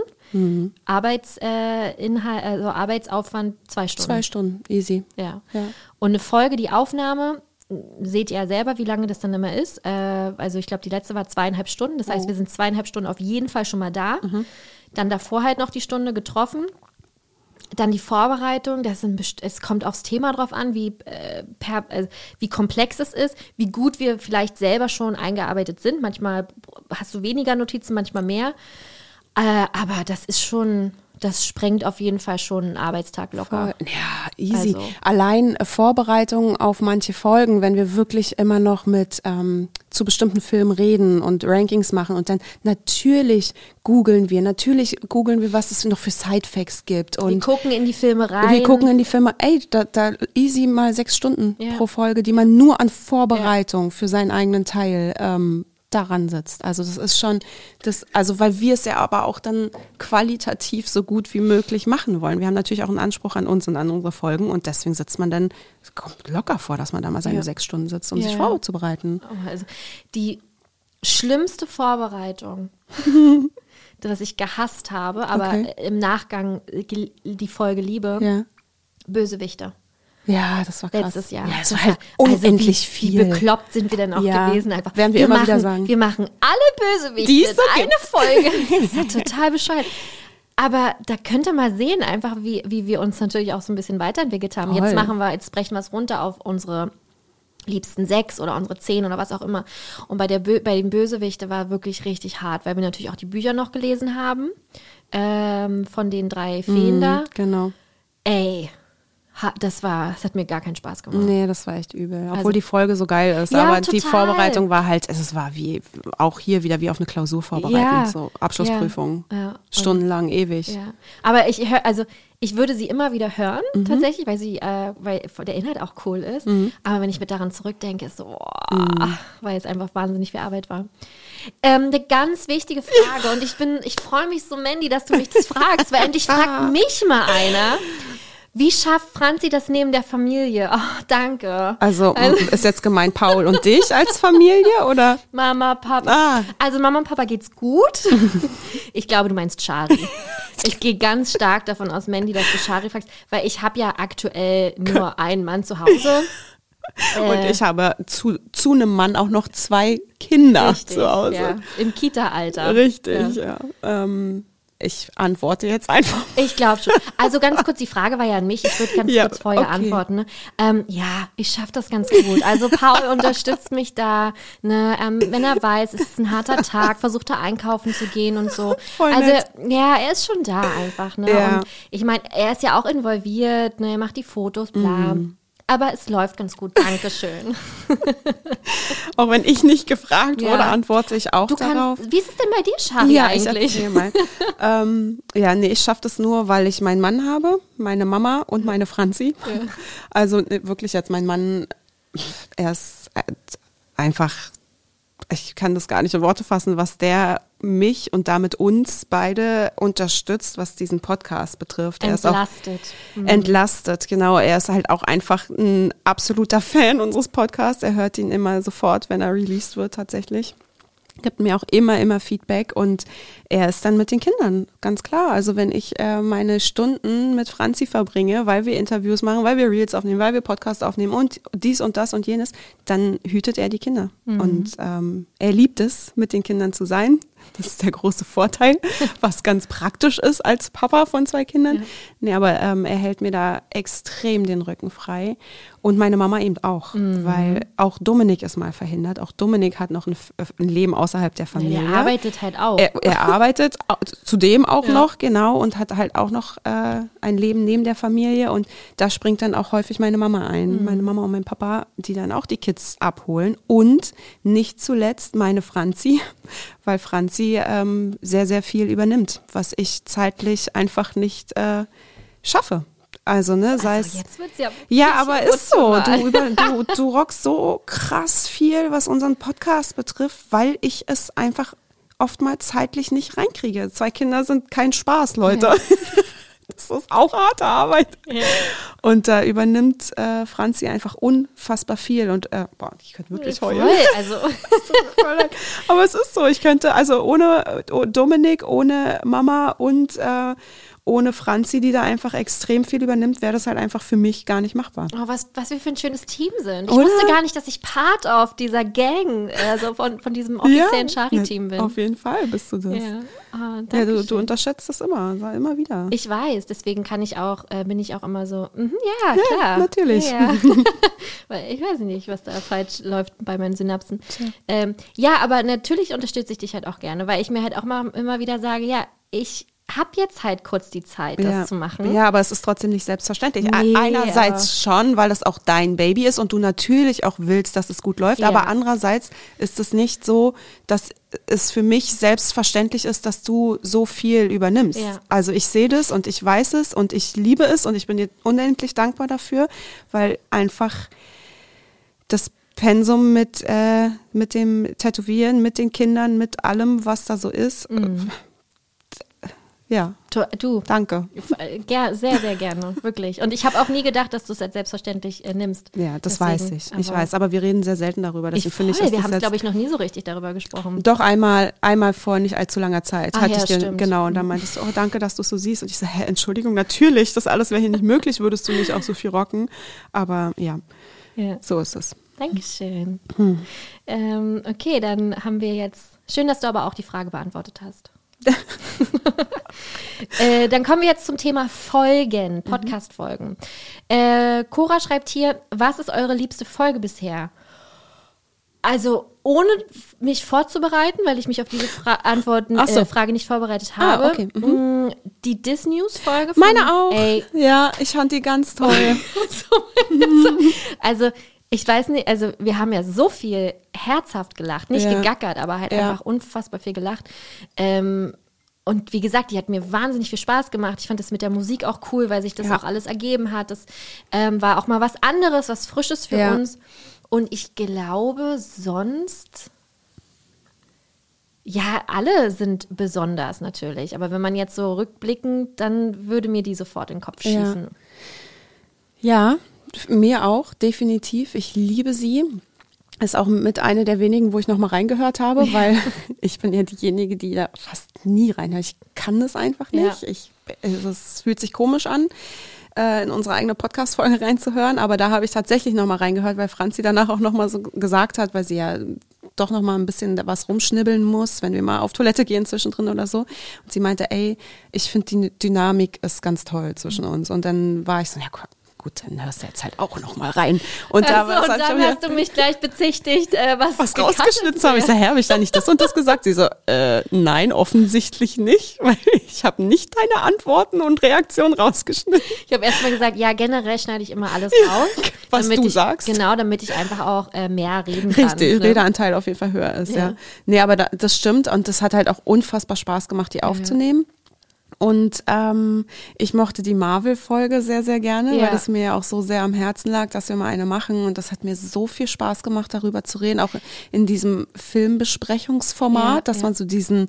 Arbeitsaufwand 2 Stunden. 2 Stunden, easy. Ja. Und eine Folge, die Aufnahme, seht ihr ja selber, wie lange das dann immer ist. Also ich glaube, die letzte war 2,5 Stunden. Das heißt, wir sind 2,5 Stunden auf jeden Fall schon mal da. Dann davor halt noch die Stunde getroffen. Dann die Vorbereitung, es kommt aufs Thema drauf an, wie komplex es ist, wie gut wir vielleicht selber schon eingearbeitet sind. Manchmal hast du weniger Notizen, manchmal mehr. Aber das sprengt auf jeden Fall schon einen Arbeitstag locker. Ja, easy. Also. Allein Vorbereitungen auf manche Folgen, wenn wir wirklich immer noch zu bestimmten Filmen reden und Rankings machen und dann natürlich googeln wir, was es noch für Sidefacts gibt. Und wir gucken in die Filme rein. Da easy mal 6 Stunden pro Folge, die man nur an Vorbereitung für seinen eigenen Teil daran sitzt. Also das ist schon, weil wir es ja aber auch dann qualitativ so gut wie möglich machen wollen. Wir haben natürlich auch einen Anspruch an uns und an unsere Folgen und deswegen sitzt man dann, es kommt locker vor, dass man da mal seine 6 Stunden sitzt, um sich vorzubereiten. Also die schlimmste Vorbereitung, das ich gehasst habe, aber im Nachgang die Folge liebe, Bösewichte. Ja, das war krass. Letztes Jahr. Ja, es war halt unendlich viel. Wie bekloppt sind wir denn auch gewesen. Einfach. Werden wir immer wieder sagen. Wir machen alle Bösewichte in eine Folge. Das ist ja total bescheuert. Aber da könnt ihr mal sehen, einfach wie wir uns natürlich auch so ein bisschen weiterentwickelt haben. Toll. Jetzt brechen wir es runter auf unsere liebsten 6 oder unsere 10 oder was auch immer. Und bei den Bösewichte war wirklich richtig hart, weil wir natürlich auch die Bücher noch gelesen haben von den 3 Feen da. Genau. Ey, das hat mir gar keinen Spaß gemacht. Nee, das war echt übel. Obwohl die Folge so geil ist. Aber total. Die Vorbereitung war halt, es war wie auch hier wieder wie auf eine Klausur vorbereiten. So Abschlussprüfung. Ja. Stundenlang, ewig. Ja. Aber ich würde sie immer wieder hören, tatsächlich, weil der Inhalt auch cool ist. Aber wenn ich mit daran zurückdenke, ist so, weil es einfach wahnsinnig viel Arbeit war. Eine ganz wichtige Frage und ich freue mich so, Mandy, dass du mich das fragst, weil endlich fragt mich mal einer. Wie schafft Franzi das neben der Familie? Oh, danke. Also ist jetzt gemeint Paul und dich als Familie, oder? Mama, Papa. Also Mama und Papa geht's gut. Ich glaube, du meinst Shari. Ich gehe ganz stark davon aus, Mandy, dass du Shari fragst, weil ich habe ja aktuell nur einen Mann zu Hause. Und ich habe zu einem Mann auch noch 2 Kinder richtig, zu Hause. Ja. Im Kita-Alter. Richtig, ja. Ich antworte jetzt einfach. Ich glaube schon. Also ganz kurz, die Frage war ja an mich. Ich würde ganz kurz vorher antworten. Ne? Ich schaffe das ganz gut. Also Paul unterstützt mich da. Ne? Wenn er weiß, es ist ein harter Tag, versucht er einkaufen zu gehen und so. Voll also nett. ja, er ist schon da einfach. Ne? Ja. Und ich meine, er ist ja auch involviert. Ne? Er macht die Fotos, bla. Aber es läuft ganz gut. Dankeschön. Auch wenn ich nicht gefragt wurde, antworte ich auch darauf. Wie ist es denn bei dir, Shari, eigentlich? Ich erzähl mal. Ich schaffe das nur, weil ich meinen Mann habe, meine Mama und meine Franzi. Ja. Also wirklich jetzt, mein Mann, er ist einfach, ich kann das gar nicht in Worte fassen, was der mich und damit uns beide unterstützt, was diesen Podcast betrifft. Entlastet. Er ist auch entlastet, genau. Er ist halt auch einfach ein absoluter Fan unseres Podcasts. Er hört ihn immer sofort, wenn er released wird tatsächlich. Gibt mir auch immer Feedback und er ist dann mit den Kindern, ganz klar. Also wenn ich meine Stunden mit Franzi verbringe, weil wir Interviews machen, weil wir Reels aufnehmen, weil wir Podcasts aufnehmen und dies und das und jenes, dann hütet er die Kinder. Und er liebt es, mit den Kindern zu sein. Das ist der große Vorteil, was ganz praktisch ist als Papa von 2 Kindern. Ja. Nee, aber er hält mir da extrem den Rücken frei. Und meine Mama eben auch, weil auch Dominik ist mal verhindert. Auch Dominik hat noch ein Leben außerhalb der Familie. Ja, er arbeitet halt auch. Er arbeitet zudem auch noch, genau, und hat halt auch noch ein Leben neben der Familie. Und da springt dann auch häufig meine Mama ein. Meine Mama und mein Papa, die dann auch die Kids abholen. Und nicht zuletzt meine Franzi, weil Franzi sehr, sehr viel übernimmt, was ich zeitlich einfach nicht schaffe. Also, ne, sei es. Jetzt wird's ja. Ja, aber ist so. Du rockst so krass viel, was unseren Podcast betrifft, weil ich es einfach oftmals zeitlich nicht reinkriege. 2 Kinder sind kein Spaß, Leute. Ja. Das ist auch harte Arbeit. Ja. Und da übernimmt Franzi einfach unfassbar viel. Und ich könnte wirklich heulen. Also. Aber es ist so, ich könnte, also ohne Dominik, ohne Mama und ohne Franzi, die da einfach extrem viel übernimmt, wäre das halt einfach für mich gar nicht machbar. Oh, was wir für ein schönes Team sind. Ich wusste gar nicht, dass ich Part of dieser Gang, also von diesem offiziellen Shari-Team bin. Auf jeden Fall bist du das. Ja, du unterschätzt das immer wieder. Ich weiß, deswegen bin ich auch immer so, ja, klar. Ja, natürlich. Ja. Weil ich weiß nicht, was da falsch läuft bei meinen Synapsen. Ja, aber natürlich unterstütze ich dich halt auch gerne, weil ich mir halt auch immer wieder sage, ja, ich habe jetzt halt kurz die Zeit, das zu machen. Ja, aber es ist trotzdem nicht selbstverständlich. Nee, einerseits schon, weil es auch dein Baby ist und du natürlich auch willst, dass es gut läuft, aber andererseits ist es nicht so, dass es für mich selbstverständlich ist, dass du so viel übernimmst. Ja. Also ich sehe das und ich weiß es und ich liebe es und ich bin dir unendlich dankbar dafür, weil einfach das Pensum mit dem Tätowieren, mit den Kindern, mit allem, was da so ist, ja, du. Danke. Sehr, sehr gerne, wirklich. Und ich habe auch nie gedacht, dass du es als selbstverständlich nimmst. Ja, das weiß ich. Ich weiß, aber wir reden sehr selten darüber. Wir haben, glaube ich, noch nie so richtig darüber gesprochen. Doch, einmal vor nicht allzu langer Zeit hatte ich dir, stimmt. Genau, und dann meintest du, danke, dass du es so siehst. Und ich so, Entschuldigung, natürlich, das alles wäre hier nicht möglich, würdest du nicht auch so viel rocken. Aber ja. So ist es. Dankeschön. Okay, dann haben wir jetzt, schön, dass du aber auch die Frage beantwortet hast. Dann kommen wir jetzt zum Thema Folgen, Podcast-Folgen. Cora schreibt hier, was ist eure liebste Folge bisher? Also ohne mich vorzubereiten, weil ich mich auf diese Frage nicht vorbereitet habe. Okay. Die Dis-News-Folge. Meine auch. Ja, ich fand die ganz toll. Also ich weiß nicht, also wir haben ja so viel herzhaft gelacht, nicht gegackert, aber halt einfach unfassbar viel gelacht. Und wie gesagt, die hat mir wahnsinnig viel Spaß gemacht. Ich fand das mit der Musik auch cool, weil sich das auch alles ergeben hat. Das war auch mal was anderes, was Frisches für uns. Und ich glaube, sonst, ja, alle sind besonders natürlich. Aber wenn man jetzt so rückblickend, dann würde mir die sofort in den Kopf schießen. Ja, mir auch, definitiv. Ich liebe sie. Ist auch mit einer der wenigen, wo ich noch mal reingehört habe, weil ich bin ja diejenige, die da fast nie reinhört. Ich kann das einfach nicht. Es fühlt sich komisch an, in unsere eigene Podcast-Folge reinzuhören, aber da habe ich tatsächlich noch mal reingehört, weil Franzi danach auch noch mal so gesagt hat, weil sie ja doch noch mal ein bisschen was rumschnibbeln muss, wenn wir mal auf Toilette gehen zwischendrin oder so. Und sie meinte, ich finde die Dynamik ist ganz toll zwischen uns. Und dann war ich so, ja gut, dann hörst du jetzt halt auch noch mal rein. Und dann hast du mich gleich bezichtigt, was rausgeschnitten habe. Ich so, habe ich da nicht das und das gesagt? Sie so, nein, offensichtlich nicht, weil ich habe nicht deine Antworten und Reaktionen rausgeschnitten. Ich habe erst mal gesagt, ja, generell schneide ich immer alles raus. Was du sagst. Genau, damit ich einfach auch mehr reden kann. Richtig, Redeanteil auf jeden Fall höher ist, ja. Nee, aber das stimmt und das hat halt auch unfassbar Spaß gemacht, die aufzunehmen. Und ich mochte die Marvel-Folge sehr, sehr gerne, weil das mir ja auch so sehr am Herzen lag, dass wir mal eine machen. Und das hat mir so viel Spaß gemacht, darüber zu reden, auch in diesem Filmbesprechungsformat, dass man so diesen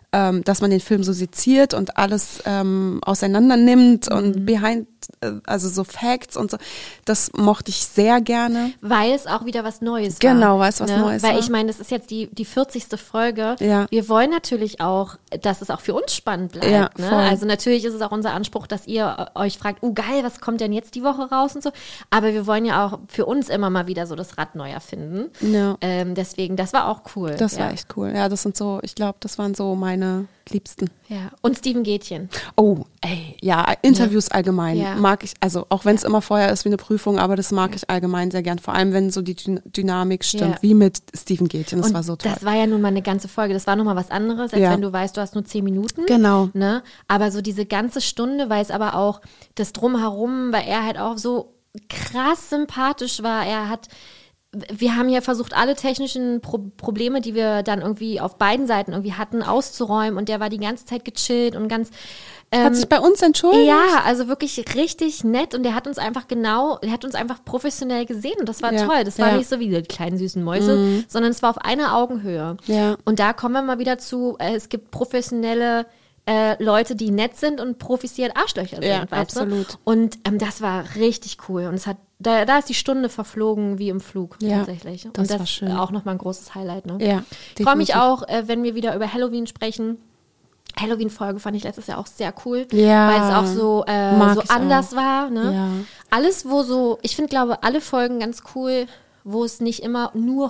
dass man den Film so seziert und alles auseinander nimmt und also so Facts und so. Das mochte ich sehr gerne. Weil es auch wieder was Neues war. Genau, weil es was Neues war. Weil ich meine, das ist jetzt die 40. Folge. Ja. Wir wollen natürlich auch, dass es auch für uns spannend bleibt. Ja, ne? voll. Also natürlich ist es auch unser Anspruch, dass ihr euch fragt, geil, was kommt denn jetzt die Woche raus und so. Aber wir wollen ja auch für uns immer mal wieder so das Rad neu erfinden. Ja. Deswegen, das war auch cool. Das war echt cool. Ja, das sind so, ich glaube, das waren so meine Liebsten. Ja. Und Steven Gätchen. Oh, ja, Interviews allgemein Ja. mag ich, also auch wenn es immer vorher ist wie eine Prüfung, aber das mag ich allgemein sehr gern. Vor allem, wenn so die Dynamik stimmt, wie mit Steven Gätchen. Das war so toll. Das war ja nun mal eine ganze Folge. Das war nochmal was anderes, als wenn du weißt, du hast nur 10 Minuten. Genau. Ne? Aber so diese ganze Stunde, weil es aber auch das Drumherum, weil er halt auch so krass sympathisch war. Wir haben ja versucht, alle technischen Probleme, die wir dann irgendwie auf beiden Seiten irgendwie hatten, auszuräumen. Und der war die ganze Zeit gechillt und ganz... Hat sich bei uns entschuldigt? Ja, also wirklich richtig nett. Und der hat uns einfach professionell gesehen. Und das war toll. Das war nicht so wie die kleinen süßen Mäuse, sondern es war auf einer Augenhöhe. Ja. Und da kommen wir mal wieder zu, es gibt professionelle Leute, die nett sind und Profis, die halt Arschlöcher sind. Ja, weißt absolut. Du? Und das war richtig cool. Und da ist die Stunde verflogen wie im Flug tatsächlich. Und das war schön. Auch nochmal ein großes Highlight. Ne? Ja, ich freue mich auch, wenn wir wieder über Halloween sprechen. Halloween-Folge fand ich letztes Jahr auch sehr cool, Ja, weil es auch so anders war. Ne? Ja. Alles, ich glaube, alle Folgen ganz cool, wo es nicht immer nur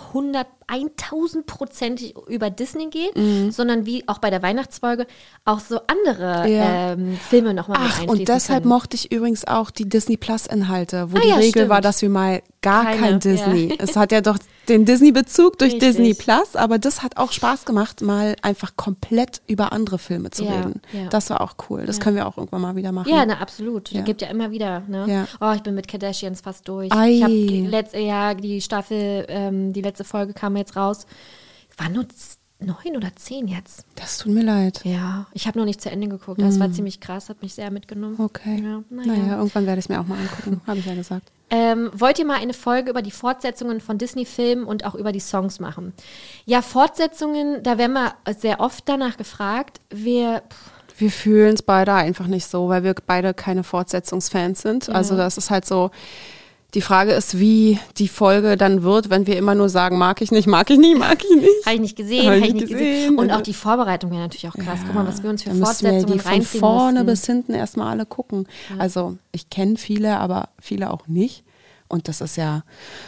1000%ig über Disney geht, sondern wie auch bei der Weihnachtsfolge auch so andere Filme nochmal mit einfließen und deshalb können. mochte ich übrigens auch die Disney-Plus-Inhalte, wo die ja, Regel stimmt. war, dass wir mal kein Keine, Disney. Es hat ja doch den Disney-Bezug durch Richtig. Disney Plus, aber das hat auch Spaß gemacht, mal einfach komplett über andere Filme zu reden. Ja. Das war auch cool. Das können wir auch irgendwann mal wieder machen. Ja, absolut. Ja. Gibt ja immer wieder. Ne? Ja. Oh, ich bin mit Kardashians fast durch. Ei. Ich habe die Staffel, die letzte Folge kam jetzt raus. War nur 9 oder 10 jetzt. Das tut mir leid. Ja, ich habe noch nicht zu Ende geguckt. Das war ziemlich krass, hat mich sehr mitgenommen. Okay. Ja, Naja, irgendwann werde ich es mir auch mal angucken, habe ich ja gesagt. Wollt ihr mal eine Folge über die Fortsetzungen von Disney-Filmen und auch über die Songs machen? Ja, Fortsetzungen, da werden wir sehr oft danach gefragt. Wir fühlen es beide einfach nicht so, weil wir beide keine Fortsetzungsfans sind. Ja. Also das ist halt so, die Frage ist, wie die Folge dann wird, wenn wir immer nur sagen, mag ich nicht, mag ich nicht, mag ich nicht. Habe ich nicht gesehen, habe ich nicht gesehen. Und auch die Vorbereitung wäre natürlich auch krass. Guck mal, was wir uns für Fortsetzungen reinziehen von vorne mussten. bis hinten erstmal alle gucken. Ja. Also ich kenne viele, aber viele auch nicht. Und das ist ja,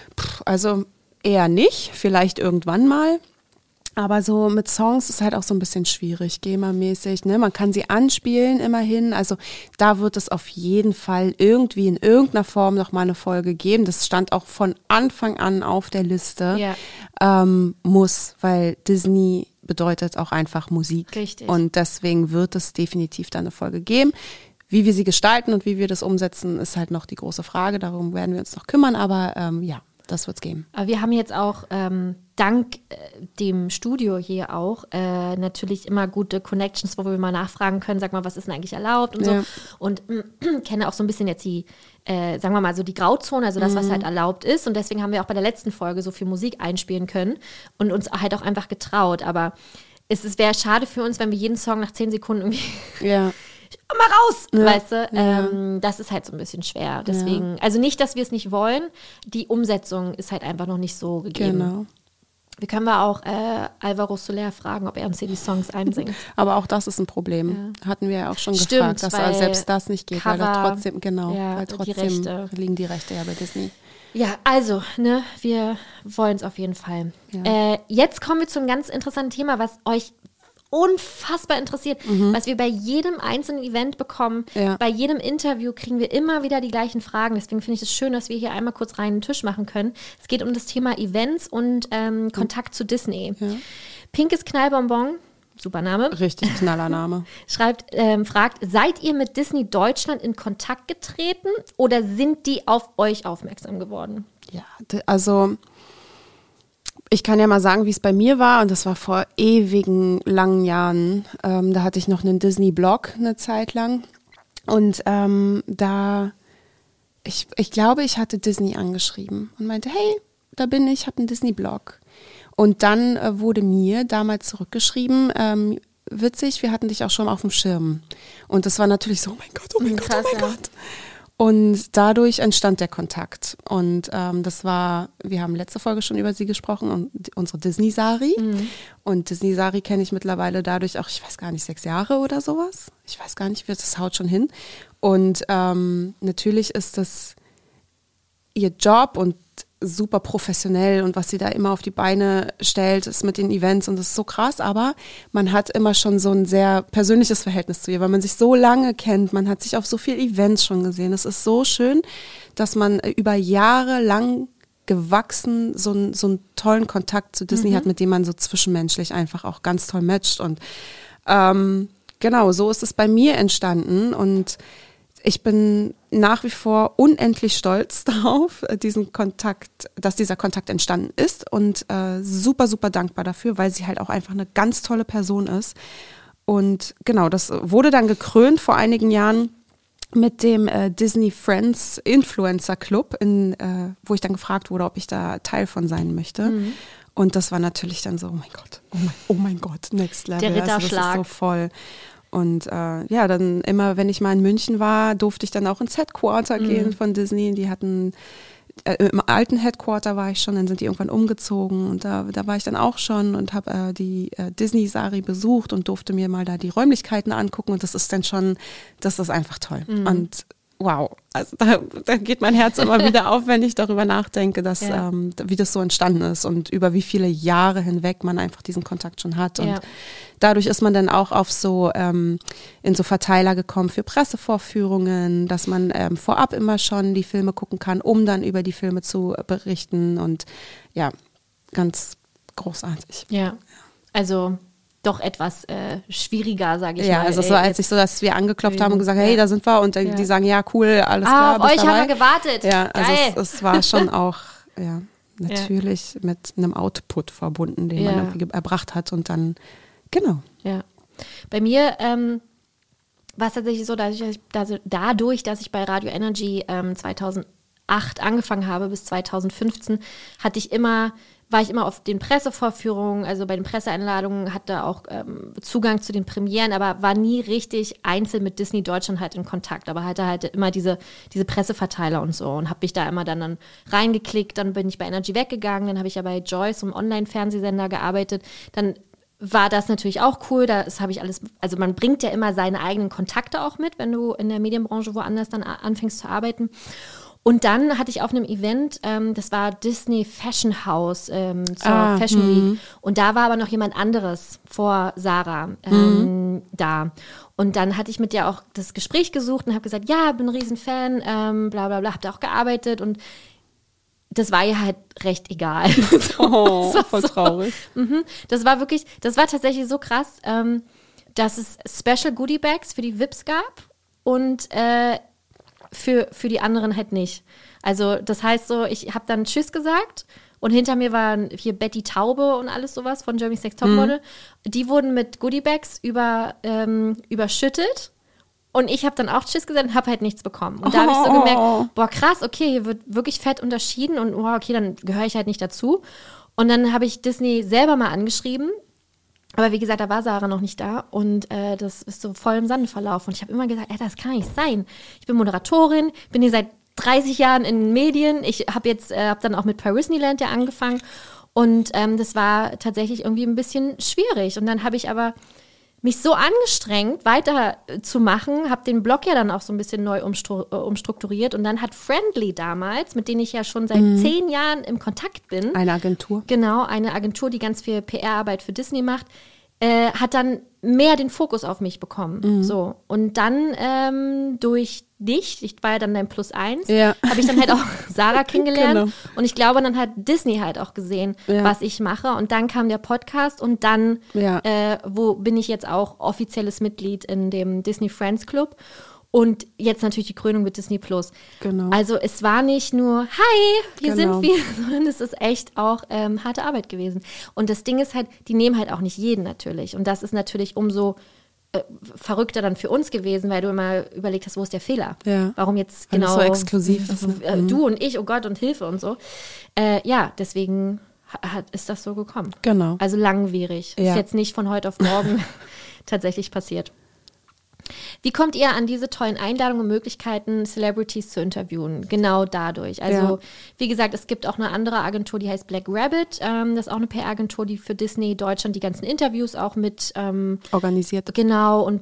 also eher nicht, vielleicht irgendwann mal. Aber so mit Songs ist halt auch so ein bisschen schwierig, GEMA-mäßig. Ne? Man kann sie anspielen immerhin. Also da wird es auf jeden Fall irgendwie in irgendeiner Form nochmal eine Folge geben. Das stand auch von Anfang an auf der Liste. Ja. Muss, weil Disney bedeutet auch einfach Musik. Richtig. Und deswegen wird es definitiv dann eine Folge geben. Wie wir sie gestalten und wie wir das umsetzen, ist halt noch die große Frage. Darum werden wir uns noch kümmern. Aber ja, das wird es geben. Aber wir haben jetzt auch dank dem Studio hier auch natürlich immer gute Connections, wo wir mal nachfragen können, sag mal, was ist denn eigentlich erlaubt und so. Und kenne auch so ein bisschen jetzt die, sagen wir mal, so die Grauzone, also das, was halt erlaubt ist. Und deswegen haben wir auch bei der letzten Folge so viel Musik einspielen können und uns halt auch einfach getraut. Aber es wäre schade für uns, wenn wir jeden Song nach 10 Sekunden irgendwie mal raus, weißt du? Das ist halt so ein bisschen schwer. Deswegen, also nicht, dass wir es nicht wollen, die Umsetzung ist halt einfach noch nicht so gegeben. Genau. Wir können auch Alvaro Soler fragen, ob er uns hier die Songs einsingt. Aber auch das ist ein Problem. Ja. Hatten wir ja auch schon Stimmt, gefragt, dass selbst das nicht geht, Cover, weil trotzdem, weil trotzdem liegen die Rechte ja bei Disney. Ja, also, ne, wir wollen es auf jeden Fall. Ja. Jetzt kommen wir zu einem ganz interessanten Thema, was euch unfassbar interessiert, was wir bei jedem einzelnen Event bekommen. Ja. Bei jedem Interview kriegen wir immer wieder die gleichen Fragen. Deswegen finde ich es schön, dass wir hier einmal kurz reinen Tisch machen können. Es geht um das Thema Events und Kontakt zu Disney. Ja. Pinkes Knallbonbon, super Name. Richtig knaller Name. Fragt, seid ihr mit Disney Deutschland in Kontakt getreten oder sind die auf euch aufmerksam geworden? Ja, also ich kann ja mal sagen, wie es bei mir war, und das war vor ewigen langen Jahren. Da hatte ich noch einen Disney-Blog eine Zeit lang und ich glaube, ich hatte Disney angeschrieben und meinte, hey, da bin ich, habe einen Disney-Blog. Und dann wurde mir damals zurückgeschrieben, witzig, wir hatten dich auch schon auf dem Schirm. Und das war natürlich so, oh mein Gott, oh mein Krass, Gott, oh mein Gott. Und dadurch entstand der Kontakt. Und das war, wir haben letzte Folge schon über sie gesprochen, und unsere Disney-Sari. Und Disney-Sari kenne ich mittlerweile dadurch auch, ich weiß gar nicht, 6 Jahre oder sowas. Ich weiß gar nicht, das haut schon hin. Und natürlich ist das ihr Job und super professionell, und was sie da immer auf die Beine stellt, ist mit den Events, und das ist so krass, aber man hat immer schon so ein sehr persönliches Verhältnis zu ihr, weil man sich so lange kennt, man hat sich auf so viele Events schon gesehen. Es ist so schön, dass man über Jahre lang gewachsen so einen tollen Kontakt zu Disney hat, mit dem man so zwischenmenschlich einfach auch ganz toll matcht, und genau, so ist es bei mir entstanden, und ich bin nach wie vor unendlich stolz darauf, dass dieser Kontakt entstanden ist, und super, super dankbar dafür, weil sie halt auch einfach eine ganz tolle Person ist. Und genau, das wurde dann gekrönt vor einigen Jahren mit dem Disney Friends Influencer Club, wo ich dann gefragt wurde, ob ich da Teil von sein möchte. Und das war natürlich dann so, oh mein Gott, oh mein Gott, next level. Der Ritterschlag. Also das ist so voll. Und dann immer, wenn ich mal in München war, durfte ich dann auch ins Headquarter gehen von Disney. Die hatten, im alten Headquarter war ich schon, dann sind die irgendwann umgezogen, und da war ich dann auch schon und habe die Disney-Sari besucht und durfte mir mal da die Räumlichkeiten angucken, und das ist einfach toll. Und wow, also da geht mein Herz immer wieder auf, wenn ich darüber nachdenke, dass wie das so entstanden ist und über wie viele Jahre hinweg man einfach diesen Kontakt schon hat. Und dadurch ist man dann auch auf so in so Verteiler gekommen für Pressevorführungen, dass man vorab immer schon die Filme gucken kann, um dann über die Filme zu berichten, und ja, ganz großartig. Ja, also doch etwas schwieriger, sage ich mal. Ja, also es war, dass wir angeklopft haben und gesagt, hey, da sind wir, und die sagen, ja, cool, alles klar, auf euch dabei. Haben wir gewartet. Ja, also es war schon auch, natürlich mit einem Output verbunden, den man irgendwie erbracht hat, und dann, genau. Ja, bei mir war es tatsächlich so, dadurch, dass ich bei Radio Energy 2008 angefangen habe bis 2015, war ich immer auf den Pressevorführungen, also bei den Presseeinladungen, hatte auch Zugang zu den Premieren, aber war nie richtig einzeln mit Disney Deutschland halt in Kontakt, aber hatte halt immer diese Presseverteiler und so, und habe mich da immer dann reingeklickt. Dann bin ich bei Energy weggegangen, dann habe ich ja bei Joyce, einem Online-Fernsehsender, gearbeitet. Dann war das natürlich auch cool, das habe ich alles, also man bringt ja immer seine eigenen Kontakte auch mit, wenn du in der Medienbranche woanders dann anfängst zu arbeiten. Und dann hatte ich auf einem Event, das war Disney Fashion House zur Fashion Week. Und da war aber noch jemand anderes vor Sarah da. Und dann hatte ich mit der auch das Gespräch gesucht und habe gesagt, ja, bin ein Riesenfan, bla bla bla, hab da auch gearbeitet. Und das war ihr halt recht egal. Oh, voll traurig. Das war tatsächlich so krass, dass es Special Goodie Bags für die VIPs gab und für die anderen halt nicht. Also das heißt so, ich habe dann Tschüss gesagt, und hinter mir waren hier Betty Taube und alles sowas von Germany's Next Topmodel. Die wurden mit Goodiebags überschüttet, und ich habe dann auch Tschüss gesagt und habe halt nichts bekommen. Und da habe ich so gemerkt, boah krass, okay, hier wird wirklich fett unterschieden, und okay, dann gehöre ich halt nicht dazu. Und dann habe ich Disney selber mal angeschrieben. Aber wie gesagt, da war Sarah noch nicht da, und das ist so voll im Sande verlaufen. Und ich habe immer gesagt, das kann nicht sein. Ich bin Moderatorin, bin hier seit 30 Jahren in den Medien. Ich habe dann auch mit Parisneyland angefangen, und das war tatsächlich irgendwie ein bisschen schwierig. Und dann habe ich aber mich so angestrengt, weiter zu machen, habe den Blog ja dann auch so ein bisschen neu umstrukturiert, und dann hat Friendly damals, mit denen ich ja schon seit 10 Jahren im Kontakt bin. Eine Agentur. Genau, eine Agentur, die ganz viel PR-Arbeit für Disney macht, hat dann mehr den Fokus auf mich bekommen. So. Und dann durch dich, ich war ja dann dein Plus 1, habe ich dann halt auch Sarah kennengelernt. Genau. Und ich glaube, dann hat Disney halt auch gesehen, was ich mache. Und dann kam der Podcast, und dann wo bin ich jetzt auch offizielles Mitglied in dem Disney Friends Club. Und jetzt natürlich die Krönung mit Disney Plus. Genau. Also es war nicht nur, hi, hier sind wir, sondern es ist echt auch harte Arbeit gewesen. Und das Ding ist halt, die nehmen halt auch nicht jeden natürlich. Und das ist natürlich umso verrückter dann für uns gewesen, weil du immer überlegt hast, wo ist der Fehler? Ja. Warum jetzt weil genau so exklusiv ist, du und ich, oh Gott, und Hilfe und so. Deswegen ist das so gekommen. Genau. Also langwierig. Ist jetzt nicht von heute auf morgen tatsächlich passiert. Wie kommt ihr an diese tollen Einladungen und Möglichkeiten, Celebrities zu interviewen? Genau dadurch. Also, wie gesagt, es gibt auch eine andere Agentur, die heißt Black Rabbit. Das ist auch eine PR-Agentur, die für Disney Deutschland die ganzen Interviews auch mit organisiert. Genau, und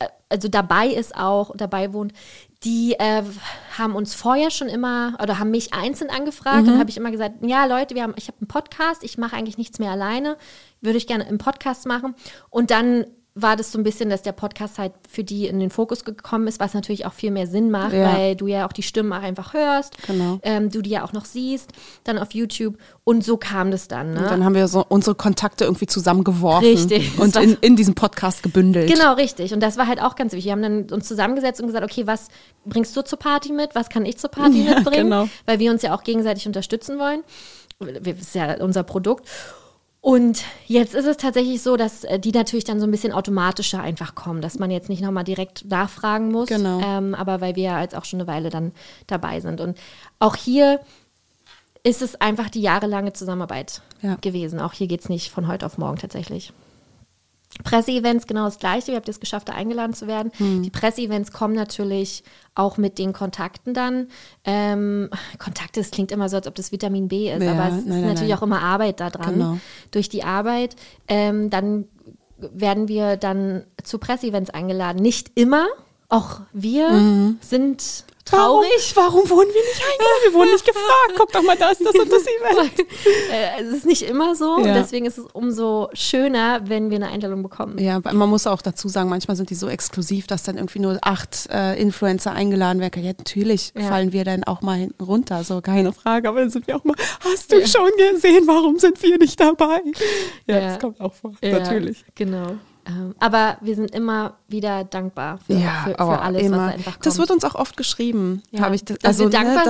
dabei wohnt. Die haben uns vorher schon immer, oder haben mich einzeln angefragt. Und dann habe ich immer gesagt, ja Leute, ich habe einen Podcast, ich mache eigentlich nichts mehr alleine, würde ich gerne im Podcast machen. Und dann war das so ein bisschen, dass der Podcast halt für die in den Fokus gekommen ist, was natürlich auch viel mehr Sinn macht, weil du ja auch die Stimmen auch einfach hörst, du die ja auch noch siehst, dann auf YouTube, und so kam das dann. Ne? Und dann haben wir so unsere Kontakte irgendwie zusammengeworfen. Richtig. Und in diesem Podcast gebündelt. Genau, richtig. Und das war halt auch ganz wichtig. Wir haben dann uns zusammengesetzt und gesagt, okay, was bringst du zur Party mit, was kann ich zur Party mitbringen? Genau. Weil wir uns ja auch gegenseitig unterstützen wollen. Das ist ja unser Produkt. Und jetzt ist es tatsächlich so, dass die natürlich dann so ein bisschen automatischer einfach kommen, dass man jetzt nicht nochmal direkt nachfragen muss, aber weil wir ja jetzt auch schon eine Weile dann dabei sind. Und auch hier ist es einfach die jahrelange Zusammenarbeit gewesen. Auch hier geht es nicht von heute auf morgen tatsächlich. Presseevents, genau das Gleiche. Ihr habt es geschafft, da eingeladen zu werden. Die Presseevents kommen natürlich auch mit den Kontakten dann. Kontakte, das klingt immer so, als ob das Vitamin B ist, aber es ist natürlich auch immer Arbeit da dran. Genau. Durch die Arbeit, dann werden wir dann zu Presseevents eingeladen. Nicht immer, auch wir sind traurig. Warum wurden wir nicht eingeladen? Wir wurden nicht gefragt. Guck doch mal, da ist das und das Event. Es ist nicht immer so. Und deswegen ist es umso schöner, wenn wir eine Einladung bekommen. Ja, man muss auch dazu sagen, manchmal sind die so exklusiv, dass dann irgendwie nur 8 Influencer eingeladen werden. Ja, natürlich fallen wir dann auch mal hinten runter. So, keine Frage. Aber dann sind wir auch mal, hast du schon gesehen, warum sind wir nicht dabei? Ja, das kommt auch vor. Natürlich. Genau. Aber wir sind immer wieder dankbar für alles, immer. was einfach kommt. Das wird uns auch oft geschrieben. Habe ich das, dass wir dankbar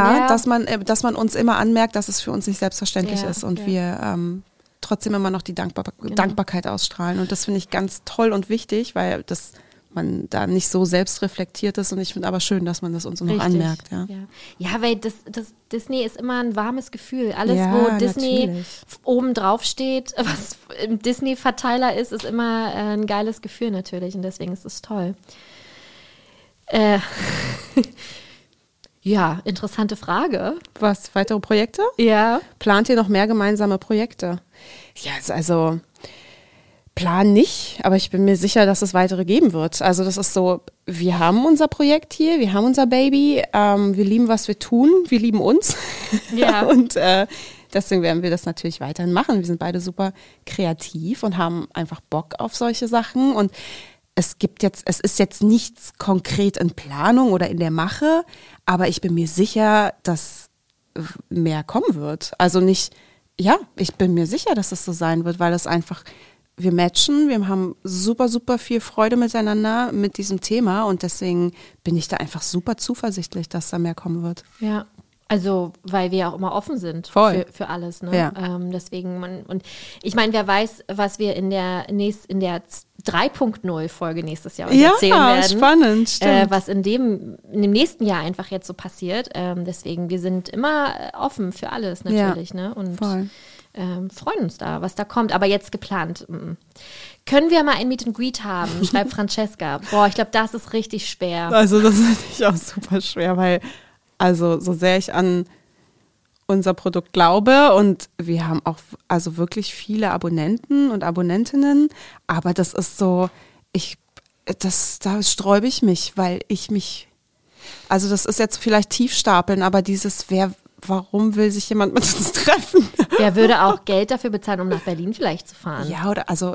sind? Dass man uns immer anmerkt, dass es für uns nicht selbstverständlich ist und wir trotzdem immer noch die Dankbarkeit ausstrahlen. Und das finde ich ganz toll und wichtig, weil man da nicht so selbstreflektiert ist, und ich finde aber schön, dass man das uns noch anmerkt. Ja, weil das Disney ist immer ein warmes Gefühl. Alles, wo Disney oben drauf steht, was im Disney-Verteiler ist immer ein geiles Gefühl natürlich, und deswegen ist es toll. Ja, interessante Frage. Was, weitere Projekte? Ja. Plant ihr noch mehr gemeinsame Projekte? Ja, also Plan nicht, aber ich bin mir sicher, dass es weitere geben wird. Also das ist so, wir haben unser Projekt hier, wir haben unser Baby, wir lieben, was wir tun, wir lieben uns. Ja. Und deswegen werden wir das natürlich weiterhin machen. Wir sind beide super kreativ und haben einfach Bock auf solche Sachen. Und es ist jetzt nichts konkret in Planung oder in der Mache, aber ich bin mir sicher, dass mehr kommen wird. Also ich bin mir sicher, dass es so sein wird, weil es einfach, wir matchen, wir haben super, super viel Freude miteinander mit diesem Thema, und deswegen bin ich da einfach super zuversichtlich, dass da mehr kommen wird. Ja, also weil wir auch immer offen sind für alles. Ne? Ja. Deswegen, und ich meine, wer weiß, was wir in der 3.0 Folge nächstes Jahr erzählen werden. Ja, spannend, stimmt. Was in dem nächsten Jahr einfach jetzt so passiert. Deswegen, wir sind immer offen für alles natürlich. Ne? Und voll. Freuen uns da, was da kommt. Aber jetzt geplant. Können wir mal ein Meet and Greet haben? Schreibt Francesca. Boah, ich glaube, das ist richtig schwer. Also das ist natürlich auch super schwer, weil so sehr ich an unser Produkt glaube, und wir haben auch wirklich viele Abonnenten und Abonnentinnen, aber das ist so, da sträube ich mich, weil das ist jetzt vielleicht Tiefstapeln, aber warum will sich jemand mit uns treffen? Wer würde auch Geld dafür bezahlen, um nach Berlin vielleicht zu fahren? Ja, oder das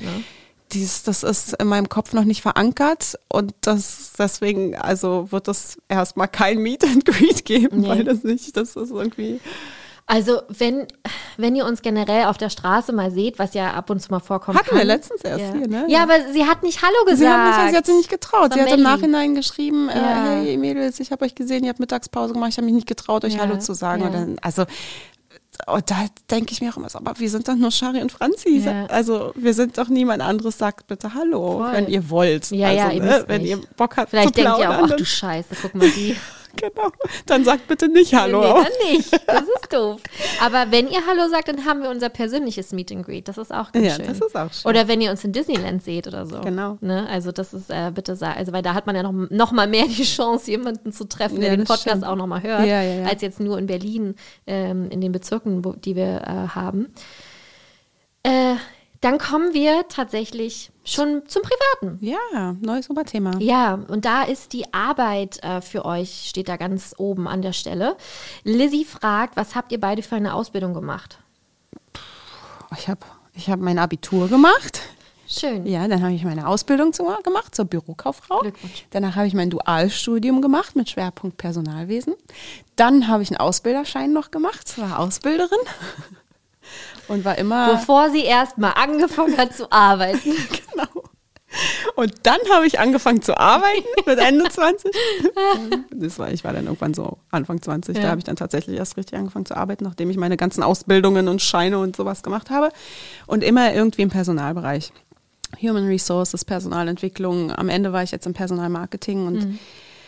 ist in meinem Kopf noch nicht verankert, und deswegen wird es erstmal kein Meet and Greet geben, weil das ist irgendwie. Also wenn ihr uns generell auf der Straße mal seht, was ja ab und zu mal vorkommt. Hatten wir letztens erst hier, ne? Ja, aber sie hat nicht Hallo gesagt. Sie hat sich nicht getraut. Sie hat im Nachhinein geschrieben, hey Mädels, ich habe euch gesehen, ihr habt Mittagspause gemacht, ich habe mich nicht getraut, euch Hallo zu sagen. Ja. Und da denke ich mir auch immer so, aber wir sind doch nur Shari und Franzi. Ja. Also wir sind doch niemand anderes, sagt bitte Hallo, wenn ihr wollt. Ja, wenn ihr Bock habt vielleicht zu plaudern. Vielleicht denkt ihr auch, ach du Scheiße, guck mal die. Genau. Dann sagt bitte nicht Hallo. Nee, dann nicht. Das ist doof. Aber wenn ihr Hallo sagt, dann haben wir unser persönliches Meet and Greet. Das ist auch ganz schön. Ja, das ist auch schön. Oder wenn ihr uns in Disneyland seht oder so. Genau. Ne? Also das ist bitte also weil da hat man ja noch mal mehr die Chance, jemanden zu treffen, der den Podcast auch noch mal hört, als jetzt nur in Berlin, in den Bezirken, die wir haben. Dann kommen wir tatsächlich schon zum Privaten. Ja, neues Oberthema. Ja, und da ist die Arbeit für euch, steht da ganz oben an der Stelle. Lizzie fragt, was habt ihr beide für eine Ausbildung gemacht? Ich hab mein Abitur gemacht. Schön. Ja, dann habe ich meine Ausbildung gemacht zur Bürokauffrau. Glückwunsch. Danach habe ich mein Dualstudium gemacht mit Schwerpunkt Personalwesen. Dann habe ich einen Ausbilderschein noch gemacht, war Ausbilderin. Und war immer... Bevor sie erst mal angefangen hat zu arbeiten. Genau. Und dann habe ich angefangen zu arbeiten mit Ende 20. Ich war dann irgendwann so Anfang 20. Da habe ich dann tatsächlich erst richtig angefangen zu arbeiten, nachdem ich meine ganzen Ausbildungen und Scheine und sowas gemacht habe. Und immer irgendwie im Personalbereich. Human Resources, Personalentwicklung. Am Ende war ich jetzt im Personalmarketing und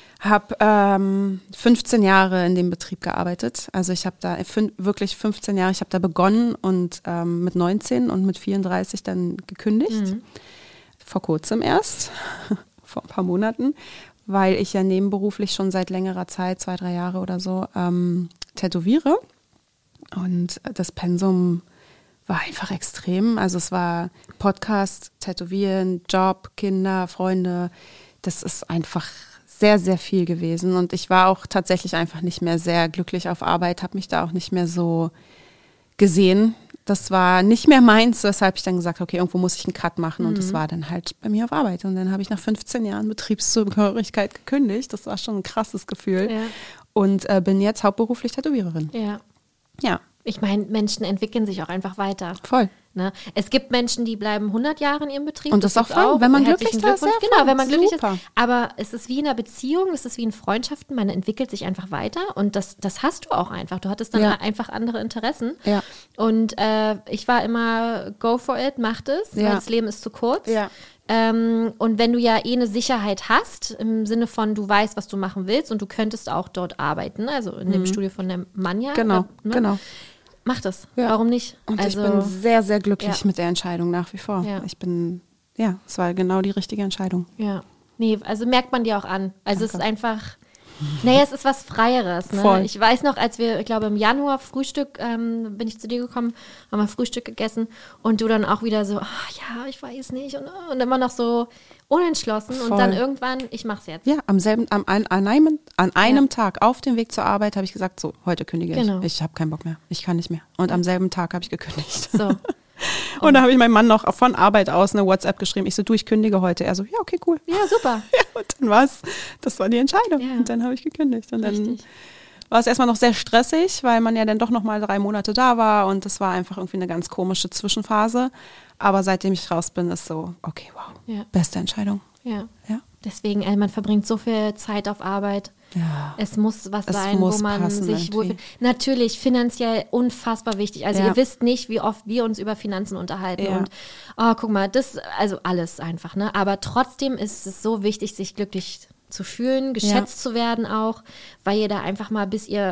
habe 15 Jahre in dem Betrieb gearbeitet. Also ich habe da wirklich 15 Jahre, ich habe da begonnen und mit 19 und mit 34 dann gekündigt. Vor kurzem erst, vor ein paar Monaten, weil ich ja nebenberuflich schon seit längerer Zeit, 2-3 Jahre oder so, tätowiere. Und das Pensum war einfach extrem. Also es war Podcast, Tätowieren, Job, Kinder, Freunde. Das ist einfach sehr, sehr viel gewesen. Und ich war auch tatsächlich einfach nicht mehr sehr glücklich auf Arbeit, habe mich da auch nicht mehr so gesehen. Das war nicht mehr meins, weshalb ich dann gesagt habe, okay, irgendwo muss ich einen Cut machen. Und das war dann halt bei mir auf Arbeit. Und dann habe ich nach 15 Jahren Betriebszugehörigkeit gekündigt. Das war schon ein krasses Gefühl. Ja. Und bin jetzt hauptberuflich Tätowiererin. Ja. Ich meine, Menschen entwickeln sich auch einfach weiter. Voll. Ne? Es gibt Menschen, die bleiben 100 Jahre in ihrem Betrieb. Und das ist auch fein, wenn man glücklich ist. Genau, wenn man glücklich ist. Aber es ist wie in einer Beziehung, es ist wie in Freundschaften, man entwickelt sich einfach weiter und das hast du auch einfach. Du hattest dann einfach andere Interessen. Ja. Und ich war immer, go for it, mach das, weil das Leben ist zu kurz. Ja. Und wenn du ja eine Sicherheit hast, im Sinne von, du weißt, was du machen willst und du könntest auch dort arbeiten, also in dem Studio von der Manja. Genau. Mach das. Ja. Warum nicht? Und ich bin sehr, sehr glücklich mit der Entscheidung nach wie vor. Ja. Es war genau die richtige Entscheidung. Ja. Nee, also merkt man dir auch an. Also es ist einfach, es ist was Freieres. Ne? Voll. Ich weiß noch, als wir, ich glaube im Januar Frühstück, bin ich zu dir gekommen, haben wir Frühstück gegessen und du dann auch wieder so, ich weiß nicht und immer noch so unentschlossen. Voll. Und dann irgendwann, ich mach's jetzt. Ja, an einem Tag auf dem Weg zur Arbeit habe ich gesagt, so, heute kündige ich. Genau. Ich habe keinen Bock mehr. Ich kann nicht mehr. Und am selben Tag habe ich gekündigt. So. Und da habe ich meinem Mann noch von Arbeit aus eine WhatsApp geschrieben. Ich so, ich kündige heute. Er so, ja, okay, cool. Ja, super. Ja, und dann das war die Entscheidung. Ja. Und dann habe ich gekündigt. Und dann war es erstmal noch sehr stressig, weil man ja dann doch noch mal 3 Monate da war. Und das war einfach irgendwie eine ganz komische Zwischenphase. Aber seitdem ich raus bin, ist so, okay, wow, beste Entscheidung. Ja. Deswegen, man verbringt so viel Zeit auf Arbeit. Ja. Es muss was sein, wo man sich wohlfühlt. Natürlich, finanziell unfassbar wichtig. Also ihr wisst nicht, wie oft wir uns über Finanzen unterhalten. Ja. Und guck mal, also alles einfach. Ne? Aber trotzdem ist es so wichtig, sich glücklich zu fühlen, geschätzt zu werden auch, weil ihr da einfach mal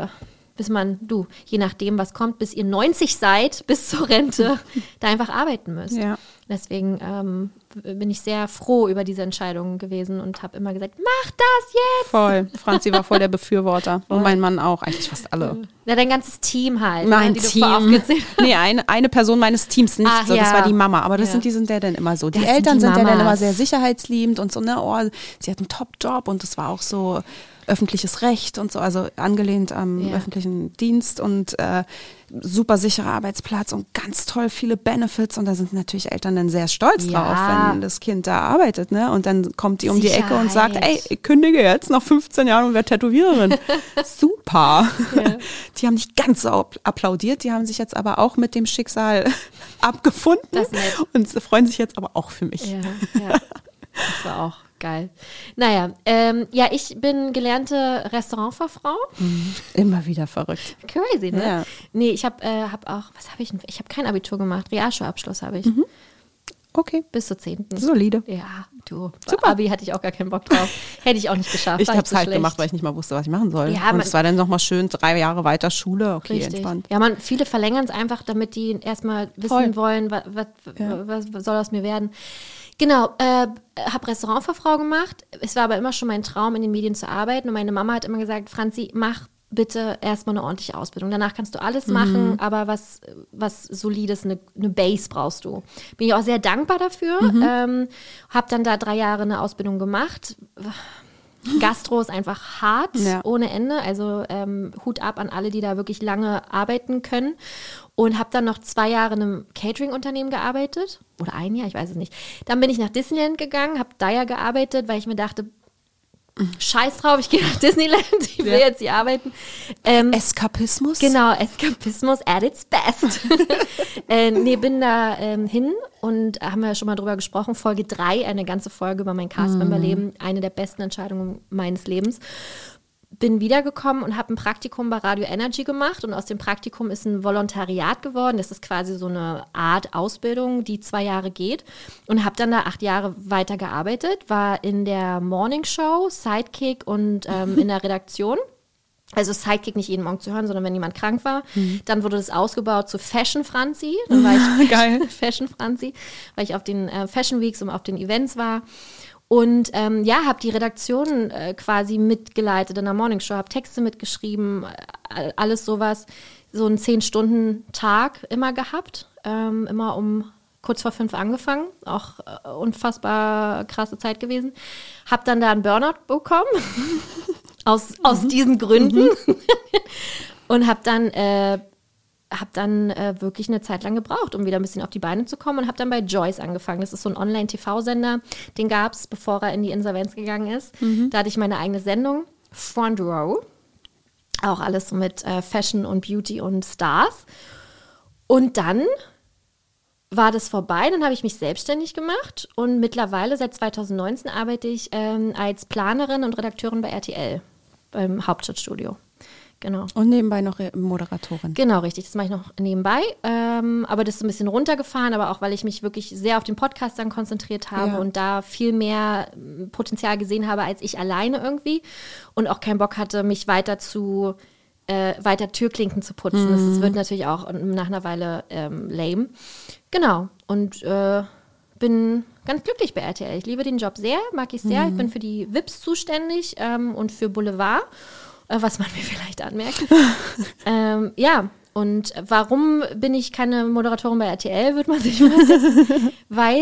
je nachdem, was kommt, bis ihr 90 seid, bis zur Rente, da einfach arbeiten müsst. Ja. Deswegen bin ich sehr froh über diese Entscheidung gewesen und habe immer gesagt, mach das jetzt! Voll. Franzi war voll der Befürworter. Und mein Mann auch, eigentlich fast alle. Ja, dein ganzes Team halt. Mein die Team. Nee, eine Person meines Teams nicht. Das war die Mama. Aber die sind ja dann immer so. Die Eltern sind ja dann immer sehr sicherheitsliebend und so, ne? Sie hat einen Top-Job und das war auch so öffentliches Recht und so, also angelehnt am öffentlichen Dienst und super sicherer Arbeitsplatz und ganz toll viele Benefits und da sind natürlich Eltern dann sehr stolz drauf, wenn das Kind da arbeitet, ne? Und dann kommt die um die Ecke und sagt, ey, ich kündige jetzt nach 15 Jahren und werde Tätowiererin. Super. Ja. Die haben nicht ganz so applaudiert, die haben sich jetzt aber auch mit dem Schicksal abgefunden und freuen sich jetzt aber auch für mich. Ja. Das war auch geil. Naja, ich bin gelernte Restaurantfachfrau. Immer wieder verrückt. Crazy, ne? Ja. Nee, ich habe auch, was habe ich denn? Ich habe kein Abitur gemacht. Realschulabschluss habe ich. Okay. Bis zur 10. Solide. Ja, du. Super. Abi hatte ich auch gar keinen Bock drauf. Hätte ich auch nicht geschafft. Ich habe es halt gemacht, weil ich nicht mal wusste, was ich machen soll. Ja, und es war dann nochmal schön 3 Jahre weiter Schule. Okay, richtig. Entspannt. Ja, viele verlängern es einfach, damit die erstmal wissen wollen, was soll aus mir werden. Genau, habe Restaurantfachfrau gemacht. Es war aber immer schon mein Traum, in den Medien zu arbeiten. Und meine Mama hat immer gesagt, Franzi, mach bitte erstmal eine ordentliche Ausbildung. Danach kannst du alles machen, aber was Solides, eine Base brauchst du. Bin ich auch sehr dankbar dafür. Habe dann da 3 Jahre eine Ausbildung gemacht. Gastro ist einfach hart, ohne Ende. Also Hut ab an alle, die da wirklich lange arbeiten können. Und habe dann noch 2 Jahre in einem Catering-Unternehmen gearbeitet. Oder 1 Jahr, ich weiß es nicht. Dann bin ich nach Disneyland gegangen, habe da ja gearbeitet, weil ich mir dachte, scheiß drauf, ich gehe nach Disneyland, ich will jetzt hier arbeiten. Eskapismus? Genau, Eskapismus at its best. Bin da hin und haben wir schon mal drüber gesprochen, Folge 3, eine ganze Folge über mein Cast-Member-Leben, eine der besten Entscheidungen meines Lebens. Bin wiedergekommen und habe ein Praktikum bei Radio Energy gemacht und aus dem Praktikum ist ein Volontariat geworden. Das ist quasi so eine Art Ausbildung, die 2 Jahre geht und habe dann da 8 Jahre weiter gearbeitet, war in der Morning Show, Sidekick und in der Redaktion. Also Sidekick nicht jeden Morgen zu hören, sondern wenn jemand krank war. Dann wurde das ausgebaut zu Fashion Franzi. Dann war ich Geil. Fashion Franzi, weil ich auf den Fashion Weeks und auf den Events war. Und habe die Redaktion quasi mitgeleitet in der Morningshow, habe Texte mitgeschrieben, alles sowas. So einen 10-Stunden-Tag immer gehabt, immer um kurz vor 5 angefangen, auch unfassbar krasse Zeit gewesen. Habe dann da einen Burnout bekommen, aus diesen Gründen. Und habe dann wirklich eine Zeit lang gebraucht, um wieder ein bisschen auf die Beine zu kommen und habe dann bei Joyce angefangen. Das ist so ein Online-TV-Sender, den gab es, bevor er in die Insolvenz gegangen ist. Da hatte ich meine eigene Sendung, Front Row, auch alles so mit Fashion und Beauty und Stars. Und dann war das vorbei, dann habe ich mich selbstständig gemacht und mittlerweile seit 2019 arbeite ich als Planerin und Redakteurin bei RTL, beim Hauptstadtstudio. Genau. Und nebenbei noch Moderatorin. Genau, richtig. Das mache ich noch nebenbei. Aber das ist ein bisschen runtergefahren, aber auch, weil ich mich wirklich sehr auf den Podcast dann konzentriert habe und da viel mehr Potenzial gesehen habe, als ich alleine irgendwie. Und auch keinen Bock hatte, mich weiter Türklinken zu putzen. Das wird natürlich auch nach einer Weile lame. Genau. Und bin ganz glücklich bei RTL. Ich liebe den Job sehr, mag ich sehr. Ich bin für die VIPs zuständig und für Boulevard. Was man mir vielleicht anmerkt. Und warum bin ich keine Moderatorin bei RTL, würde man sich fragen. Weil,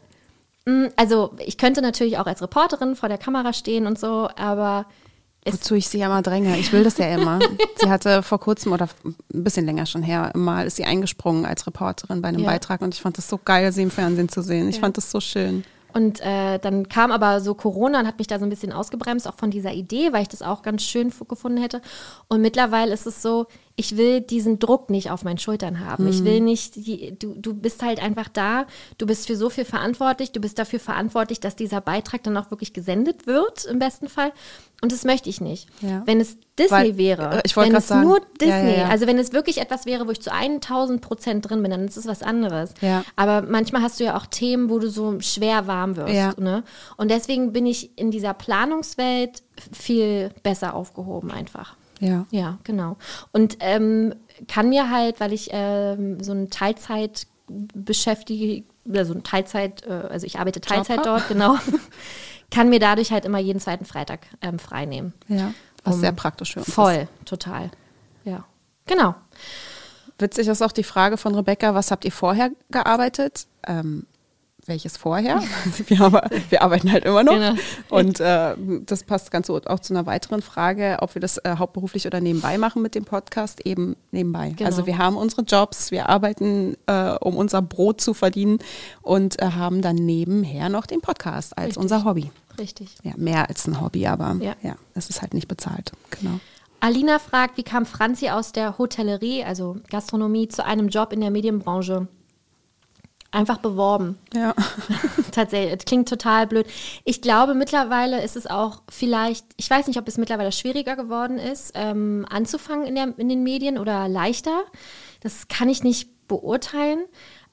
also ich könnte natürlich auch als Reporterin vor der Kamera stehen und so, aber wozu ich sie ja mal dränge. Ich will das ja immer. Sie hatte vor kurzem oder ein bisschen länger schon her, mal ist sie eingesprungen als Reporterin bei einem Beitrag und ich fand das so geil, sie im Fernsehen zu sehen. Ich fand das so schön. Und dann kam aber so Corona und hat mich da so ein bisschen ausgebremst, auch von dieser Idee, weil ich das auch ganz schön gefunden hätte. Und mittlerweile ist es so, ich will diesen Druck nicht auf meinen Schultern haben. Ich will nicht, du bist halt einfach da, du bist für so viel verantwortlich, du bist dafür verantwortlich, dass dieser Beitrag dann auch wirklich gesendet wird, im besten Fall. Und das möchte ich nicht. Ja. Wenn es Disney wäre, wenn es nur Disney, also wenn es wirklich etwas wäre, wo ich zu 1000% drin bin, dann ist es was anderes. Ja. Aber manchmal hast du ja auch Themen, wo du so schwer warm wirst. Ja. Ne? Und deswegen bin ich in dieser Planungswelt viel besser aufgehoben einfach. Ja. Ja, genau. Und kann mir halt, weil ich so ein Teilzeit beschäftige, oder so ein Teilzeit, also ich arbeite Teilzeit Job dort, genau, kann mir dadurch halt immer jeden 2. Freitag frei nehmen. Ja, was sehr praktisch für uns voll, ist. Total. Ja, genau. Witzig ist auch die Frage von Rebecca, was habt ihr vorher gearbeitet? Welches vorher? Wir arbeiten halt immer noch. Genau. Und das passt ganz gut auch zu einer weiteren Frage, ob wir das hauptberuflich oder nebenbei machen mit dem Podcast, eben nebenbei. Genau. Also wir haben unsere Jobs, wir arbeiten, um unser Brot zu verdienen und haben dann nebenher noch den Podcast als unser Hobby. Richtig. Ja, mehr als ein Hobby, aber es ist halt nicht bezahlt. Genau. Alina fragt, wie kam Franzi aus der Hotellerie, also Gastronomie, zu einem Job in der Medienbranche? Einfach beworben. Ja. Tatsächlich, es klingt total blöd. Ich glaube, mittlerweile ist es auch vielleicht, ich weiß nicht, ob es mittlerweile schwieriger geworden ist, anzufangen in den Medien oder leichter. Das kann ich nicht beurteilen.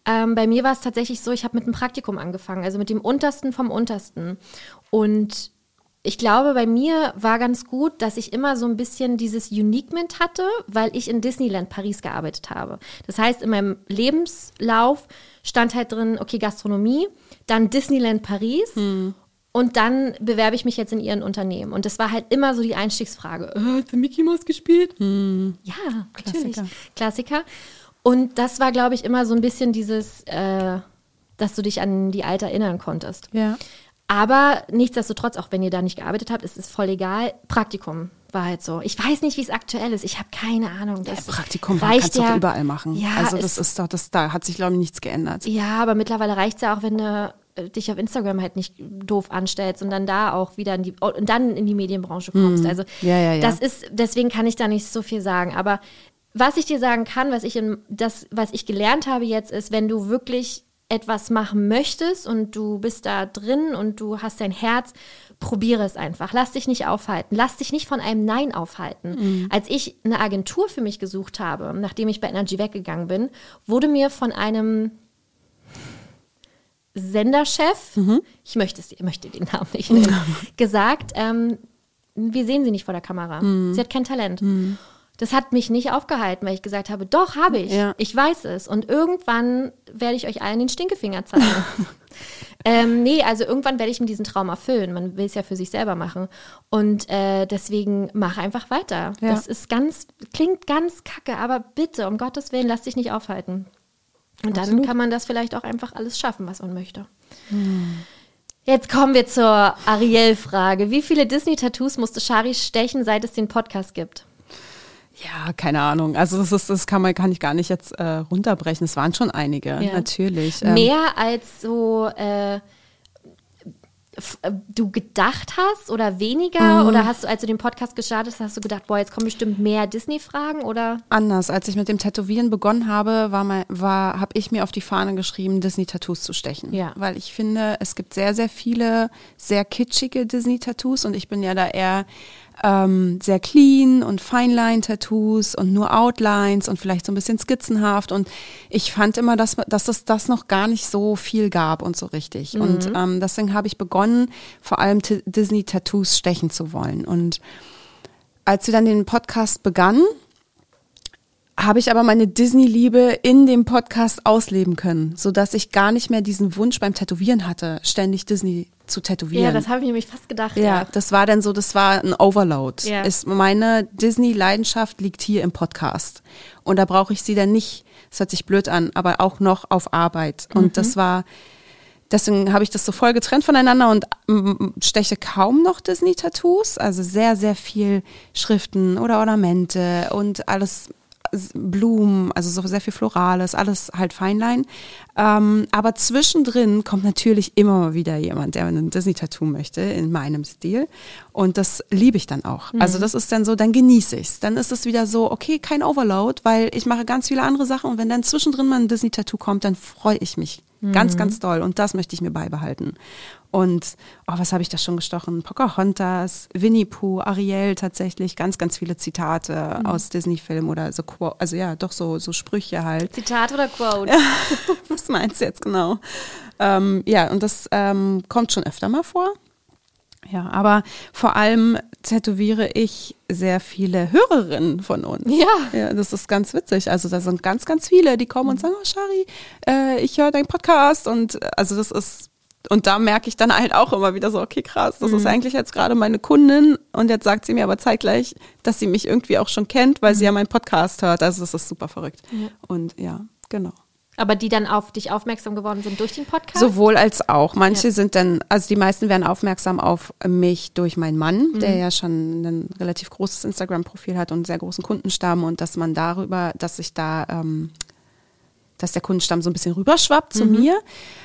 Bei mir war es tatsächlich so, ich habe mit einem Praktikum angefangen, also mit dem Untersten vom Untersten. Und ich glaube, bei mir war ganz gut, dass ich immer so ein bisschen dieses Uniquement hatte, weil ich in Disneyland Paris gearbeitet habe. Das heißt, in meinem Lebenslauf stand halt drin, okay, Gastronomie, dann Disneyland Paris und dann bewerbe ich mich jetzt in ihren Unternehmen. Und das war halt immer so die Einstiegsfrage. Hast du Mickey Mouse gespielt? Ja, natürlich. Klassiker. Und das war, glaube ich, immer so ein bisschen dieses, dass du dich an die Alte erinnern konntest. Ja. Aber nichtsdestotrotz, auch wenn ihr da nicht gearbeitet habt, ist es voll egal. Praktikum war halt so. Ich weiß nicht, wie es aktuell ist. Ich habe keine Ahnung. Das Praktikum kannst du doch überall machen. Ja, also das ist doch, da hat sich, glaube ich, nichts geändert. Ja, aber mittlerweile reicht es ja auch, wenn du dich auf Instagram halt nicht doof anstellst und dann da auch wieder in die Medienbranche kommst. Also das ist, deswegen kann ich da nicht so viel sagen. Aber was ich dir sagen kann, was ich gelernt habe jetzt, ist, wenn du wirklich etwas machen möchtest und du bist da drin und du hast dein Herz, probiere es einfach. Lass dich nicht aufhalten. Lass dich nicht von einem Nein aufhalten. Als ich eine Agentur für mich gesucht habe, nachdem ich bei Energy weggegangen bin, wurde mir von einem Senderchef, ich möchte den Namen nicht nennen, gesagt, wir sehen sie nicht vor der Kamera. Sie hat kein Talent. Das hat mich nicht aufgehalten, weil ich gesagt habe, doch, habe ich. Ja. Ich weiß es. Und irgendwann werde ich euch allen den Stinkefinger zeigen. Also irgendwann werde ich mir diesen Traum erfüllen. Man will es ja für sich selber machen. Und deswegen mach einfach weiter. Ja. Das ist klingt ganz kacke, aber bitte, um Gottes Willen, lass dich nicht aufhalten. Und dann kann man das vielleicht auch einfach alles schaffen, was man möchte. Jetzt kommen wir zur Ariel-Frage. Wie viele Disney-Tattoos musste Shari stechen, seit es den Podcast gibt? Ja, keine Ahnung. Also das kann ich gar nicht jetzt runterbrechen. Es waren schon einige, natürlich. Mehr als so du gedacht hast oder weniger? Oder hast du, als du den Podcast gestartet hast, du gedacht, boah, jetzt kommen bestimmt mehr Disney-Fragen? Oder? Anders. Als ich mit dem Tätowieren begonnen habe, habe ich mir auf die Fahne geschrieben, Disney-Tattoos zu stechen. Ja. Weil ich finde, es gibt sehr, sehr viele sehr kitschige Disney-Tattoos und ich bin ja da eher sehr clean und Feinline-Tattoos und nur Outlines und vielleicht so ein bisschen skizzenhaft und ich fand immer, dass es das noch gar nicht so viel gab und so richtig und deswegen habe ich begonnen, vor allem Disney-Tattoos stechen zu wollen und als wir dann den Podcast begannen, habe ich aber meine Disney-Liebe in dem Podcast ausleben können, sodass ich gar nicht mehr diesen Wunsch beim Tätowieren hatte, ständig Disney zu tätowieren. Ja, das habe ich nämlich fast gedacht. Ja, das war ein Overload. Ja. Meine Disney-Leidenschaft liegt hier im Podcast. Und da brauche ich sie dann nicht, das hört sich blöd an, aber auch noch auf Arbeit. Und deswegen habe ich das so voll getrennt voneinander und steche kaum noch Disney-Tattoos. Also sehr, sehr viel Schriften oder Ornamente und alles Blumen, also so sehr viel Florales, alles halt Feinlein. Aber zwischendrin kommt natürlich immer mal wieder jemand, der ein Disney-Tattoo möchte, in meinem Stil. Und das liebe ich dann auch. Also das ist dann so, dann genieße ich es. Dann ist es wieder so, okay, kein Overload, weil ich mache ganz viele andere Sachen. Und wenn dann zwischendrin mal ein Disney-Tattoo kommt, dann freue ich mich ganz, ganz doll. Und das möchte ich mir beibehalten. Und was habe ich da schon gestochen? Pocahontas, Winnie Pooh, Ariel tatsächlich, ganz, ganz viele Zitate aus Disney-Filmen oder so, also ja, doch so Sprüche halt. Zitat oder Quote? Was meinst du jetzt genau? Ja, und das kommt schon öfter mal vor. Ja, aber vor allem tätowiere ich sehr viele Hörerinnen von uns. Ja, das ist ganz witzig. Also da sind ganz, ganz viele, die kommen und sagen, oh Shari, ich höre deinen Podcast und also das ist. Und da merke ich dann halt auch immer wieder so, okay, krass, das ist eigentlich jetzt gerade meine Kundin und jetzt sagt sie mir aber zeitgleich, dass sie mich irgendwie auch schon kennt, weil sie ja meinen Podcast hört. Also das ist super verrückt. Ja. Und ja, genau. Aber die dann auf dich aufmerksam geworden sind durch den Podcast? Sowohl als auch. Manche sind dann, also die meisten werden aufmerksam auf mich durch meinen Mann, der ja schon ein relativ großes Instagram-Profil hat und einen sehr großen Kundenstamm und dass man darüber, dass der Kundenstamm so ein bisschen rüberschwappt zu mir.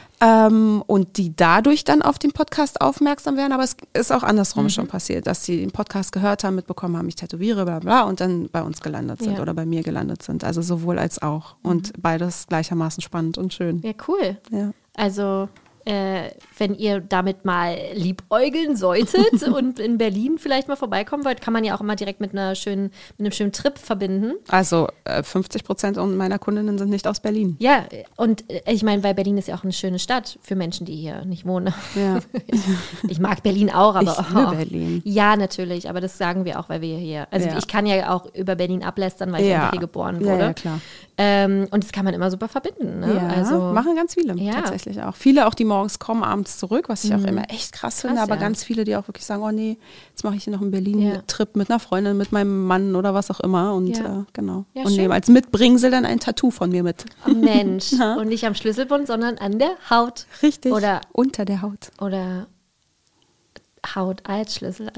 Und die dadurch dann auf den Podcast aufmerksam werden, aber es ist auch andersrum schon passiert, dass sie den Podcast gehört haben, mitbekommen haben, ich tätowiere, bla bla, und dann bei uns gelandet sind oder bei mir gelandet sind. Also sowohl als auch und beides gleichermaßen spannend und schön. Ja, cool. Ja. Also wenn ihr damit mal liebäugeln solltet und in Berlin vielleicht mal vorbeikommen wollt, kann man ja auch immer direkt mit einem schönen Trip verbinden. Also 50% meiner Kundinnen sind nicht aus Berlin. Ja, und ich meine, weil Berlin ist ja auch eine schöne Stadt für Menschen, die hier nicht wohnen. Ja. Ich mag Berlin auch, aber ich liebe Berlin. Ja, natürlich, aber das sagen wir auch, weil wir hier, also ich kann ja auch über Berlin ablästern, weil ich einfach hier geboren wurde. Ja, klar. Und das kann man immer super verbinden. Ne? Ja, also, machen ganz viele tatsächlich auch. Viele auch, die morgens kommen, abends zurück, was ich auch immer echt krass finde, aber ganz viele, die auch wirklich sagen, oh nee, jetzt mache ich hier noch einen Berlin-Trip mit einer Freundin, mit meinem Mann oder was auch immer und genau. Ja, und schön. nehmen als Mitbringsel dann ein Tattoo von mir mit. Oh, Mensch, und nicht am Schlüsselbund, sondern an der Haut. Richtig, oder unter der Haut. Oder Haut als Schlüssel.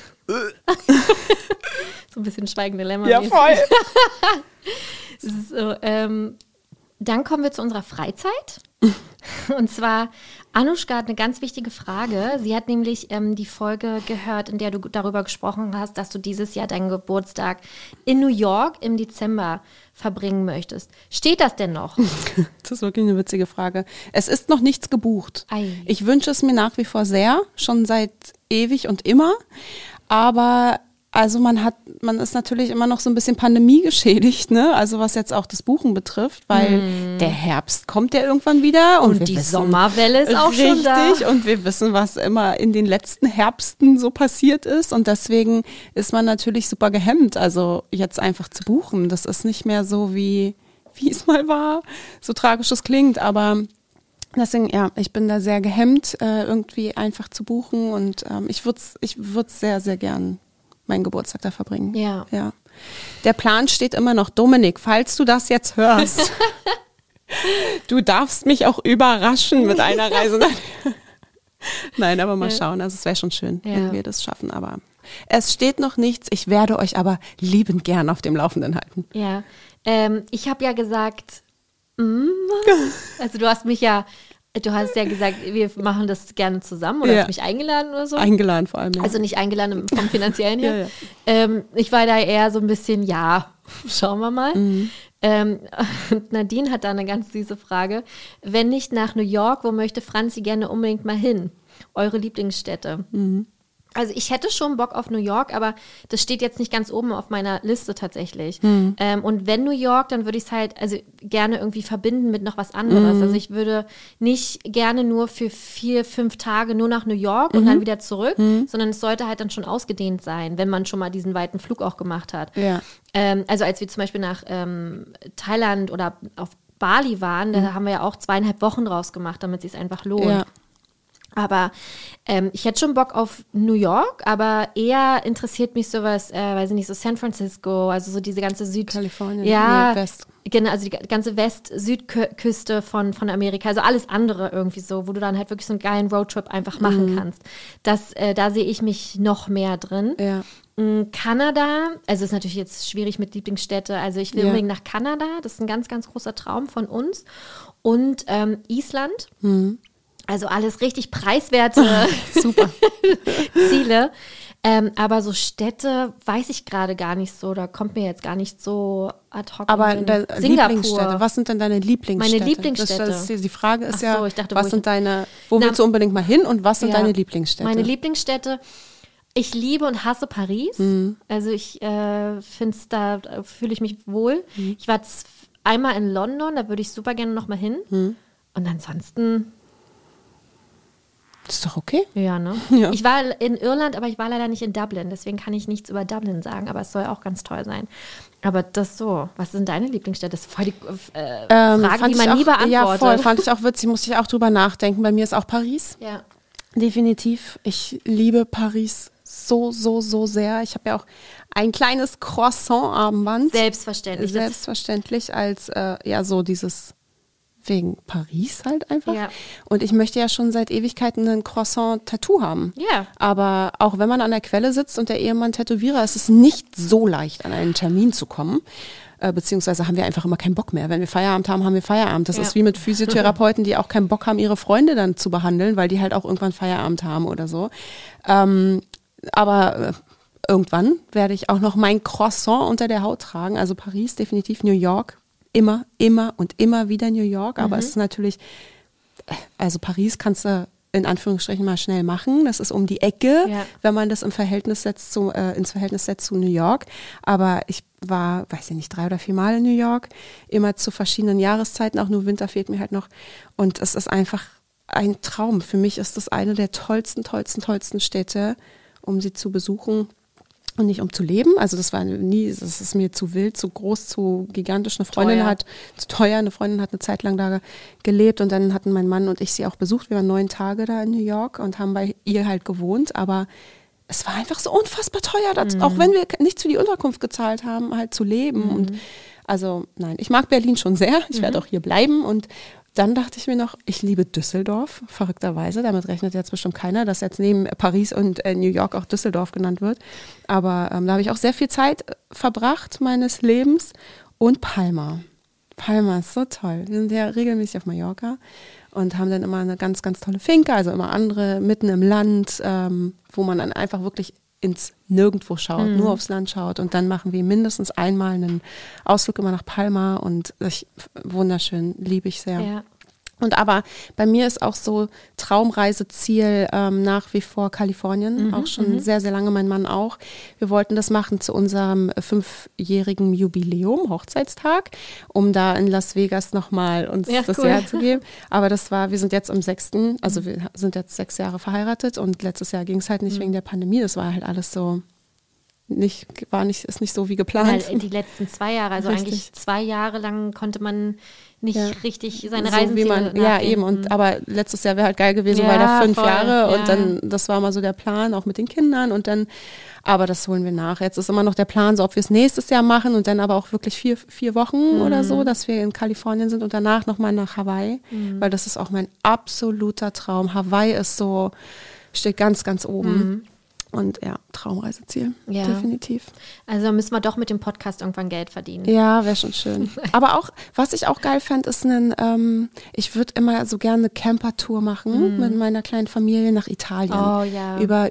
So ein bisschen schweigende Lämmer. Ja, voll. So, dann kommen wir zu unserer Freizeit. Und zwar, Anushka hat eine ganz wichtige Frage. Sie hat nämlich die Folge gehört, in der du darüber gesprochen hast, dass du dieses Jahr deinen Geburtstag in New York im Dezember verbringen möchtest. Steht das denn noch? Das ist wirklich eine witzige Frage. Es ist noch nichts gebucht. Ei. Ich wünsche es mir nach wie vor sehr, schon seit ewig und immer. Aber also man ist natürlich immer noch so ein bisschen Pandemie geschädigt, ne? Also was jetzt auch das Buchen betrifft, weil der Herbst kommt ja irgendwann wieder und die Sommerwelle ist auch schon da. Richtig, und wir wissen, was immer in den letzten Herbsten so passiert ist und deswegen ist man natürlich super gehemmt, also jetzt einfach zu buchen. Das ist nicht mehr so wie es mal war, so tragisch es klingt, aber deswegen, ja, ich bin da sehr gehemmt, irgendwie einfach zu buchen und ich würde sehr, sehr gern meinen Geburtstag da verbringen. Ja. Der Plan steht immer noch. Dominik, falls du das jetzt hörst, du darfst mich auch überraschen mit einer Reise. Nein, aber mal schauen. Also es wäre schon schön, wenn wir das schaffen. Aber es steht noch nichts. Ich werde euch aber liebend gern auf dem Laufenden halten. Ja, ich habe ja gesagt, also du hast ja gesagt, wir machen das gerne zusammen oder hast mich eingeladen oder so? Eingeladen vor allem, ja. Also nicht eingeladen vom Finanziellen her. Ja. Ich war da eher so ein bisschen, schauen wir mal. Und Nadine hat da eine ganz süße Frage. Wenn nicht nach New York, wo möchte Franzi gerne unbedingt mal hin? Eure Lieblingsstädte? Also ich hätte schon Bock auf New York, aber das steht jetzt nicht ganz oben auf meiner Liste tatsächlich. Und wenn New York, dann würde ich es halt gerne irgendwie verbinden mit noch was anderes. Also ich würde nicht gerne nur für 4-5 Tage nur nach New York und dann wieder zurück, sondern es sollte halt dann schon ausgedehnt sein, wenn man schon mal diesen weiten Flug auch gemacht hat. Ja. Also als wir zum Beispiel nach Thailand oder auf Bali waren, da haben wir ja auch 2,5 Wochen draus gemacht, damit es sich einfach lohnt. Ja. Aber ich hätte schon Bock auf New York, aber eher interessiert mich sowas, weiß ich nicht, so San Francisco, also so diese ganze Kalifornien, West. Genau, also die ganze West-Südküste von Amerika, also alles andere irgendwie so, wo du dann halt wirklich so einen geilen Roadtrip einfach machen kannst. Da sehe ich mich noch mehr drin. Ja. Kanada, also ist natürlich jetzt schwierig mit Lieblingsstädte, also ich will unbedingt nach Kanada, das ist ein ganz, ganz großer Traum von uns. Und Island. Also alles richtig preiswerte super Ziele. Aber so Städte weiß ich gerade gar nicht so. Da kommt mir jetzt gar nicht so ad hoc. Aber Lieblingsstädte, was sind denn deine Lieblingsstädte? Meine Lieblingsstädte. Die Frage ist ich dachte, wo willst du unbedingt mal hin und was sind deine Lieblingsstädte? Meine Lieblingsstädte, ich liebe und hasse Paris. Also ich finde es, da fühle ich mich wohl. Ich war einmal in London, da würde ich super gerne noch mal hin. Und ansonsten... Das ist doch okay. Ja, ne? Ja. Ich war in Irland, aber ich war leider nicht in Dublin. Deswegen kann ich nichts über Dublin sagen. Aber es soll auch ganz toll sein. Aber das so. Was sind deine Lieblingsstädte? Das ist voll die Frage, die man nie beantwortet. Ja, voll. Fand ich auch witzig. Musste ich auch drüber nachdenken. Bei mir ist auch Paris. Ja. Definitiv. Ich liebe Paris so, so, so sehr. Ich habe ja auch ein kleines Croissant-Armband. Selbstverständlich. Selbstverständlich als, so dieses... Wegen Paris halt einfach. Ja. Und ich möchte ja schon seit Ewigkeiten ein Croissant-Tattoo haben. Ja. Aber auch wenn man an der Quelle sitzt und der Ehemann Tätowierer, ist es nicht so leicht, an einen Termin zu kommen. Beziehungsweise haben wir einfach immer keinen Bock mehr. Wenn wir Feierabend haben, haben wir Feierabend. Das ist wie mit Physiotherapeuten, die auch keinen Bock haben, ihre Freunde dann zu behandeln, weil die halt auch irgendwann Feierabend haben oder so. Aber irgendwann werde ich auch noch mein Croissant unter der Haut tragen. Also Paris, definitiv New York. Immer und immer wieder New York, aber es ist natürlich also Paris kannst du in Anführungsstrichen mal schnell machen. Das ist um die Ecke, wenn man das ins Verhältnis setzt zu New York. Aber ich war, weiß ich nicht, 3 oder 4 Mal in New York, immer zu verschiedenen Jahreszeiten, auch nur Winter fehlt mir halt noch. Und es ist einfach ein Traum. Für mich ist das eine der tollsten Städte, um sie zu besuchen. Und nicht um zu leben, also das ist mir zu wild, zu groß, zu gigantisch. Eine Freundin hat eine Zeit lang da gelebt und dann hatten mein Mann und ich sie auch besucht. Wir waren 9 Tage da in New York und haben bei ihr halt gewohnt, aber es war einfach so unfassbar teuer, auch wenn wir nichts für die Unterkunft gezahlt haben, halt zu leben. Und also nein, ich mag Berlin schon sehr, ich werde auch hier bleiben und dann dachte ich mir noch, ich liebe Düsseldorf, verrückterweise. Damit rechnet jetzt bestimmt keiner, dass jetzt neben Paris und New York auch Düsseldorf genannt wird. Aber da habe ich auch sehr viel Zeit verbracht meines Lebens. Und Palma. Palma ist so toll. Wir sind ja regelmäßig auf Mallorca und haben dann immer eine ganz, ganz tolle Finca, also immer andere mitten im Land, wo man dann einfach wirklich ins Nirgendwo schaut, nur aufs Land schaut. Und dann machen wir mindestens einmal einen Ausflug immer nach Palma und wunderschön, liebe ich sehr. Ja. Und aber bei mir ist auch so Traumreiseziel nach wie vor Kalifornien, auch schon sehr, sehr lange, mein Mann auch. Wir wollten das machen zu unserem 5-jährigen Jubiläum, Hochzeitstag, um da in Las Vegas nochmal uns das Jahr zu geben. Aber wir sind jetzt am 6., also wir sind jetzt 6 Jahre verheiratet und letztes Jahr ging es halt nicht wegen der Pandemie, das war halt alles so ist nicht so wie geplant. Ja, die letzten 2 Jahre, also eigentlich 2 Jahre lang konnte man nicht richtig seine Reisenziele ja, eben. Aber letztes Jahr wäre halt geil gewesen, weil da 5 Jahre und dann, das war mal so der Plan, auch mit den Kindern und dann, aber das holen wir nach. Jetzt ist immer noch der Plan, so ob wir es nächstes Jahr machen und dann aber auch wirklich 4 Wochen oder so, dass wir in Kalifornien sind und danach nochmal nach Hawaii, weil das ist auch mein absoluter Traum. Hawaii steht ganz, ganz oben. Und ja, Traumreiseziel, definitiv. Also müssen wir doch mit dem Podcast irgendwann Geld verdienen. Ja, wäre schon schön. Aber auch, was ich auch geil fände, ist ich würde immer so gerne eine Camper-Tour machen mit meiner kleinen Familie nach Italien. Oh ja. Über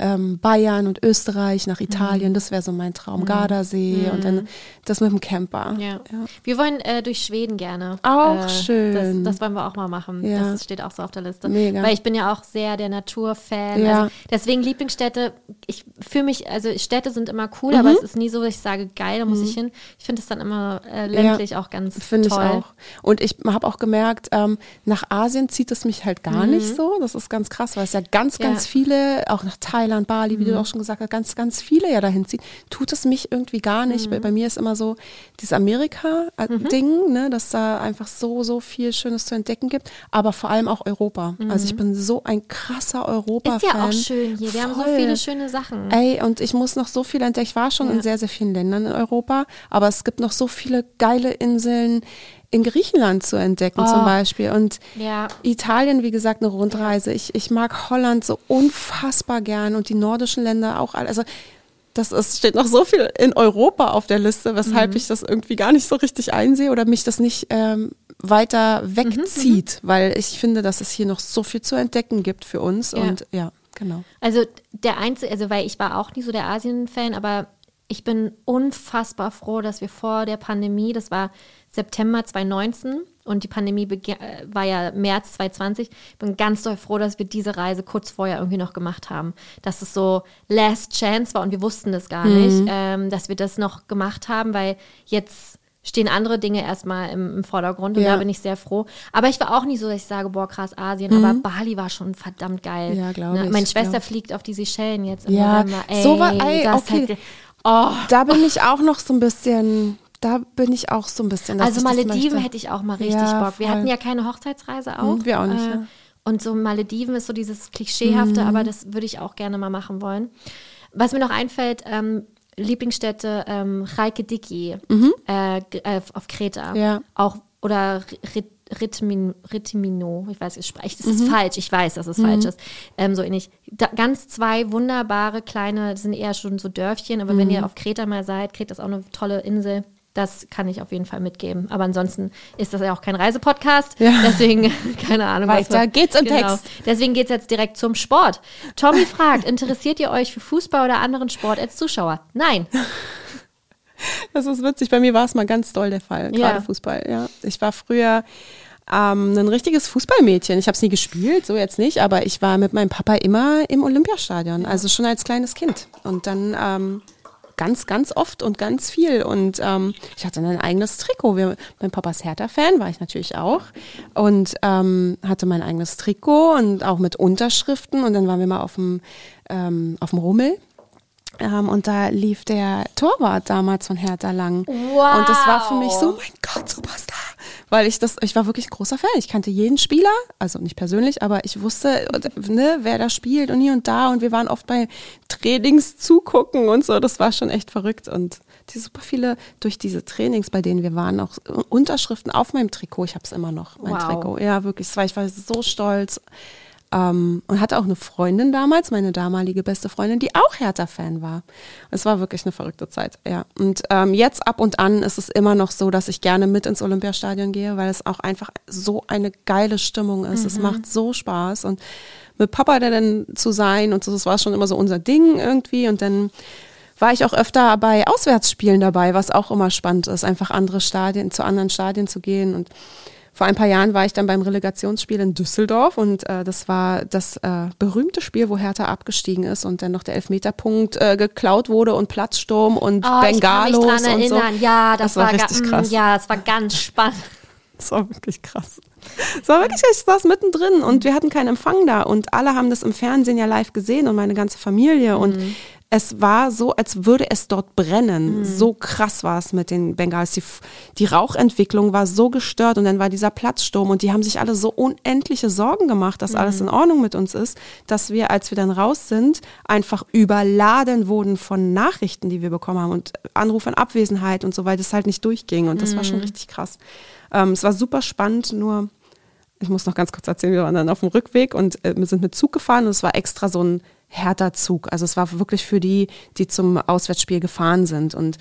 Bayern und Österreich nach Italien, das wäre so mein Traum. Gardasee und dann das mit dem Camper. Ja. Wir wollen durch Schweden gerne. Auch schön. Das wollen wir auch mal machen. Ja. Das steht auch so auf der Liste. Mega. Weil ich bin ja auch sehr der Naturfan. Ja. Also deswegen Lieblingsstädte, ich fühle mich, also Städte sind immer cool, aber es ist nie so, dass ich sage, geil, da muss ich hin. Ich finde es dann immer ländlich auch ganz toll. Finde ich auch. Und ich habe auch gemerkt, nach Asien zieht es mich halt gar nicht so. Das ist ganz krass, weil es ja ganz viele, auch nach Thailand, Bali, wie du auch schon gesagt hast, ganz, ganz viele ja dahin ziehen. Tut es mich irgendwie gar nicht. Bei mir ist immer so dieses Amerika-Ding, ne, dass da einfach so viel Schönes zu entdecken gibt, aber vor allem auch Europa. Also ich bin so ein krasser Europa-Fan. Ist ja auch schön hier. Wir haben so viele schöne Sachen. Ey, und ich muss noch so viel entdecken. Ich war schon in sehr, sehr vielen Ländern in Europa, aber es gibt noch so viele geile Inseln in Griechenland zu entdecken zum Beispiel. Und Italien, wie gesagt, eine Rundreise. Ich mag Holland so unfassbar gern und die nordischen Länder auch. Also steht noch so viel in Europa auf der Liste, weshalb ich das irgendwie gar nicht so richtig einsehe oder mich das nicht weiter wegzieht, weil ich finde, dass es hier noch so viel zu entdecken gibt für uns und genau. Also weil ich war auch nie so der Asien-Fan, aber ich bin unfassbar froh, dass wir vor der Pandemie, das war September 2019 und die Pandemie war ja März 2020, ich bin ganz doll froh, dass wir diese Reise kurz vorher irgendwie noch gemacht haben. Dass es so Last Chance war und wir wussten das gar nicht, dass wir das noch gemacht haben, weil jetzt stehen andere Dinge erstmal im Vordergrund und da bin ich sehr froh. Aber ich war auch nicht so, dass ich sage, boah, krass, Asien, aber Bali war schon verdammt geil. Ja, glaube ich. Meine Schwester fliegt auf die Seychellen jetzt im November. Da bin ich auch noch so ein bisschen... Also Malediven hätte ich auch mal richtig Bock. Wir hatten ja keine Hochzeitsreise auch. Wir auch nicht, Und so Malediven ist so dieses Klischeehafte, aber das würde ich auch gerne mal machen wollen. Was mir noch einfällt, Lieblingsstätte Reykjavik auf Kreta. Ja. Auch, oder Ritmino, ich weiß, das ist falsch, ich weiß, dass es falsch ist. So ähnlich. Ganz 2 wunderbare kleine, das sind eher schon so Dörfchen, aber wenn ihr auf Kreta mal seid, Kreta ist auch eine tolle Insel. Das kann ich auf jeden Fall mitgeben. Aber ansonsten ist das ja auch kein Reisepodcast. Ja. Deswegen, keine Ahnung. Weiter geht's im Text. Deswegen geht's jetzt direkt zum Sport. Tommy fragt, interessiert ihr euch für Fußball oder anderen Sport als Zuschauer? Nein. Das ist witzig. Bei mir war es mal ganz doll der Fall. Gerade Fußball, ja. Ich war früher ein richtiges Fußballmädchen. Ich habe es nie gespielt, so jetzt nicht, aber ich war mit meinem Papa immer im Olympiastadion, also schon als kleines Kind. Und dann ganz, ganz oft und ganz viel. Und ich hatte ein eigenes Trikot. Mein Papa ist Hertha-Fan, war ich natürlich auch. Und hatte mein eigenes Trikot und auch mit Unterschriften. Und dann waren wir mal auf dem Rummel. Und da lief der Torwart damals von Hertha lang. Wow. Und das war für mich so, mein Gott, Superstar. Weil ich war wirklich ein großer Fan. Ich kannte jeden Spieler, also nicht persönlich, aber ich wusste, ne, wer da spielt und hier und da. Und wir waren oft bei Trainings zugucken und so. Das war schon echt verrückt. Und super viele durch diese Trainings, bei denen wir waren, auch Unterschriften auf meinem Trikot. Ich habe es immer noch, mein Trikot. Ja, wirklich. Ich war so stolz. Und hatte auch eine Freundin damals, meine damalige beste Freundin, die auch Hertha-Fan war. Es war wirklich eine verrückte Zeit, ja. Und jetzt ab und an ist es immer noch so, dass ich gerne mit ins Olympiastadion gehe, weil es auch einfach so eine geile Stimmung ist. Es macht so Spaß. Und mit Papa dann zu sein und so, das war schon immer so unser Ding irgendwie. Und dann war ich auch öfter bei Auswärtsspielen dabei, was auch immer spannend ist, einfach zu anderen Stadien zu gehen. Und vor ein paar Jahren war ich dann beim Relegationsspiel in Düsseldorf und das war das berühmte Spiel, wo Hertha abgestiegen ist und dann noch der Elfmeterpunkt geklaut wurde und Platzsturm und Bengalos ich kann mich dran erinnern. So. Ja, das war richtig krass. Ja, es war ganz spannend. Das war wirklich krass. Es war wirklich, ich saß mittendrin und wir hatten keinen Empfang da und alle haben das im Fernsehen ja live gesehen und meine ganze Familie und es war so, als würde es dort brennen. So krass war es mit den Bengals. Die Rauchentwicklung war so gestört und dann war dieser Platzsturm und die haben sich alle so unendliche Sorgen gemacht, dass alles in Ordnung mit uns ist, dass wir, als wir dann raus sind, einfach überladen wurden von Nachrichten, die wir bekommen haben und Anrufe in Abwesenheit und so, weil das halt nicht durchging und das war schon richtig krass. Es war super spannend, nur ich muss noch ganz kurz erzählen, wir waren dann auf dem Rückweg und wir sind mit Zug gefahren und es war extra so ein Hertha-Zug. Also es war wirklich für die zum Auswärtsspiel gefahren sind. Und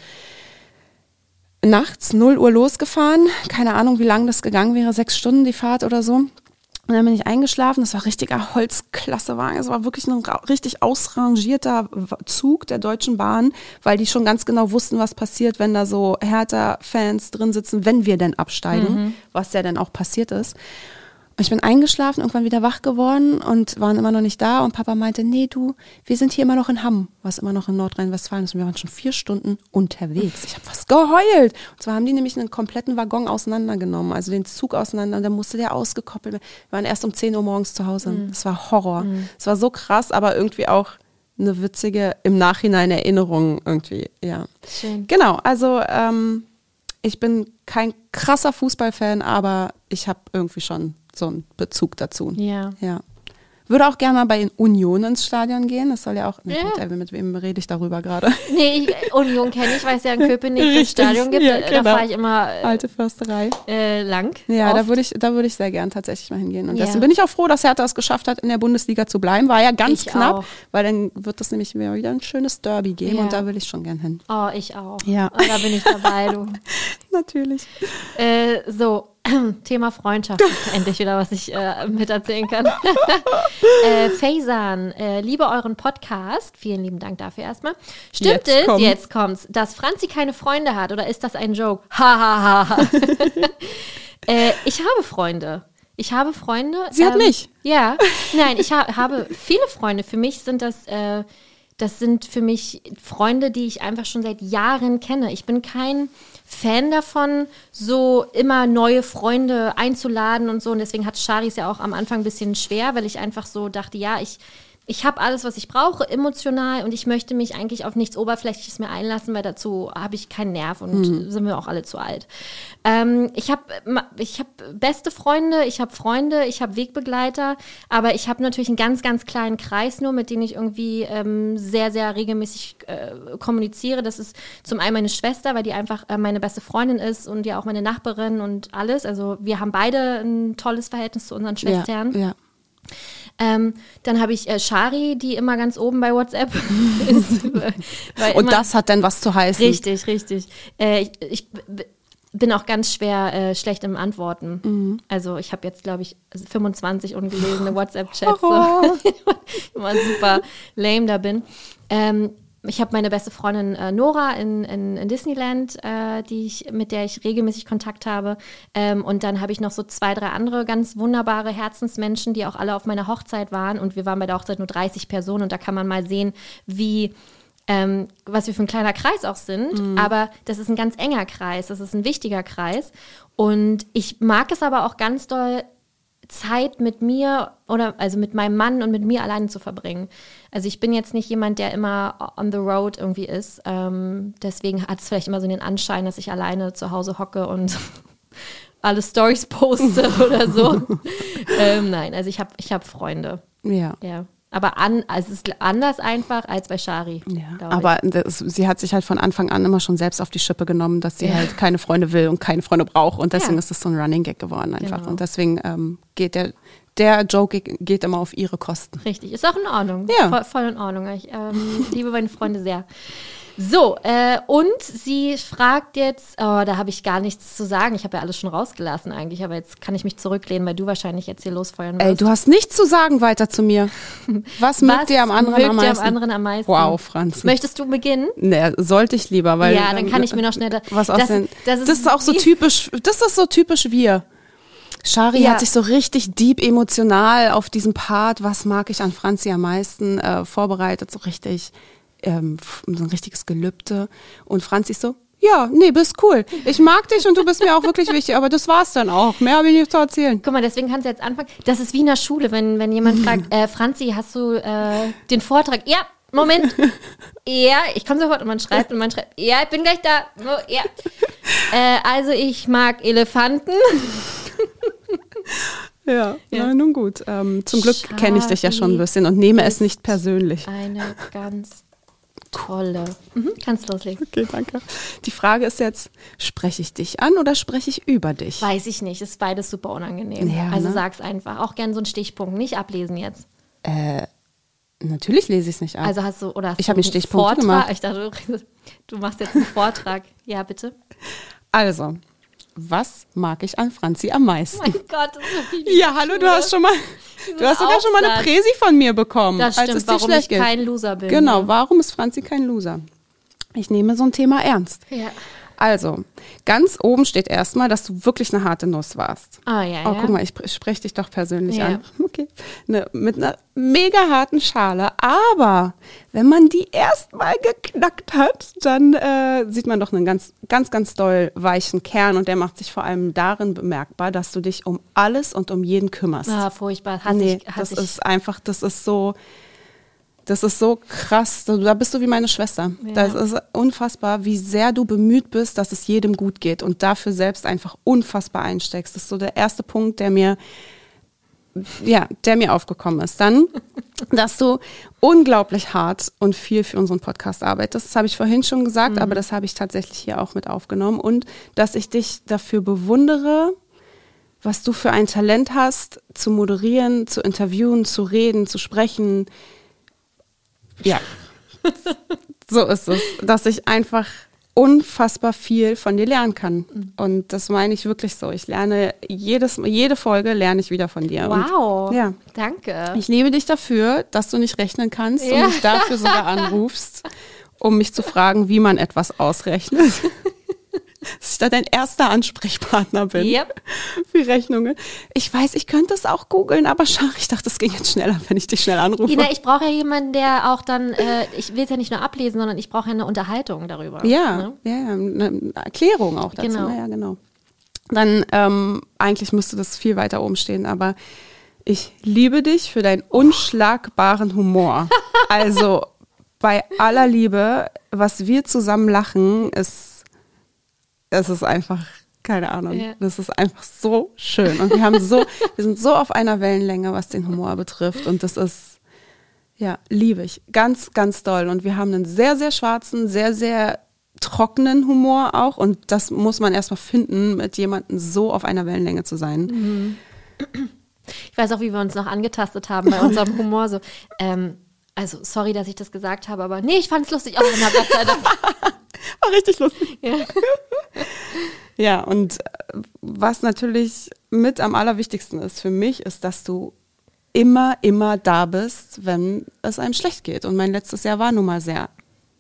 nachts 0 Uhr losgefahren, keine Ahnung, wie lang das gegangen wäre, 6 Stunden die Fahrt oder so. Und dann bin ich eingeschlafen, das war richtiger Holzklassewagen, es war wirklich ein richtig ausrangierter Zug der Deutschen Bahn, weil die schon ganz genau wussten, was passiert, wenn da so Hertha-Fans drin sitzen, wenn wir denn absteigen, was ja dann auch passiert ist. Ich bin eingeschlafen, irgendwann wieder wach geworden und waren immer noch nicht da. Und Papa meinte, nee, wir sind hier immer noch in Hamm, was immer noch in Nordrhein-Westfalen ist. Und wir waren schon 4 Stunden unterwegs. Ich habe fast geheult. Und zwar haben die nämlich einen kompletten Waggon auseinandergenommen, also den Zug auseinander. Und dann musste der ausgekoppelt werden. Wir waren erst um 10 Uhr morgens zu Hause. Das war Horror. Es war so krass, aber irgendwie auch eine witzige, im Nachhinein Erinnerung irgendwie, ja. Schön. Genau, also ich bin kein krasser Fußballfan, aber ich habe irgendwie schon so einen Bezug dazu. Ja. Würde auch gerne mal bei Union ins Stadion gehen. Das soll ja auch, mit wem rede ich darüber gerade? Nee, Union kenne ich, weil es ja in Köpenick ein Stadion gibt. Ja, da fahre ich immer Alte Försterei. lang. Ja, da würde ich sehr gern tatsächlich mal hingehen. Und deswegen bin ich auch froh, dass Hertha es geschafft hat, in der Bundesliga zu bleiben. War ja ganz knapp, auch. Weil dann wird es nämlich wieder ein schönes Derby geben und da will ich schon gern hin. Oh, ich auch. Ja. Da bin ich dabei, du. Natürlich. So, Thema Freundschaft. Endlich wieder, was ich miterzählen kann. Faison, liebe euren Podcast. Vielen lieben Dank dafür erstmal. Stimmt jetzt kommt's, dass Franzi keine Freunde hat oder ist das ein Joke? Ha. Ich habe Freunde. Sie hat mich. Ja, nein, ich habe viele Freunde. Für mich sind das sind für mich Freunde, die ich einfach schon seit Jahren kenne. Ich bin kein Fan davon, so immer neue Freunde einzuladen und so. Und deswegen hat Charis ja auch am Anfang ein bisschen schwer, weil ich einfach so dachte, ja, ich habe alles, was ich brauche, emotional, und ich möchte mich eigentlich auf nichts Oberflächliches mehr einlassen, weil dazu habe ich keinen Nerv und sind wir auch alle zu alt. Ich habe beste Freunde, ich habe Freunde, ich habe Wegbegleiter, aber ich habe natürlich einen ganz, ganz kleinen Kreis nur, mit dem ich irgendwie sehr, sehr regelmäßig kommuniziere. Das ist zum einen meine Schwester, weil die einfach meine beste Freundin ist und ja auch meine Nachbarin und alles. Also wir haben beide ein tolles Verhältnis zu unseren Schwestern. Ja. Dann habe ich Shari, die immer ganz oben bei WhatsApp ist. Und das hat dann was zu heißen. Richtig. Ich bin auch ganz schlecht im Antworten. Also ich habe jetzt, glaube ich, 25 ungelesene WhatsApp-Chats. So. Immer super lame da bin. Ich habe meine beste Freundin Nora in Disneyland, mit der ich regelmäßig Kontakt habe. Und dann habe ich noch so 2, 3 andere ganz wunderbare Herzensmenschen, die auch alle auf meiner Hochzeit waren. Und wir waren bei der Hochzeit nur 30 Personen. Und da kann man mal sehen, was wir für ein kleiner Kreis auch sind. Aber das ist ein ganz enger Kreis, das ist ein wichtiger Kreis. Und ich mag es aber auch ganz doll, Zeit mit mir also mit meinem Mann und mit mir alleine zu verbringen. Also ich bin jetzt nicht jemand, der immer on the road irgendwie ist. Deswegen hat es vielleicht immer so den Anschein, dass ich alleine zu Hause hocke und alle Storys poste oder so. Nein, also ich hab Freunde. Ja. Aber es ist anders einfach als bei Shari. Ja, aber sie hat sich halt von Anfang an immer schon selbst auf die Schippe genommen, dass sie halt keine Freunde will und keine Freunde braucht. Und deswegen ist das so ein Running Gag geworden einfach. Genau. Und deswegen geht der Joke geht immer auf ihre Kosten. Richtig, ist auch in Ordnung. Ja. Voll in Ordnung. Ich liebe meine Freunde sehr. So, und sie fragt jetzt, da habe ich gar nichts zu sagen. Ich habe ja alles schon rausgelassen eigentlich, aber jetzt kann ich mich zurücklehnen, weil du wahrscheinlich jetzt hier losfeuern wirst. Du hast nichts zu sagen weiter zu mir. Was mögt dir am anderen am meisten? Wow, Franzi. Möchtest du beginnen? Nee, sollte ich lieber, weil ja, dann kann ich mir noch schnell das ist auch so typisch. Das ist so typisch wir. Shari hat sich so richtig deep emotional auf diesen Part, was mag ich an Franzi am meisten, vorbereitet, so richtig so ein richtiges Gelübde. Und Franzi ist so, ja, nee, bist cool. Ich mag dich und du bist mir auch wirklich wichtig, aber das war's dann auch. Mehr habe ich nicht zu erzählen. Guck mal, deswegen kannst du jetzt anfangen. Das ist wie in der Schule, wenn jemand fragt, Franzi, hast du den Vortrag? Ja, Moment. Ja, ich komme sofort und man schreibt, ja, ich bin gleich da. Oh, ja. Also ich mag Elefanten. Ja, na, nun gut. Zum Glück kenne ich dich ja schon ein bisschen und nehme es nicht persönlich. Eine ganz tolle. Kannst loslegen. Okay, danke. Die Frage ist jetzt, spreche ich dich an oder spreche ich über dich? Weiß ich nicht, ist beides super unangenehm. Ja, also sag's einfach. Auch gern so einen Stichpunkt, nicht ablesen jetzt. Natürlich lese ich es nicht ab. Also hast du ich habe einen Stichpunkt gemacht. Ich dachte, du machst jetzt einen Vortrag. Ja, bitte. Also, was mag ich an Franzi am meisten? Oh mein Gott, das ist wirklich ja, hallo, du hast sogar schon mal eine Präsi von mir bekommen. Das stimmt, als es dir warum schlecht ich geht. kein Loser bin. Genau, warum ist Franzi kein Loser? Ich nehme so ein Thema ernst. Ja. Also, ganz oben steht erstmal, dass du wirklich eine harte Nuss warst. Ah, ja. Oh, guck mal, ich spreche dich doch persönlich an. Okay. Mit einer mega harten Schale. Aber wenn man die erstmal geknackt hat, dann sieht man doch einen ganz, ganz, ganz doll weichen Kern. Und der macht sich vor allem darin bemerkbar, dass du dich um alles und um jeden kümmerst. Ah, furchtbar. Das ist so krass. Da bist du wie meine Schwester. Ja. Das ist unfassbar, wie sehr du bemüht bist, dass es jedem gut geht und dafür selbst einfach unfassbar einsteckst. Das ist so der erste Punkt, der mir aufgekommen ist. Dann, dass du unglaublich hart und viel für unseren Podcast arbeitest. Das habe ich vorhin schon gesagt, aber das habe ich tatsächlich hier auch mit aufgenommen. Und dass ich dich dafür bewundere, was du für ein Talent hast, zu moderieren, zu interviewen, zu reden, zu sprechen. Ja, so ist es, dass ich einfach unfassbar viel von dir lernen kann. Und das meine ich wirklich so. Ich lerne jede Folge lerne ich wieder von dir. Wow, und, danke. Ich liebe dich dafür, dass du nicht rechnen kannst und mich dafür sogar anrufst, um mich zu fragen, wie man etwas ausrechnet. Dass ich da dein erster Ansprechpartner bin für Rechnungen. Ich weiß, ich könnte es auch googeln, aber ich dachte, es ging jetzt schneller, wenn ich dich schnell anrufe. Ina, ich brauche ja jemanden, der auch dann, ich will es ja nicht nur ablesen, sondern ich brauche ja eine Unterhaltung darüber. Ja, eine Erklärung auch dazu. Genau. Ja, genau. Dann, eigentlich müsste das viel weiter oben stehen, aber ich liebe dich für deinen unschlagbaren Humor. Also bei aller Liebe, was wir zusammen lachen, es ist einfach, keine Ahnung, das ist einfach so schön. Und wir sind so auf einer Wellenlänge, was den Humor betrifft. Und das ist, liebe ich. Ganz, ganz doll. Und wir haben einen sehr, sehr schwarzen, sehr, sehr trockenen Humor auch. Und das muss man erstmal finden, mit jemandem so auf einer Wellenlänge zu sein. Mhm. Ich weiß auch, wie wir uns noch angetastet haben bei unserem Humor. So, also, sorry, dass ich das gesagt habe, aber nee, ich fand es lustig. Auch in der Webseite. War richtig lustig. Ja, und was natürlich mit am allerwichtigsten ist für mich, ist, dass du immer da bist, wenn es einem schlecht geht. Und mein letztes Jahr war nun mal sehr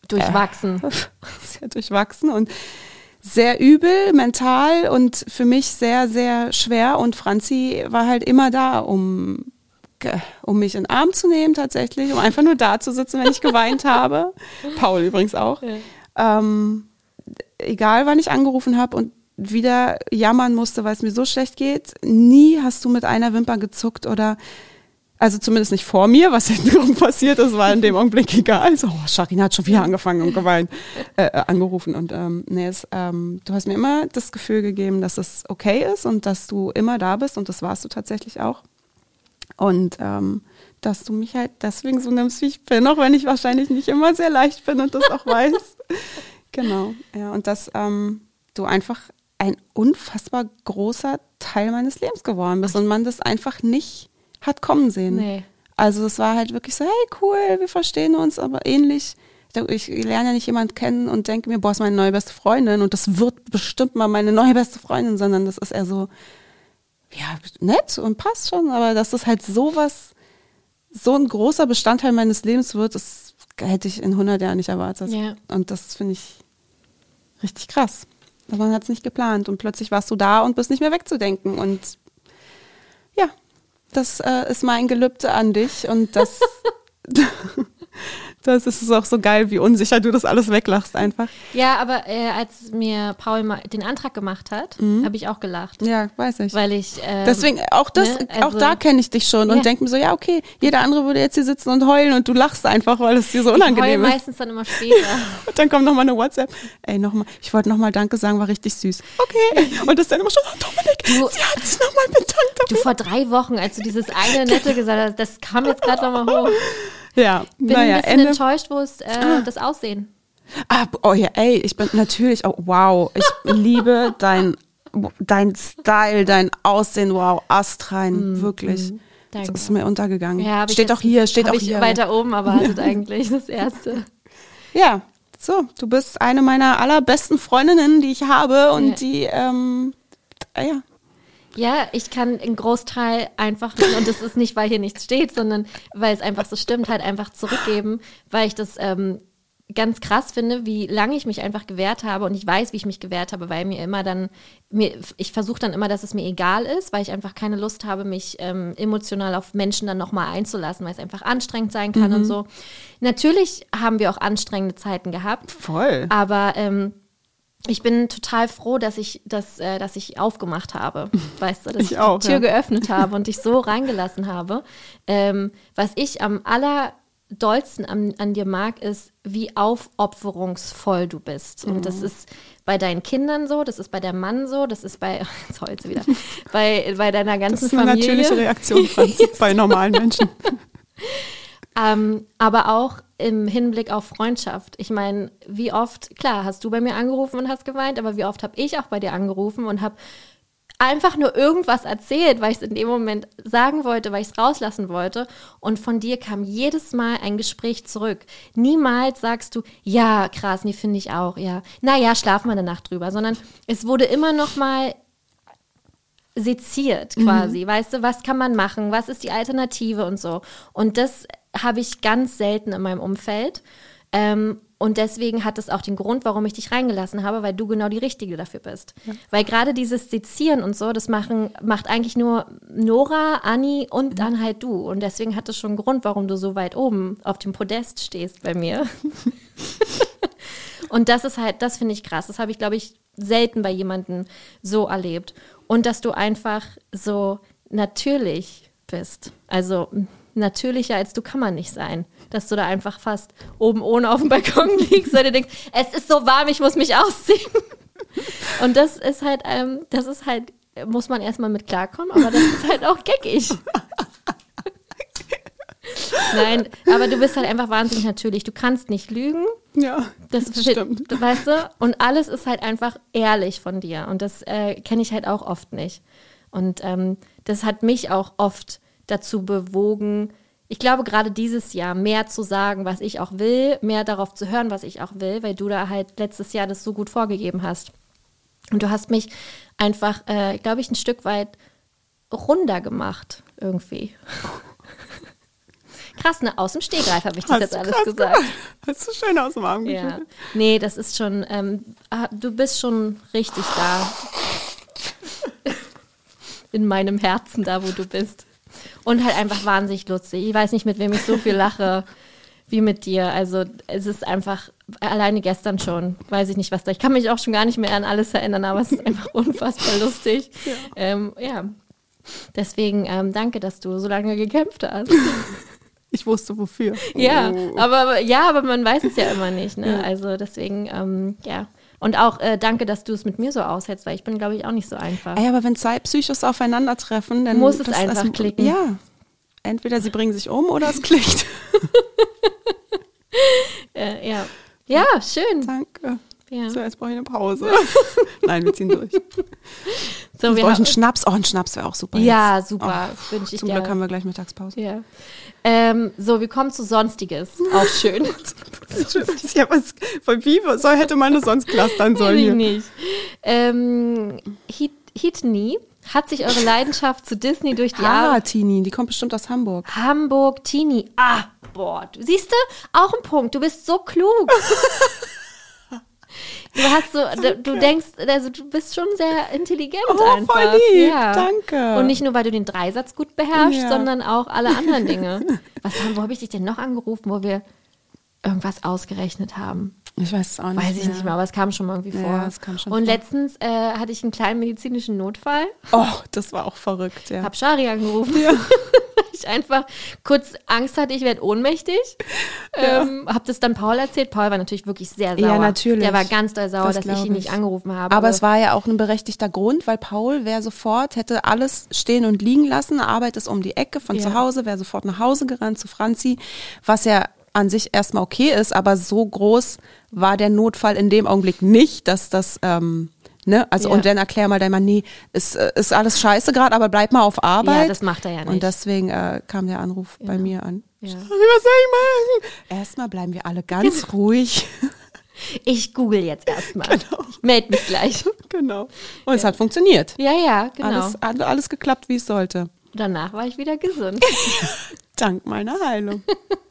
Durchwachsen. Sehr durchwachsen und sehr übel, mental und für mich sehr, sehr schwer. Und Franzi war halt immer da, um mich in den Arm zu nehmen tatsächlich, um einfach nur da zu sitzen, wenn ich geweint habe. Paul übrigens auch. Ja. Egal, wann ich angerufen habe und wieder jammern musste, weil es mir so schlecht geht. Nie hast du mit einer Wimper gezuckt oder, also zumindest nicht vor mir, was hintenrum passiert ist, war in dem Augenblick egal. So, Sharina hat schon wieder angefangen und geweint, angerufen. Und du hast mir immer das Gefühl gegeben, dass es okay ist und dass du immer da bist und das warst du tatsächlich auch. Und dass du mich halt deswegen so nimmst, wie ich bin, auch wenn ich wahrscheinlich nicht immer sehr leicht bin und das auch weiß. Genau, ja, und dass du einfach ein unfassbar großer Teil meines Lebens geworden bist und man das einfach nicht hat kommen sehen. Nee. Also es war halt wirklich so, hey, cool, wir verstehen uns, aber ähnlich. Ich lerne ja nicht jemanden kennen und denke mir, boah, ist meine neue beste Freundin und das wird bestimmt mal meine neue beste Freundin, sondern das ist eher so, ja, nett und passt schon, aber dass das halt so ein großer Bestandteil meines Lebens wird, das hätte ich in 100 Jahren nicht erwartet. Ja. Und das finde ich richtig krass. Man hat es nicht geplant und plötzlich warst du da und bist nicht mehr wegzudenken und ja, das ist mein Gelübde an dich und das ist auch so geil, wie unsicher du das alles weglachst einfach. Ja, aber als mir Paul mal den Antrag gemacht hat, habe ich auch gelacht. Ja, weiß ich. Weil ich deswegen, auch da kenne ich dich schon und denke mir so, ja okay, jeder andere würde jetzt hier sitzen und heulen und du lachst einfach, weil es dir so unangenehm ist. Ich heule meistens dann immer später. Und dann kommt nochmal eine WhatsApp. Ey, ich wollte nochmal Danke sagen, war richtig süß. Okay. Und das dann immer schon, Dominik, sie hat sich nochmal bedankt. Du vor 3 Wochen, als du dieses eine Nette gesagt hast, das kam jetzt gerade nochmal hoch. Ja, bin ein bisschen enttäuscht, wo ist das Aussehen? Oh ja, ey, ich bin natürlich, wow, ich liebe dein Style, dein Aussehen, wow, astrein, wirklich. Danke. Das ist mir untergegangen. Ja, steht auch hier. Weiter oben erwartet eigentlich, das Erste. Ja, so, du bist eine meiner allerbesten Freundinnen, die ich habe und die, ja. Ja, ich kann einen Großteil einfach, und das ist nicht, weil hier nichts steht, sondern weil es einfach so stimmt, halt einfach zurückgeben, weil ich das ganz krass finde, wie lange ich mich einfach gewehrt habe und ich weiß, wie ich mich gewehrt habe, weil ich versuche dann immer, dass es mir egal ist, weil ich einfach keine Lust habe, mich emotional auf Menschen dann nochmal einzulassen, weil es einfach anstrengend sein kann und so. Natürlich haben wir auch anstrengende Zeiten gehabt. Voll. Aber ich bin total froh, dass ich aufgemacht habe, weißt du, dass ich die Tür geöffnet habe und dich so reingelassen habe. Was ich am allerdollsten an dir mag, ist, wie aufopferungsvoll du bist. Und das ist bei deinen Kindern so, das ist bei deinem Mann so, das ist bei, jetzt heult sie wieder, bei deiner ganzen Familie. Das ist eine natürliche Reaktion, Franz, bei normalen Menschen. Aber auch im Hinblick auf Freundschaft. Ich meine, wie oft, klar, hast du bei mir angerufen und hast geweint, aber wie oft habe ich auch bei dir angerufen und habe einfach nur irgendwas erzählt, weil ich es in dem Moment sagen wollte, weil ich es rauslassen wollte. Und von dir kam jedes Mal ein Gespräch zurück. Niemals sagst du, ja, krass, nee, finde ich auch, ja. Naja, schlaf mal eine Nacht drüber. Sondern es wurde immer noch mal seziert quasi. Weißt du, was kann man machen? Was ist die Alternative und so? Und das habe ich ganz selten in meinem Umfeld. Und deswegen hat es auch den Grund, warum ich dich reingelassen habe, weil du genau die Richtige dafür bist. Ja. Weil gerade dieses Sezieren und so, das macht eigentlich nur Nora, Anni und dann halt du. Und deswegen hat es schon einen Grund, warum du so weit oben auf dem Podest stehst bei mir. Und das finde ich krass. Das habe ich, glaube ich, selten bei jemandem so erlebt. Und dass du einfach so natürlich bist. Also natürlicher als du kann man nicht sein. Dass du da einfach fast oben ohne auf dem Balkon liegst und dir denkst, es ist so warm, ich muss mich ausziehen. Und das ist halt, muss man erstmal mit klarkommen, aber das ist halt auch geckig. Nein, aber du bist halt einfach wahnsinnig natürlich. Du kannst nicht lügen. Ja, das stimmt. Weißt du? Und alles ist halt einfach ehrlich von dir. Und das kenne ich halt auch oft nicht. Und das hat mich auch oft dazu bewogen, ich glaube, gerade dieses Jahr mehr zu sagen, was ich auch will, mehr darauf zu hören, was ich auch will, weil du da halt letztes Jahr das so gut vorgegeben hast. Und du hast mich einfach, glaube ich, ein Stück weit runder gemacht, irgendwie. Krass, ne? Aus dem Stegreif habe ich das jetzt alles gesagt. Das ist so schön aus dem Arm geschüttelt. Ja. Nee, das ist schon, du bist schon richtig da. In meinem Herzen, da wo du bist. Und halt einfach wahnsinnig lustig. Ich weiß nicht, mit wem ich so viel lache wie mit dir. Also es ist einfach, alleine gestern schon, weiß ich nicht, was da. Ich kann mich auch schon gar nicht mehr an alles erinnern, aber es ist einfach unfassbar lustig. Ja. Deswegen danke, dass du so lange gekämpft hast. Ich wusste wofür. Ja, aber man weiß es ja immer nicht. Ne? Ja. Also deswegen, ja. Und auch danke, dass du es mit mir so aushältst, weil ich bin, glaube ich, auch nicht so einfach. Ey, aber wenn zwei Psychos aufeinandertreffen, dann muss es einfach klicken. Ja, entweder sie bringen sich um oder es klickt. Ja. Ja, schön. Danke. Ja. So, jetzt brauche ich eine Pause. Nein, wir ziehen durch. So, wir brauchen einen Schnaps. Oh, ein Schnaps wäre auch super. Ja, jetzt. super. Zum Glück haben wir gleich Mittagspause. Ja. So, wir kommen zu Sonstiges. Auch schön. Ja, hätte man das sonst clustern sollen? Nicht. Hitni, hat sich eure Leidenschaft zu Disney durch die Jahre... Tini, die kommt bestimmt aus Hamburg. Hamburg, Tini. Siehst du? Auch ein Punkt. Du bist so klug. Du denkst, also du bist schon sehr intelligent einfach. Voll lieb, ja. Danke. Und nicht nur, weil du den Dreisatz gut beherrschst, sondern auch alle anderen Dinge. Wo habe ich dich denn noch angerufen, wo wir irgendwas ausgerechnet haben? Ich weiß es auch nicht. Weiß ich nicht mehr, aber es kam schon mal irgendwie vor. Ja, es kam schon und vor. Letztens hatte ich einen kleinen medizinischen Notfall. Oh, das war auch verrückt, ja. Hab Shari angerufen. Ja. Ich einfach kurz Angst hatte, ich werde ohnmächtig. Hab das dann Paul erzählt. Paul war natürlich wirklich sehr sauer. Ja, natürlich. Der war ganz doll sauer, dass ich ihn nicht angerufen habe. Aber es war ja auch ein berechtigter Grund, weil Paul hätte alles stehen und liegen lassen. Arbeit ist um die Ecke von zu Hause, wäre sofort nach Hause gerannt zu Franzi, was ja an sich erstmal okay ist, aber so groß war der Notfall in dem Augenblick nicht, dass das, und dann erklär mal dein Mann, nee, ist alles scheiße gerade, aber bleib mal auf Arbeit. Ja, das macht er ja nicht. Und deswegen kam der Anruf bei mir an. Ja. Was soll ich machen? Erstmal bleiben wir alle ganz ruhig. Ich google jetzt erstmal. Genau. Ich melde mich gleich. Genau. Und es hat funktioniert. Ja, genau. Alles geklappt, wie es sollte. Danach war ich wieder gesund. Dank meiner Heilung.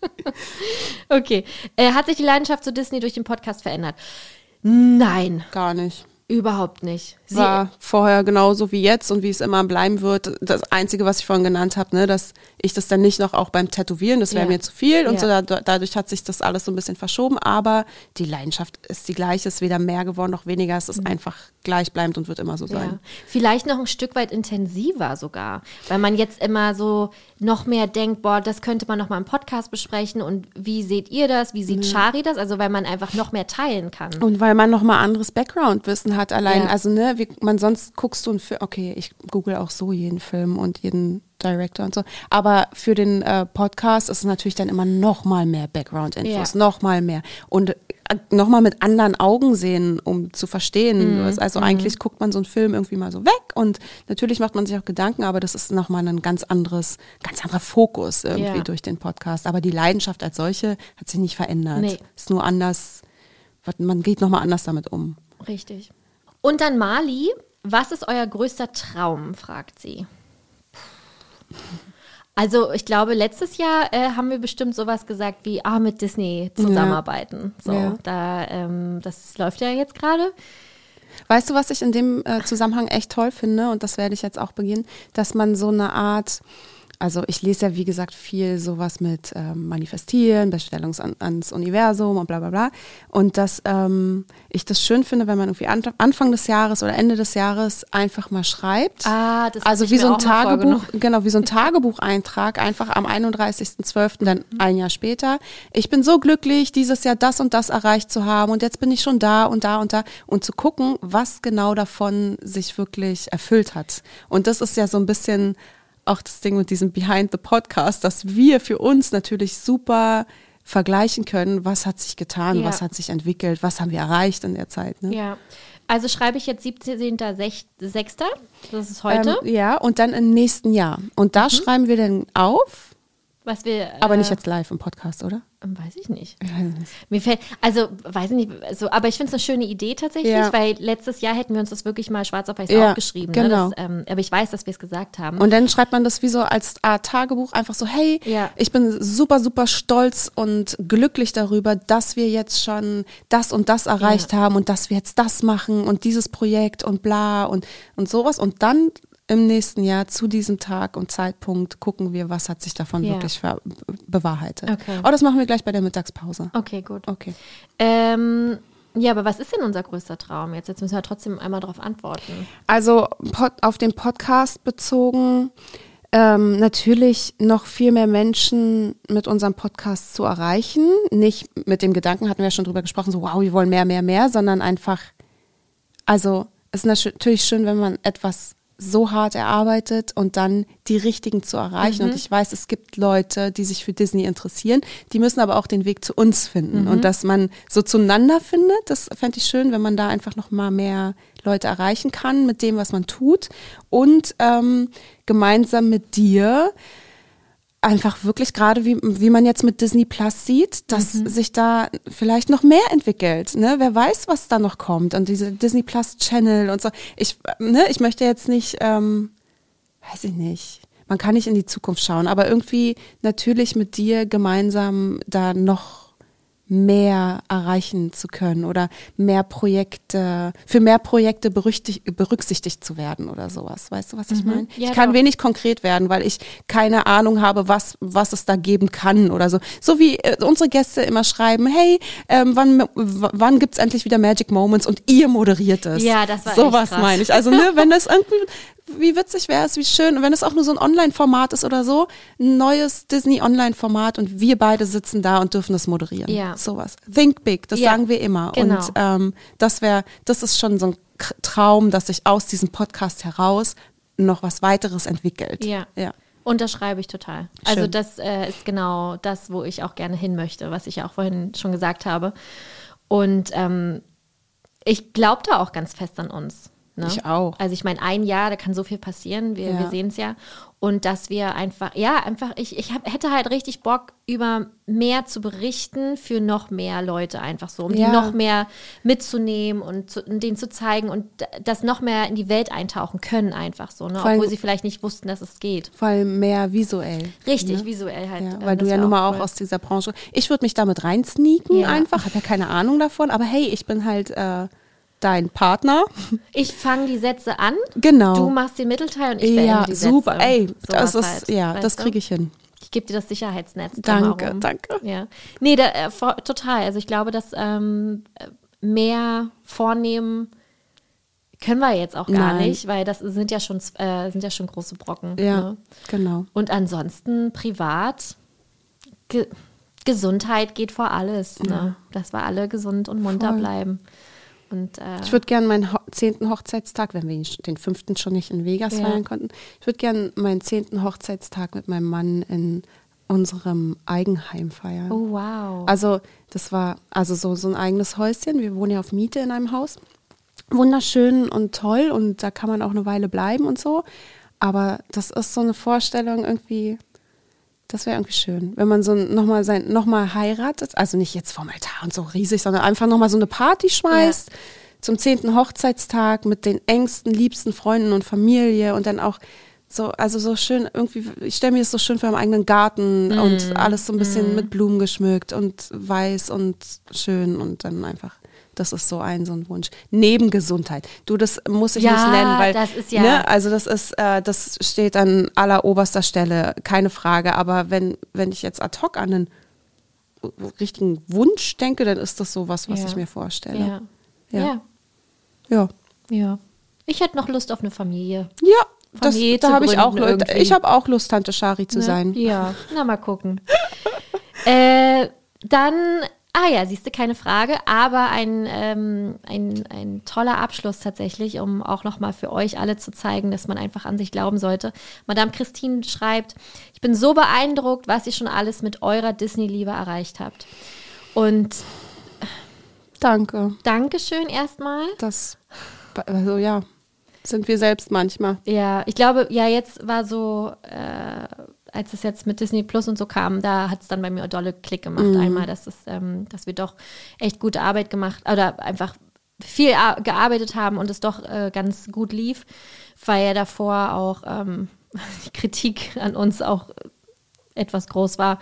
Okay. Hat sich die Leidenschaft zu Disney durch den Podcast verändert? Nein. Gar nicht. Überhaupt nicht. War vorher genauso wie jetzt und wie es immer bleiben wird. Das Einzige, was ich vorhin genannt habe, dass ich das dann nicht noch auch beim Tätowieren, das wäre mir zu viel und so. Dadurch hat sich das alles so ein bisschen verschoben. Aber die Leidenschaft ist die gleiche, ist weder mehr geworden noch weniger. Es ist einfach gleichbleibend und wird immer so sein. Ja. Vielleicht noch ein Stück weit intensiver sogar, weil man jetzt immer so noch mehr denkt, das könnte man noch mal im Podcast besprechen und wie seht ihr das, wie sieht Shari das? Also weil man einfach noch mehr teilen kann. Und weil man noch mal anderes Background-Wissen hat allein. Also sonst guckst du einen Film, okay, ich google auch so jeden Film und jeden Director und so, aber für den Podcast ist es natürlich dann immer noch mal mehr Background-Infos, noch mal mehr und noch mal mit anderen Augen sehen, um zu verstehen. Also eigentlich guckt man so einen Film irgendwie mal so weg und natürlich macht man sich auch Gedanken, aber das ist noch mal ein ganz anderer Fokus irgendwie durch den Podcast. Aber die Leidenschaft als solche hat sich nicht verändert. Nee. Ist nur anders, man geht noch mal anders damit um. Richtig. Und dann Mali, was ist euer größter Traum, fragt sie. Also ich glaube, letztes Jahr haben wir bestimmt sowas gesagt wie, mit Disney zusammenarbeiten. Das läuft ja jetzt gerade. Weißt du, was ich in dem Zusammenhang echt toll finde, und das werde ich jetzt auch beginnen, dass man so eine Art... Also ich lese ja, wie gesagt, viel sowas mit Manifestieren, Bestellung ans Universum und bla bla bla. Und dass ich das schön finde, wenn man irgendwie Anfang des Jahres oder Ende des Jahres einfach mal schreibt. Das also wie so ein Tagebuch, wie so ein Tagebucheintrag, einfach am 31.12., dann ein Jahr später. Ich bin so glücklich, dieses Jahr das und das erreicht zu haben und jetzt bin ich schon da und da und da. Und zu gucken, was genau davon sich wirklich erfüllt hat. Und das ist ja so ein bisschen auch das Ding mit diesem Behind the Podcast, dass wir für uns natürlich super vergleichen können, was hat sich getan, was hat sich entwickelt, was haben wir erreicht in der Zeit. Ne? Ja, also schreibe ich jetzt 17.06., das ist heute. Und dann im nächsten Jahr. Und da schreiben wir dann auf, was wir, aber nicht jetzt live im Podcast, oder? Weiß ich nicht. Mir fällt, also weiß ich nicht, so, aber ich finde es eine schöne Idee tatsächlich, weil letztes Jahr hätten wir uns das wirklich mal schwarz auf weiß aufgeschrieben. Genau. Ne? Aber ich weiß, dass wir es gesagt haben. Und dann schreibt man das wie so als Tagebuch einfach so, hey, ich bin super, super stolz und glücklich darüber, dass wir jetzt schon das und das erreicht haben und dass wir jetzt das machen und dieses Projekt und bla und sowas. Und dann im nächsten Jahr zu diesem Tag und Zeitpunkt gucken wir, was hat sich davon wirklich bewahrheitet. Okay. Oh, das machen wir gleich bei der Mittagspause. Okay, gut. Okay. Ja, aber was ist denn unser größter Traum jetzt? Jetzt müssen wir trotzdem einmal darauf antworten. Also auf den Podcast bezogen, natürlich noch viel mehr Menschen mit unserem Podcast zu erreichen. Nicht mit dem Gedanken, hatten wir ja schon drüber gesprochen, so wow, wir wollen mehr, sondern einfach, also es ist natürlich schön, wenn man etwas so hart erarbeitet und dann die Richtigen zu erreichen. Und ich weiß, es gibt Leute, die sich für Disney interessieren, die müssen aber auch den Weg zu uns finden. Und dass man so zueinander findet, das fände ich schön, wenn man da einfach noch mal mehr Leute erreichen kann mit dem, was man tut. Und gemeinsam mit dir einfach wirklich gerade, wie man jetzt mit Disney Plus sieht, dass sich da vielleicht noch mehr entwickelt. Ne? Wer weiß, was da noch kommt. Und diese Disney Plus Channel und so. Ich möchte jetzt nicht, weiß ich nicht, man kann nicht in die Zukunft schauen, aber irgendwie natürlich mit dir gemeinsam da noch mehr erreichen zu können oder für mehr Projekte berücksichtigt zu werden oder sowas. Weißt du, was ich meine? Ja, ich kann wenig konkret werden, weil ich keine Ahnung habe, was es da geben kann oder so. So wie unsere Gäste immer schreiben, hey, wann gibt's endlich wieder Magic Moments und ihr moderiert es. Ja, das war sowas echt krass. meine ich. Also, wenn das irgendwie, wie witzig wäre es, wie schön. Und wenn es auch nur so ein Online-Format ist oder so, ein neues Disney-Online-Format und wir beide sitzen da und dürfen das moderieren. Ja. Sowas. Think big, das sagen wir immer. Genau. Und das ist schon so ein Traum, dass sich aus diesem Podcast heraus noch was weiteres entwickelt. Ja. Unterschreibe ich total. Schön. Also das ist genau das, wo ich auch gerne hin möchte, was ich ja auch vorhin schon gesagt habe. Und ich glaube da auch ganz fest an uns. Ne? Ich auch. Also ich meine, ein Jahr, da kann so viel passieren, wir sehen es ja. Und dass wir einfach, ich hätte halt richtig Bock, über mehr zu berichten für noch mehr Leute einfach so, um die noch mehr mitzunehmen und denen zu zeigen und das noch mehr in die Welt eintauchen können einfach so, ne? Obwohl sie vielleicht nicht wussten, dass es geht. Vor allem mehr visuell. Richtig, visuell halt. Ja, weil du ja nun mal auch aus dieser Branche, ich würde mich damit reinsneaken einfach, habe ja keine Ahnung davon, aber hey, ich bin halt dein Partner. Ich fange die Sätze an, genau. Du machst den Mittelteil und ich beende die Sätze. Super, ey, das ist, halt, das kriege ich hin. Ich gebe dir das Sicherheitsnetz. Danke. Ja. Nee, total. Also ich glaube, dass mehr vornehmen können wir jetzt auch gar nicht, weil das sind ja schon große Brocken. Ja, ne? Genau. Und ansonsten privat, Gesundheit geht vor alles. Ne? Dass wir alle gesund und munter bleiben. Und, ich würde gerne meinen 10. Hochzeitstag, wenn wir den 5. schon nicht in Vegas feiern konnten, ich würde gerne meinen 10. Hochzeitstag mit meinem Mann in unserem Eigenheim feiern. Oh, wow. Also das war so ein eigenes Häuschen. Wir wohnen ja auf Miete in einem Haus. Wunderschön und toll und da kann man auch eine Weile bleiben und so. Aber das ist so eine Vorstellung irgendwie, das wäre irgendwie schön, wenn man so nochmal heiratet, also nicht jetzt vorm Altar und so riesig, sondern einfach nochmal so eine Party schmeißt zum 10. Hochzeitstag mit den engsten, liebsten Freunden und Familie und dann auch so, also so schön irgendwie, ich stelle mir das so schön vor, im eigenen Garten und alles so ein bisschen mit Blumen geschmückt und weiß und schön und dann einfach. Das ist so ein Wunsch. Neben Gesundheit. Du, das muss ich nicht nennen, weil das ist also das steht an alleroberster Stelle, keine Frage. Aber wenn ich jetzt ad hoc an einen richtigen Wunsch denke, dann ist das so was ich mir vorstelle. Ja. Ich hätte noch Lust auf eine Familie. Ja, da habe ich auch Lust. Irgendwie. Ich habe auch Lust, Tante Shari zu sein. Ja, na mal gucken. Dann siehst du, keine Frage, aber ein toller Abschluss tatsächlich, um auch nochmal für euch alle zu zeigen, dass man einfach an sich glauben sollte. Madame Christine schreibt, ich bin so beeindruckt, was ihr schon alles mit eurer Disney-Liebe erreicht habt. Und danke. Dankeschön erstmal. Sind wir selbst manchmal. Ja, ich glaube, jetzt war so als es jetzt mit Disney Plus und so kam, da hat es dann bei mir dolle Klick gemacht. Einmal, dass wir doch echt gute Arbeit gemacht oder einfach viel gearbeitet haben und es doch ganz gut lief, weil ja davor auch die Kritik an uns auch etwas groß war.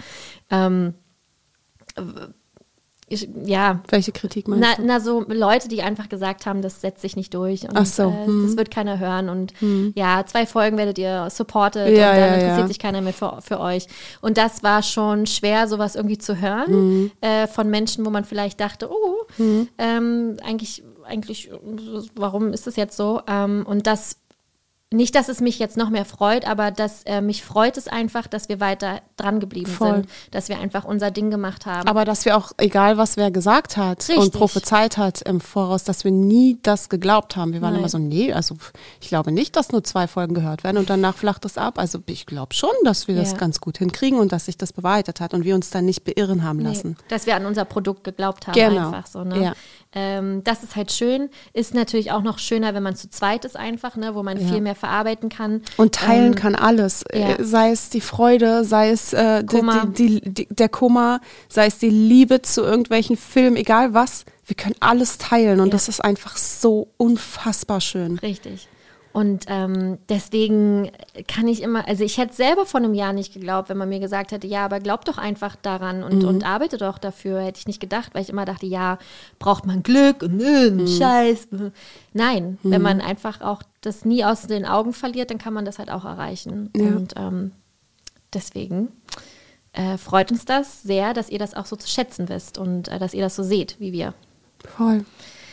Welche Kritik meinst du? So Leute, die einfach gesagt haben, das setzt sich nicht durch und Ach so. Das wird keiner hören und 2 Folgen werdet ihr supported und dann interessiert sich keiner mehr für euch. Und das war schon schwer, sowas irgendwie zu hören von Menschen, wo man vielleicht dachte, eigentlich, warum ist das jetzt so? Und das nicht, dass es mich jetzt noch mehr freut, aber mich freut es einfach, dass wir weiter dran geblieben sind, dass wir einfach unser Ding gemacht haben. Aber dass wir auch, egal was wer gesagt hat und prophezeit hat im Voraus, dass wir nie das geglaubt haben. Wir waren immer so, also ich glaube nicht, dass nur 2 Folgen gehört werden und danach flacht es ab. Also ich glaube schon, dass wir das ganz gut hinkriegen und dass sich das bewahrheitet hat und wir uns dann nicht beirren haben lassen. Dass wir an unser Produkt geglaubt haben, einfach so. Ne? Ja. Das ist halt schön. Ist natürlich auch noch schöner, wenn man zu zweit ist einfach, ne, wo man viel mehr verarbeiten kann. Und teilen kann alles. Sei es die Freude, sei es der Kummer, sei es die Liebe zu irgendwelchen Filmen, egal was. Wir können alles teilen und das ist einfach so unfassbar schön. Richtig. Und deswegen kann ich immer, also ich hätte selber vor einem Jahr nicht geglaubt, wenn man mir gesagt hätte, ja, aber glaub doch einfach daran und arbeite doch dafür, hätte ich nicht gedacht, weil ich immer dachte, ja, braucht man Glück und Scheiß. Nein, wenn man einfach auch das nie aus den Augen verliert, dann kann man das halt auch erreichen. Ja. Und deswegen freut uns das sehr, dass ihr das auch so zu schätzen wisst und dass ihr das so seht, wie wir. Voll.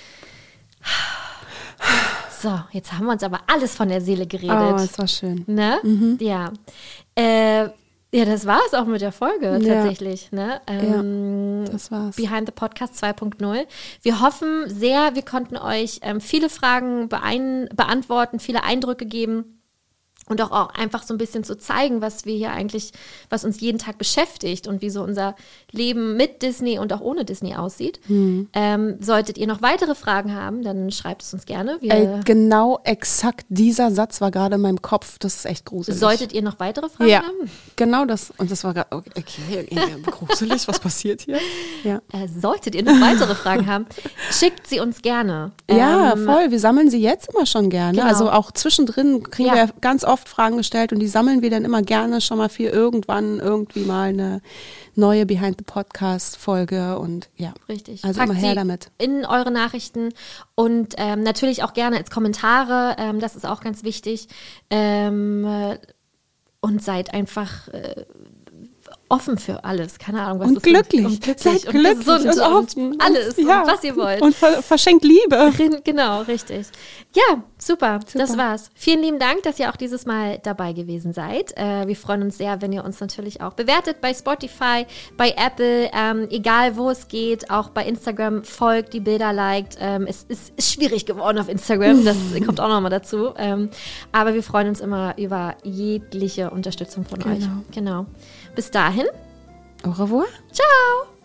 So, jetzt haben wir uns aber alles von der Seele geredet. Oh, das war schön. Ne? Ja. Ja, das war es auch mit der Folge tatsächlich. Ne? Das war's. Behind the Podcast 2.0. Wir hoffen sehr, wir konnten euch viele Fragen beantworten, viele Eindrücke geben. Und auch einfach so ein bisschen zu zeigen, was wir hier eigentlich, was uns jeden Tag beschäftigt und wie so unser Leben mit Disney und auch ohne Disney aussieht. Solltet ihr noch weitere Fragen haben, dann schreibt es uns gerne. Genau exakt dieser Satz war gerade in meinem Kopf. Das ist echt gruselig. Solltet ihr noch weitere Fragen haben? Genau das. Und das war gerade, okay, gruselig, was passiert hier? Ja. Solltet ihr noch weitere Fragen haben, schickt sie uns gerne. Ja, voll. Wir sammeln sie jetzt immer schon gerne. Genau. Also auch zwischendrin kriegen wir ganz oft Fragen gestellt und die sammeln wir dann immer gerne schon mal für irgendwann irgendwie mal eine neue Behind the Podcast Folge und ja. Richtig. Also packt immer her sie damit. In eure Nachrichten und natürlich auch gerne als Kommentare, das ist auch ganz wichtig und seid einfach offen für alles, keine Ahnung, was und das glücklich. Und glücklich. Seid glücklich und gesund und offen. Alles, und, und was ihr wollt. Und verschenkt Liebe. Genau, richtig. Ja, super, das war's. Vielen lieben Dank, dass ihr auch dieses Mal dabei gewesen seid. Wir freuen uns sehr, wenn ihr uns natürlich auch bewertet bei Spotify, bei Apple, egal wo es geht, auch bei Instagram folgt, die Bilder liked. Es ist schwierig geworden auf Instagram, das kommt auch nochmal dazu. Aber wir freuen uns immer über jegliche Unterstützung von euch. Genau. Bis dahin. Au revoir. Ciao.